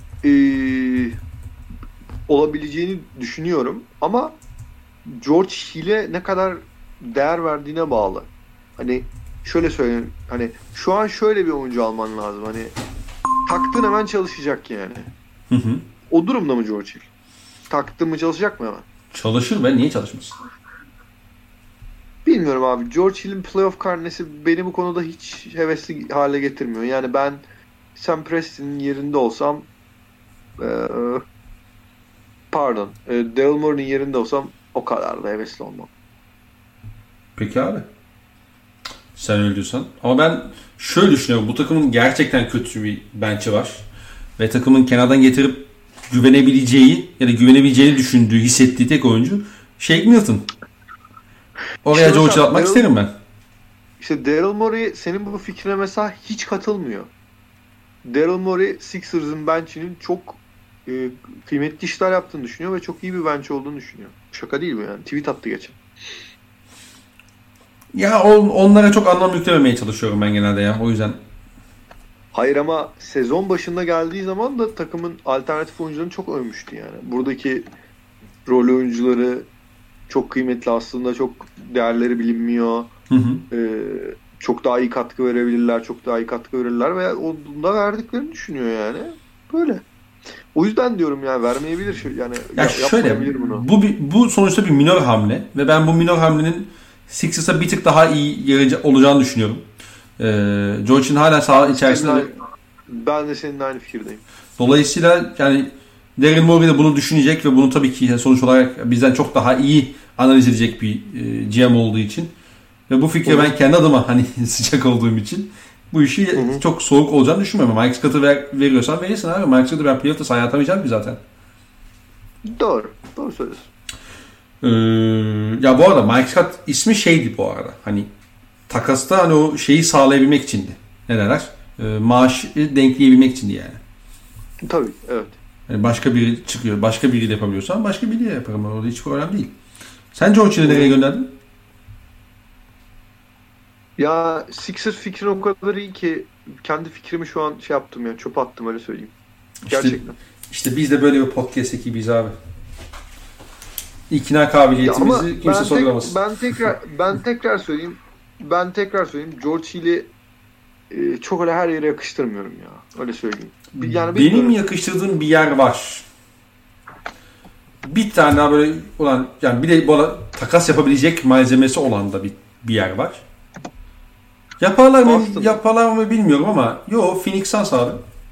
olabileceğini düşünüyorum ama George Hill'e ne kadar değer verdiğine bağlı. Hani şöyle söyleyeyim, hani şu an şöyle bir oyuncu alman lazım. Hani taktın hemen çalışacak yani. Hı. O durumda mı George Hill? Taktın mı çalışacak mı hemen? Çalışır be, niye çalışmasın? Bilmiyorum abi. George Hill'in playoff karnesi beni bu konuda hiç hevesli hale getirmiyor. Yani ben Sam Presti'nin yerinde olsam Daryl Morey'nin yerinde olsam o kadar da hevesli olmam. Peki abi. Sen öyle diyorsan. Ama ben şöyle düşünüyorum. Bu takımın gerçekten kötü bir bench'i var. Ve takımın kenardan getirip güvenebileceği ya da güvenebileceğini düşündüğü, hissettiği tek oyuncu Shake Milton. Oraya George Hill atmak isterim ben. İşte Daryl Morey senin bu fikrine mesela hiç katılmıyor. Daryl Morey Sixers'ın bench'inin çok kıymetli işler yaptığını düşünüyor ve çok iyi bir bench olduğunu düşünüyor. Şaka değil bu yani. Tweet attı geçen. Ya onlara çok anlam yüklememeye çalışıyorum ben genelde ya. O yüzden. Hayır ama sezon başında geldiği zaman da takımın alternatif oyuncularını çok övmüştü yani. Buradaki rol oyuncuları çok kıymetli aslında. Çok değerleri bilinmiyor. Hı. Çok daha iyi katkı verebilirler. Çok daha iyi katkı verirler ve onda verdiklerini düşünüyor yani. Böyle. O yüzden diyorum yani vermeyebilir yani. Ya şöyle bunu. Bu sonuçta bir minor hamle ve ben bu minor hamlenin Sixers'a bir tık daha iyi olacağını düşünüyorum. George'in hala saha içerisinde. Ben de seninle aynı fikirdeyim. Dolayısıyla yani Daryl Morey de bunu düşünecek ve bunu tabii ki sonuç olarak bizden çok daha iyi analiz edecek bir GM olduğu için ve bu fikre ben kendi adıma hani sıcak olduğum için bu işi çok soğuk olacağını düşünmüyorum. Mike Scott'ı veriyorsan verirsin abi. Mike Scott'ı ben playoff'ta sahaya atamayacağım ki zaten. Doğru. Doğru söylüyorsun. Ya bu arada Mike Scott ismi şeydi bu arada. Hani takasta hani o şeyi sağlayabilmek içindi. Ne derler? Maaşı denkleyebilmek içindi yani. Tabii, evet. Yani başka biri çıkıyor. Başka biri de yapabiliyorsan başka biri de yaparım. Orada hiç problem değil. Sen George Hill'i nereye gönderdin? Ya Sixers fikrin o kadar iyi ki kendi fikrimi şu an şey yaptım ya, çöpe attım öyle söyleyeyim. Gerçekten. İşte biz de böyle bir podcast ekibiyiz abi. İkna kabiliyetimizi kimse sorgulamaz. Ben tekrar söyleyeyim. George Hill'i çok öyle her yere yakıştırmıyorum ya. Öyle söyleyeyim. Yani benim yakıştırdığım bir yer var. Bir tane daha böyle olan yani bir de bana takas yapabilecek malzemesi olan da bir yer var. Yaparlar mı bilmiyorum ama Phoenix Suns abi.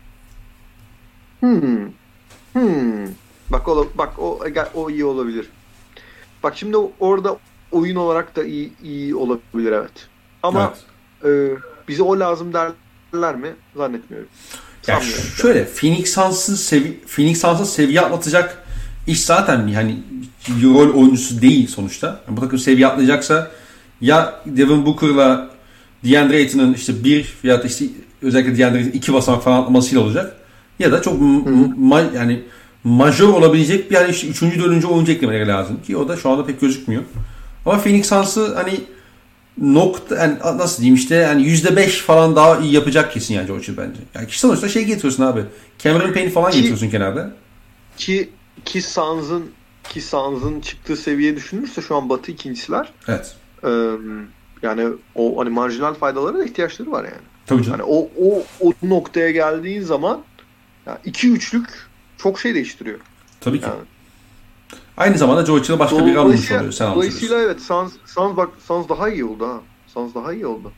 Bak o iyi olabilir. Bak şimdi orada oyun olarak da iyi olabilir evet. Ama evet. Bize o lazım derler mi? Zannetmiyorum. Ya şöyle Phoenix Suns'a seviye atlatacak iş zaten bir hani rol oyuncusu değil sonuçta. Yani bu takım seviye atlayacaksa ya Devin Booker'la DeAndre Ayton'un işte bir veya işte özellikle DeAndre Ayton'un 2 basamak falan atmasıyla olacak. Ya da çok yani majör olabilecek bir hani işte 3. 4. oyuncu eklemeleri lazım ki o da şu anda pek gözükmüyor. Ama Phoenix Suns'ı hani yani nasıl diyeyim işte yani %5 falan daha iyi yapacak kesin yani George Hill bence. Yani sonuçta getiriyorsun abi. Cameron Payne falan getiriyorsun kenarda. Ki Suns'ın ki Suns'ın çıktığı seviye düşünülürse şu an Batı ikincisiler. Evet. Yani o hani marjinal faydalara da ihtiyaçları var yani. Tabii canım. Hani o noktaya geldiğin zaman 2-3'lük çok şey değiştiriyor. Tabii ki. Yani. Aynı zamanda Joe Hill başka bir almış oluyor. Sen dolayısıyla evet Suns daha iyi oldu ha. Suns daha iyi oldu.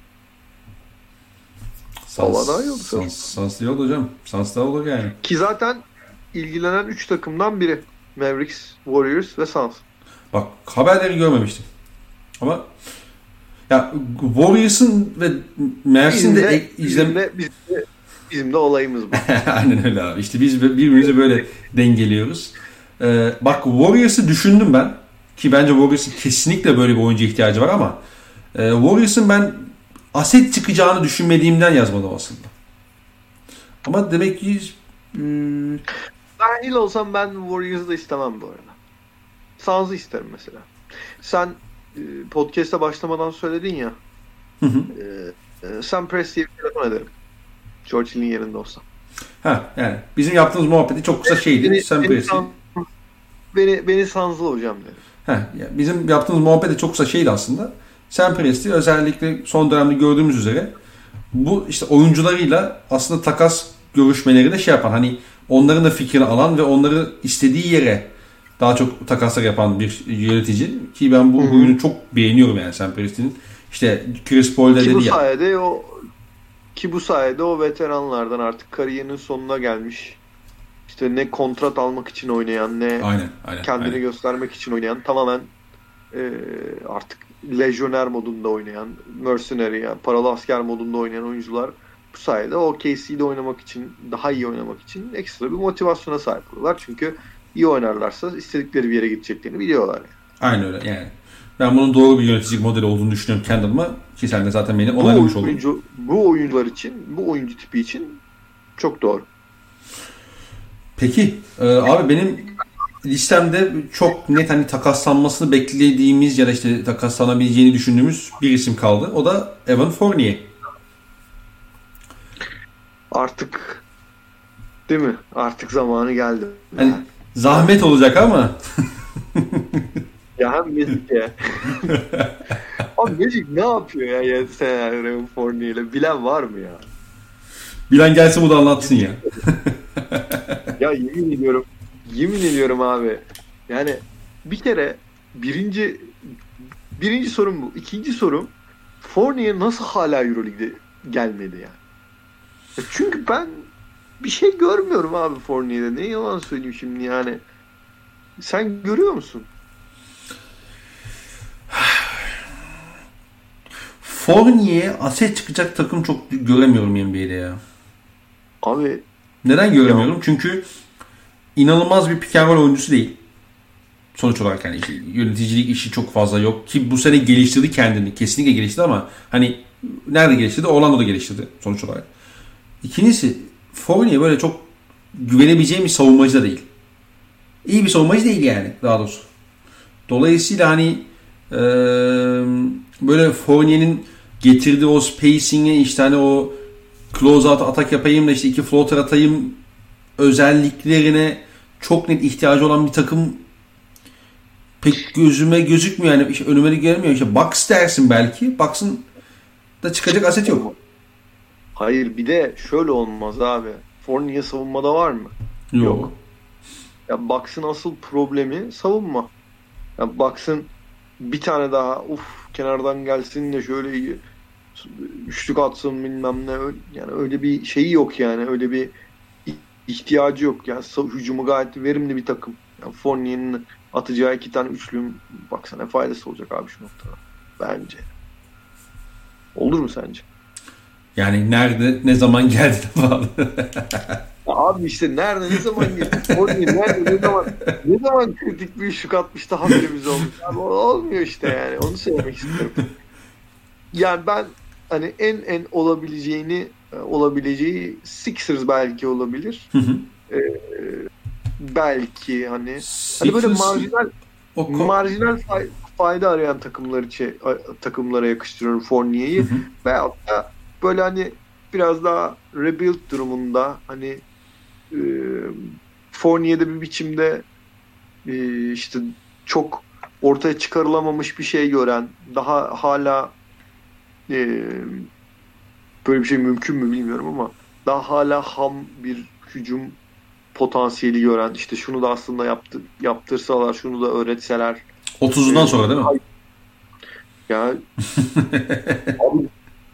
Suns daha iyi oldu. Suns iyi oldu hocam. Suns daha olur yani. Ki zaten ilgilenen 3 takımdan biri. Mavericks, Warriors ve Suns. Bak haberleri görmemiştim. Ama ya Warriors'ın ve Mavers'in de bizim de olayımız bu. Aynen öyle abi. İşte biz birbirimizi böyle dengeliyoruz. Bak Warriors'ı düşündüm ben. Ki bence Warriors'ın kesinlikle böyle bir oyuncu ihtiyacı var ama Warriors'ın ben aset çıkacağını düşünmediğimden yazmadım aslında. Ama demek ki ben Hill olsam ben Warriors'ı da istemem bu arada. Suns'ı isterim mesela. Sen podcast'a başlamadan söyledin ya. Sam Presti'ye bir telefon ederim. George Hill'in yerinde olsam. Yani bizim yaptığımız muhabbeti çok kısa şeydi. Sam Presti. Beni Suns'lı hocam derim. Yani bizim yaptığımız muhabbeti çok kısa şeydi aslında. Sam Presti özellikle son dönemde gördüğümüz üzere bu işte oyuncularıyla aslında takas görüşmelerinde şey yapan, hani onların da fikrini alan ve onları istediği yere daha çok takaslar yapan bir yönetici ki ben bu oyunu çok beğeniyorum yani Sam Presti'nin. İşte Chris Paul de dedi ya. Bu sayede o veteranlardan artık kariyerinin sonuna gelmiş. İşte ne kontrat almak için oynayan ne kendini göstermek için oynayan, tamamen artık lejyoner modunda oynayan, mercenary yani paralı asker modunda oynayan oyuncular bu sayede OKC'de oynamak için, daha iyi oynamak için ekstra bir motivasyona sahip oluyorlar. Çünkü iyi oynarlarsa istedikleri bir yere gideceklerini biliyorlar. Yani. Aynen öyle yani. Ben bunun doğru bir yönetici modeli olduğunu düşünüyorum kendi adıma ki sen de zaten beni onaylamış oldun. Bu oyuncular için, bu oyuncu tipi için çok doğru. Peki abi benim listemde çok net hani takaslanmasını beklediğimiz ya da işte takaslanabileceğini düşündüğümüz bir isim kaldı. O da Evan Fournier. Artık değil mi? Artık zamanı geldi. Hani zahmet olacak ama. Ya hem Magic ya. Abi Magic ne yapıyor ya seneler Evan Fournier ile? Bilen var mı ya? Bilen gelse bu da anlatsın ya. Ya yemin ediyorum abi. Yani bir kere birinci sorum bu. İkinci sorum, Fournier nasıl hala Euroleague'de gelmedi yani? Çünkü ben bir şey görmüyorum abi Fournier'de. Ne yalan söyleyeyim şimdi yani. Sen görüyor musun? Fournier'e aset çıkacak takım çok göremiyorum NBA'de ya. Abi neden göremiyorum? Ya. Çünkü inanılmaz bir pick and roll oyuncusu değil. Sonuç olarak yani işte yöneticilik işi çok fazla yok ki bu sene geliştirdi kendini. Kesinlikle geliştirdi ama hani nerede geliştirdi? Orlando'da geliştirdi sonuç olarak. İkincisi Fournier böyle çok güvenebileceğim bir savunmacı da değil. İyi bir savunmacı değil yani daha doğrusu. Dolayısıyla hani böyle Fournier'in getirdiği o spacing'e işte hani o close out atak yapayım da işte 2 floater atayım özelliklerine çok net ihtiyacı olan bir takım pek gözüme gözükmüyor yani işte önüme de gelmiyor. İşte Bucks dersin belki. Bucks'ın da çıkacak aset yok. Hayır bir de şöyle olmaz abi. Fournier savunmada var mı? Yok. Ya Bucks'ın asıl problemi savunma. Ya Bucks'ın bir tane daha kenardan gelsin de şöyle üçlük atsın bilmem ne, yani öyle bir şeyi yok yani, öyle bir ihtiyacı yok yani. Hücumu gayet verimli bir takım. Yani Fournier'in atacağı 2 tane üçlüğün baksana faydası olacak abi şu noktada. Bence. Olur mu sence? Yani nerede ne zaman geldi bağlı. Abi işte nerede ne zaman geldi? Fournier nerede ne zaman kritik bir üçlük atmış da haberimiz olmuş. Abi olmuyor işte yani. Onu söylemek istiyorum. Yani ben hani en olabileceği Sixers belki olabilir. Belki hani böyle marjinal fayda arayan takımlara yakıştırıyorum Fournier'i. Veyahut da böyle hani biraz daha rebuild durumunda hani Fournier'de bir biçimde işte çok ortaya çıkarılamamış bir şey gören, daha hala e, böyle bir şey mümkün mü bilmiyorum ama daha hala ham bir hücum potansiyeli gören, işte şunu da aslında yaptırsalar, şunu da öğretseler. 30'undan sonra değil mi? Ya abi,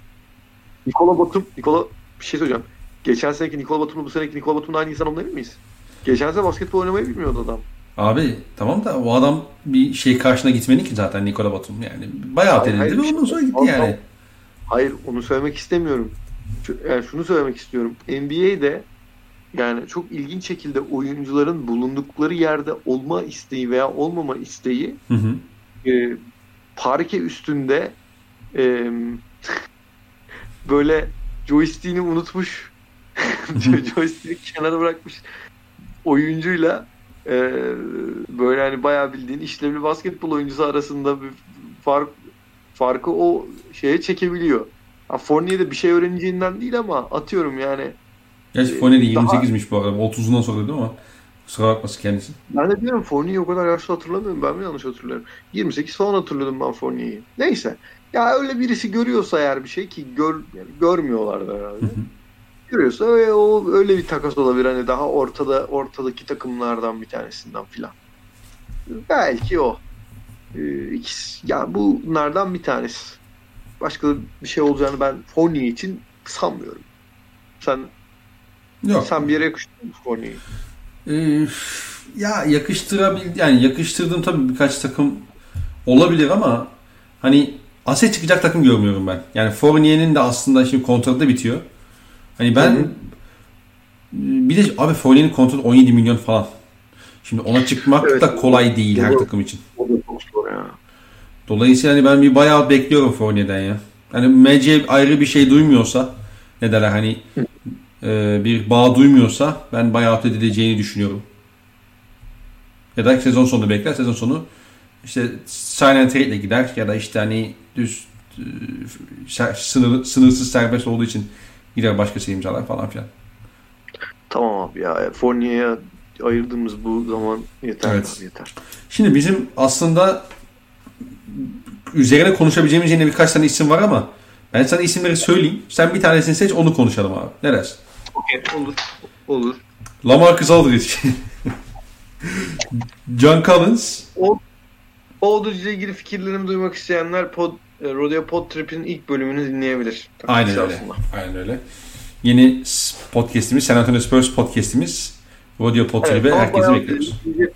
Nikola bir şey söyleyeceğim. Geçen seneki Nikola Batum'la bu seneki Nikola Batum'la aynı insan olabilir miyiz? Geçen sene basketbol oynamayı bilmiyordu adam. Abi tamam da o adam bir şey karşına gitmedi ki zaten Nikola Batum. Yani bayağı edildi ve ondan sonra gitti yani. Hayır, onu söylemek istemiyorum. Yani şunu söylemek istiyorum. NBA'de yani çok ilginç şekilde oyuncuların bulundukları yerde olma isteği veya olmama isteği Hı hı. parke üstünde e, böyle joystick'ini unutmuş joystick'i kenara bırakmış oyuncuyla böyle hani bayağı bildiğin işlevli basketbol oyuncusu arasında bir farkı o şeye çekebiliyor. Fournier de bir şey öğreneceğinden değil ama atıyorum yani. Gerçi Fournier de 28'miş bu arada. 30'undan sonra değil mi? Kusura bakmasın kendisi. Ben de diyorum Fournier'i o kadar yaşlı hatırlamıyorum. Ben mi yanlış hatırlıyorum? 28 falan hatırlıyordum ben Fournier'i. Neyse. Ya öyle birisi görüyorsa eğer bir şey ki yani görmüyorlardı herhalde. Görüyorsa o öyle bir takas olabilir. Hani daha ortadaki takımlardan bir tanesinden filan. Belki o. İkisi, ya bunlardan bir tanesi. Başka bir şey olacağını ben Fournier için sanmıyorum. Yok. Sen bir yere yakıştırdın mı Fournier'i? Ya yani yakıştırdığım tabii birkaç takım olabilir ama hani aset çıkacak takım görmüyorum ben. Yani Fournier'in de aslında şimdi kontratı da bitiyor. Hani ben bir de abi Fournier'in kontratı 17 milyon falan. Şimdi ona çıkmak da kolay değil her takım için. O da çok zor ya. Dolayısıyla hani ben bir bayağı bekliyorum Fournier'den ya. Hani MC ayrı bir şey duymuyorsa ne derler hani bir bağ duymuyorsa ben bayağı edileceğini düşünüyorum. Ya da sezon sonu bekler. Sezon sonu işte sign and trade ile gider ya da işte hani düz sınırsız serbest olduğu için gider başkası imzalar falan filan. Tamam abi ya. Fournier'e ayırdığımız bu zaman yeter. Evet. Abi, yeter. Şimdi bizim aslında üzerine konuşabileceğimiz yine birkaç tane isim var ama ben sana isimleri söyleyeyim. Sen bir tanesini seç, onu konuşalım abi. Ne dersin? Okey, olur. LaMarcus Aldridge. John Collins. Aldridge ile ilgili fikirlerimi duymak isteyenler Rodeo Pod Trip'in ilk bölümünü dinleyebilir. Aynen öyle. Aynen öyle. Yeni podcast'imiz, San Antonio Spurs podcast'imiz Rodeo Pod Trip'e herkesi bekliyoruz.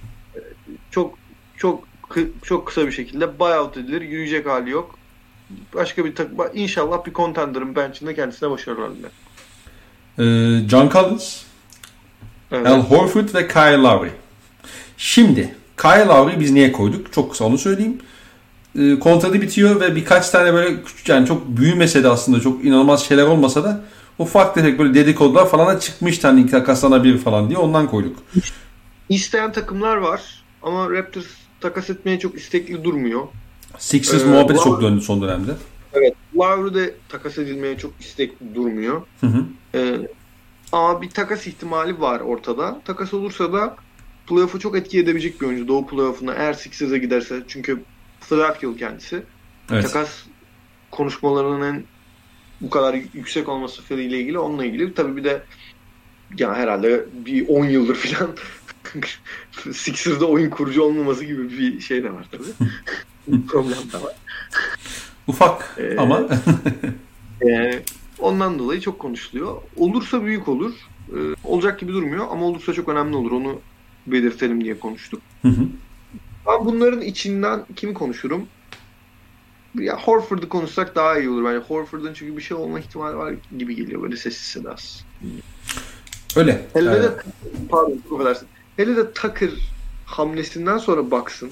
Çok kısa bir şekilde buyout edilir. Yürüyecek hali yok. Başka bir takım, inşallah bir contender'ın bench'inde kendisine başarılar dilerim. John Collins, evet. Al Horford ve Kyle Lowry. Şimdi Kyle Lowry'i biz niye koyduk? Çok kısa onu söyleyeyim. Kontratı bitiyor ve birkaç tane böyle küçük, yani çok büyümese de aslında çok inanılmaz şeyler olmasa da ufak tefek böyle dedikodular falan da çıkmış hani takaslanabilir falan diye ondan koyduk. İsteyen takımlar var ama Raptors takas etmeye çok istekli durmuyor. Sixers muhabbeti çok döndü son dönemde. Evet. Lowry de takas edilmeye çok istekli durmuyor. Ama bir takas ihtimali var ortada. Takas olursa da playoff'u çok etki edebilecek bir oyuncu. Doğu playoff'una eğer Sixers'a giderse. Çünkü Philadelphia kendisi. Evet. Takas konuşmalarının en bu kadar yüksek olması Philly ile ilgili, onunla ilgili. Tabii bir de yani herhalde bir 10 yıldır falan Sixers'da oyun kurucu olmaması gibi bir şey de var tabii. Problem de var. Ufak ama ondan dolayı çok konuşuluyor. Olursa büyük olur. Olacak gibi durmuyor ama olursa çok önemli olur. Onu belirtelim diye konuştuk. Ben bunların içinden kimi konuşurum? Ya Horford'u konuşsak daha iyi olur. Yani Horford'un çünkü bir şey olma ihtimali var gibi geliyor. Böyle sessiz sedasız. Öyle. Hele de pardon, affedersin. Hele de Tucker hamlesinden sonra baksın.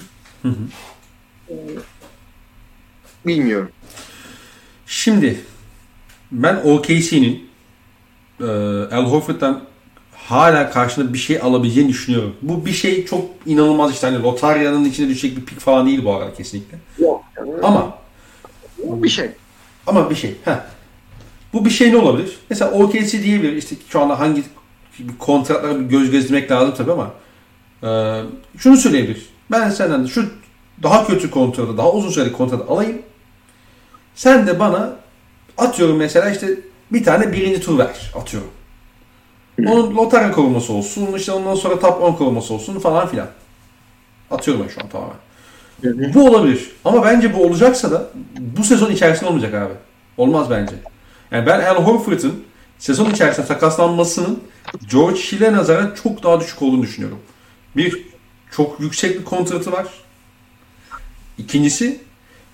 Bilmiyorum. Şimdi ben OKC'nin Al Horford'dan hala karşında bir şey alabileceğini düşünüyorum. Bu bir şey çok inanılmaz işte hani lotaryanın içine düşecek bir pik falan değil bu arada kesinlikle. Yok. Ama bir şey. Ama bir şey. Bu bir şey ne olabilir? Mesela OKC diyebilir. İşte şu anda hangi kontratlara bir göz gezdirmek lazım tabii ama Şunu söyleyebilir. Ben senden şu daha kötü kontratı, daha uzun süreli kontratı alayım. Sen de bana atıyorum mesela işte bir tane birinci tur ver atıyorum. Onun lotarya koruması olsun, işte ondan sonra top 10 koruması olsun falan filan. Atıyorum ben şu an tamamen. Bu olabilir. Ama bence bu olacaksa da bu sezon içerisinde olmayacak abi. Olmaz bence. Yani ben Al Horford'un sezon içerisinde takaslanmasının George Hill'e nazaran çok daha düşük olduğunu düşünüyorum. Bir, çok yüksek bir kontratı var. İkincisi,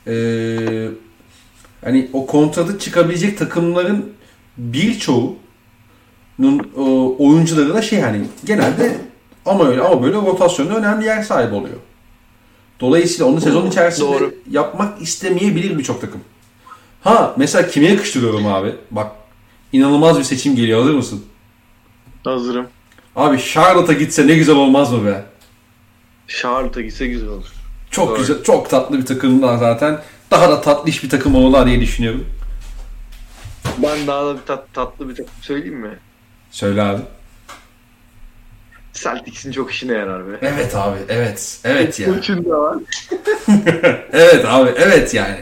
hani o kontratı çıkabilecek takımların birçoğunun oyuncuları da hani genelde ama öyle ama böyle rotasyonda önemli yer sahibi oluyor. Dolayısıyla onu sezon içerisinde yapmak istemeyebilir birçok takım. Mesela kime yakıştırıyorum abi? Bak inanılmaz bir seçim geliyor. Hazır mısın? Hazırım. Abi Charlotte'a gitse ne güzel olmaz mı be? Charlotte'a gitse güzel olur. Çok doğru. Güzel, çok tatlı bir takımlar zaten. Daha da tatlış bir takım olurlar diye düşünüyorum. Ben daha da bir tatlı bir takım söyleyeyim mi? Söyle abi. Celtics'in çok işine yarar be. Evet abi, evet. Evet ya. Üçün de var. Evet abi, evet yani.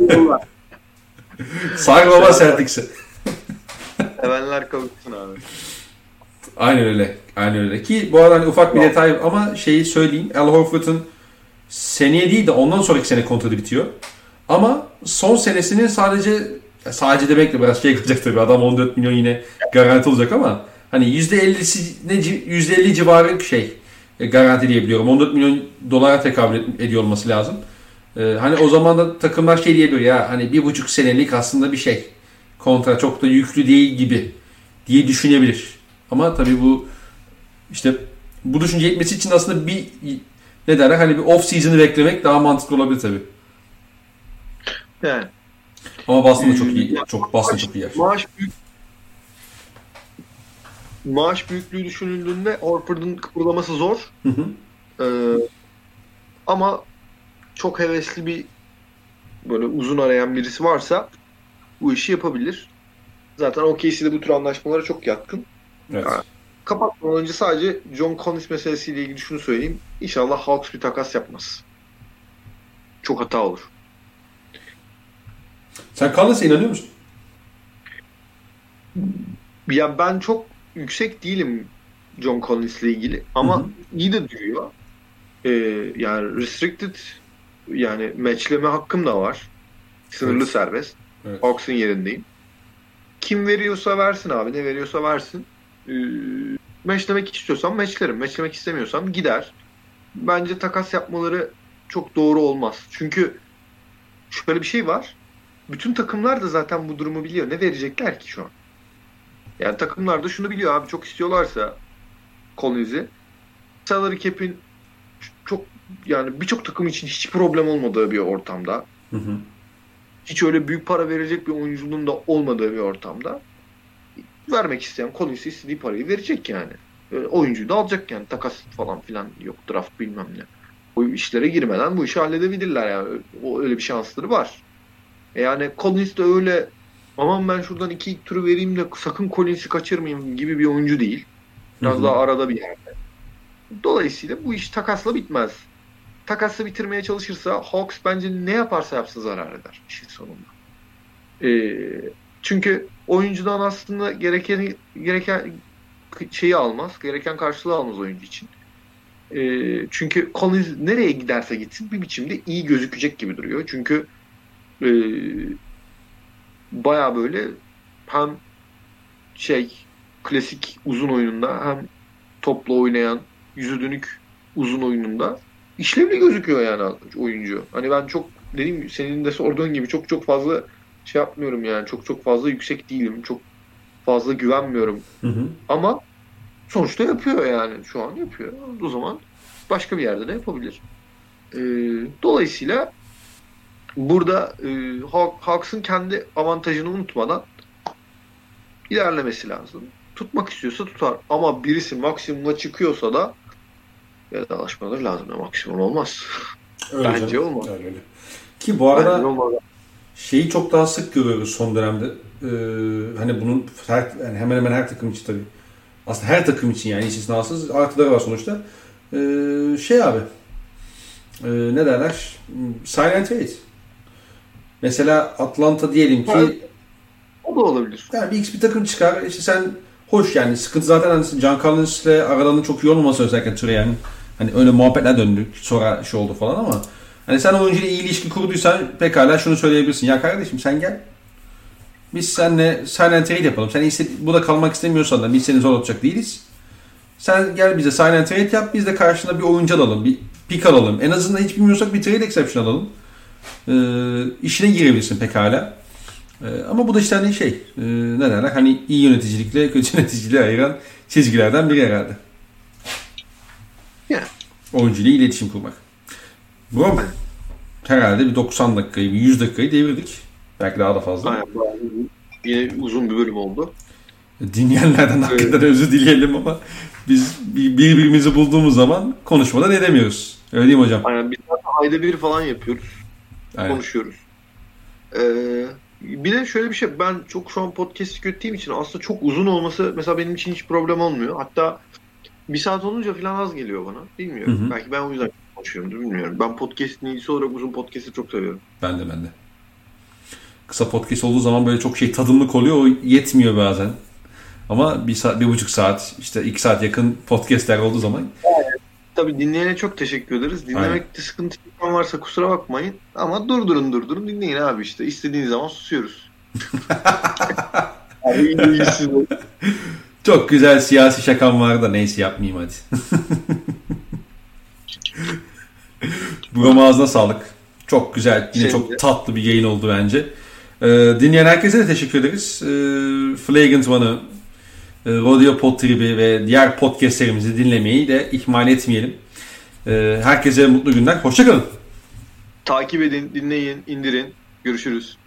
Sargıma Celtics'i. Sevenler kavuşsun abi. Aynen öyle. Aynen öyle. Ki bu arada hani ufak bir detay ama şeyi söyleyeyim. Al Horford'un seneye değil de ondan sonraki sene kontratı bitiyor. Ama son senesinin sadece demekle biraz şey kalacak tabii. Adam 14 milyon yine garanti olacak ama hani %50 civarı garanti diyebiliyorum. 14 milyon dolara tekabül ediyor olması lazım. Hani o zaman da takımlar diyebiliyor ya hani 1,5 senelik aslında bir kontra çok da yüklü değil gibi diye düşünebilir. Ama tabii bu işte bu düşünce etmesi için aslında bir hani bir off season'ı beklemek daha mantıklı olabilir tabii. Yani. Ama Boston da çok iyi. Boston çok iyi yer. Maaş büyüklüğü düşünüldüğünde Horford'un kıpırdaması zor. Hı hı. Ama çok hevesli bir böyle uzun arayan birisi varsa bu işi yapabilir. Zaten OKC'de bu tür anlaşmalara çok yatkın. Evet. Yani, kapatmadan önce sadece John Collins meselesiyle ilgili şunu söyleyeyim. İnşallah Hawks bir takas yapmaz. Çok hata olur. Sen Collins'e inanıyor musun? Ya ben çok yüksek değilim John Collins'le ilgili ama iyi de duruyor. Yani restricted yani matchleme hakkım da var. Sınırlı serbest. Evet. Hawks'ın yerindeyim. Kim veriyorsa versin abi. Ne veriyorsa versin. Matchlemek istiyorsam matchlerim. Matchlemek istemiyorsam gider. Bence takas yapmaları çok doğru olmaz. Çünkü şöyle bir şey var. Bütün takımlar da zaten bu durumu biliyor. Ne verecekler ki şu an? Yani takımlar da şunu biliyor abi. Çok istiyorlarsa Collins'i salary cap'in çok yani birçok takım için hiç problem olmadığı bir ortamda hiç öyle büyük para verecek bir oyuncunun da olmadığı bir ortamda vermek isteyen Collins'e istediği parayı verecek yani. Oyuncuyu da alacak yani. Takas falan filan yok. Draft bilmem ne. O işlere girmeden bu işi halledebilirler yani. Öyle bir şansları var. Yani Collins de öyle aman ben şuradan 2 turu vereyim de sakın Collins'i kaçırmayayım gibi bir oyuncu değil. Biraz daha arada bir yerde. Dolayısıyla bu iş takasla bitmez. Takasla bitirmeye çalışırsa Hawks bence ne yaparsa yapsın zarar eder işin sonunda. Çünkü oyuncudan aslında gereken şeyi almaz. Gereken karşılığı almaz oyuncu için. Çünkü Collins nereye giderse gitsin bir biçimde iyi gözükecek gibi duruyor. Çünkü baya böyle hem klasik uzun oyununda hem topla oynayan yüzü dönük uzun oyununda işlevli gözüküyor yani oyuncu. Hani ben çok dediğim senin de sorduğun gibi çok fazla yapmıyorum yani. Çok fazla yüksek değilim. Çok fazla güvenmiyorum. Ama sonuçta yapıyor yani. Şu an yapıyor. O zaman başka bir yerde de yapabilir. Dolayısıyla burada Hawks'ın kendi avantajını unutmadan ilerlemesi lazım. Tutmak istiyorsa tutar. Ama birisi maksimumla çıkıyorsa da vedalaşmaları lazım. Maksimum olmaz. Öyle bence canım. olmaz. Öyle. Ki bu arada şeyi çok daha sık görüyoruz son dönemde. Hani bunun yani hemen hemen her takım için tabii. Aslında her takım için yani istisnasız artıları var sonuçta. Şey abi ne derler? Silent Trade. Mesela Atlanta diyelim ki o da olabilir. Yani bir takım çıkar. İşte sen hoş yani sıkıntı zaten hani John Collins'le aralarının çok iyi olmaması özellikle Trae'nin hani öyle muhabbetler döndük. Sonra şey oldu falan ama hani sen oyuncuyla iyi ilişki kurduysan pekala şunu söyleyebilirsin. Ya kardeşim sen gel. Biz seninle silent trade yapalım. Sen burada kalmak istemiyorsan da biz seni zor tutacak değiliz. Sen gel bize silent trade yap. Biz de karşına bir oyuncu alalım. Bir pick alalım. En azından hiç bilmiyorsak bir trade exception alalım. İşine girebilirsin pekala. Ama bu da işte hani ne derler hani iyi yöneticilikle kötü yöneticiliği ayıran çizgilerden biri herhalde. Yeah. Oyuncuyla iletişim kurmak. Bu herhalde bir 90 dakikayı, bir 100 dakikayı devirdik. Belki daha da fazla. Aynen. Yine uzun bir bölüm oldu. Dinleyenlerden hakikaten özür dileyelim ama biz birbirimizi bulduğumuz zaman konuşmadan edemiyoruz. Öyle değil mi hocam? Aynen. Biz ayda bir falan yapıyoruz. Aynen. Konuşuyoruz. Bir de şöyle bir şey. Ben çok şu an podcast'i götürdüğüm için aslında çok uzun olması mesela benim için hiç problem olmuyor. Hatta bir saat olunca falan az geliyor bana. Bilmiyorum. Hı-hı. Belki ben o yüzden konuşuyorumdur. Bilmiyorum. Ben podcast dinleyicisi olarak uzun podcast'i çok seviyorum. Ben de. Kısa podcast olduğu zaman böyle çok tadımlık oluyor. O yetmiyor bazen. Ama 1 saat, 1,5 saat, işte 2 saat yakın podcastler olduğu zaman. Evet. Tabii dinleyene çok teşekkür ederiz. Dinlemekte sıkıntı varsa kusura bakmayın. Ama durdurun dinleyin abi işte. İstediğiniz zaman susuyoruz. Çok güzel siyasi şakam var da neyse yapmayayım hadi. Buram ağzına sağlık. Çok güzel. Yine çok tatlı bir yayın oldu bence. Dinleyen herkese de teşekkür ederiz. Flagrant One'ı, Rodeo Pod Trip'i ve diğer podcastlerimizi dinlemeyi de ihmal etmeyelim. Herkese mutlu günler. Hoşça kalın. Takip edin, dinleyin, indirin. Görüşürüz.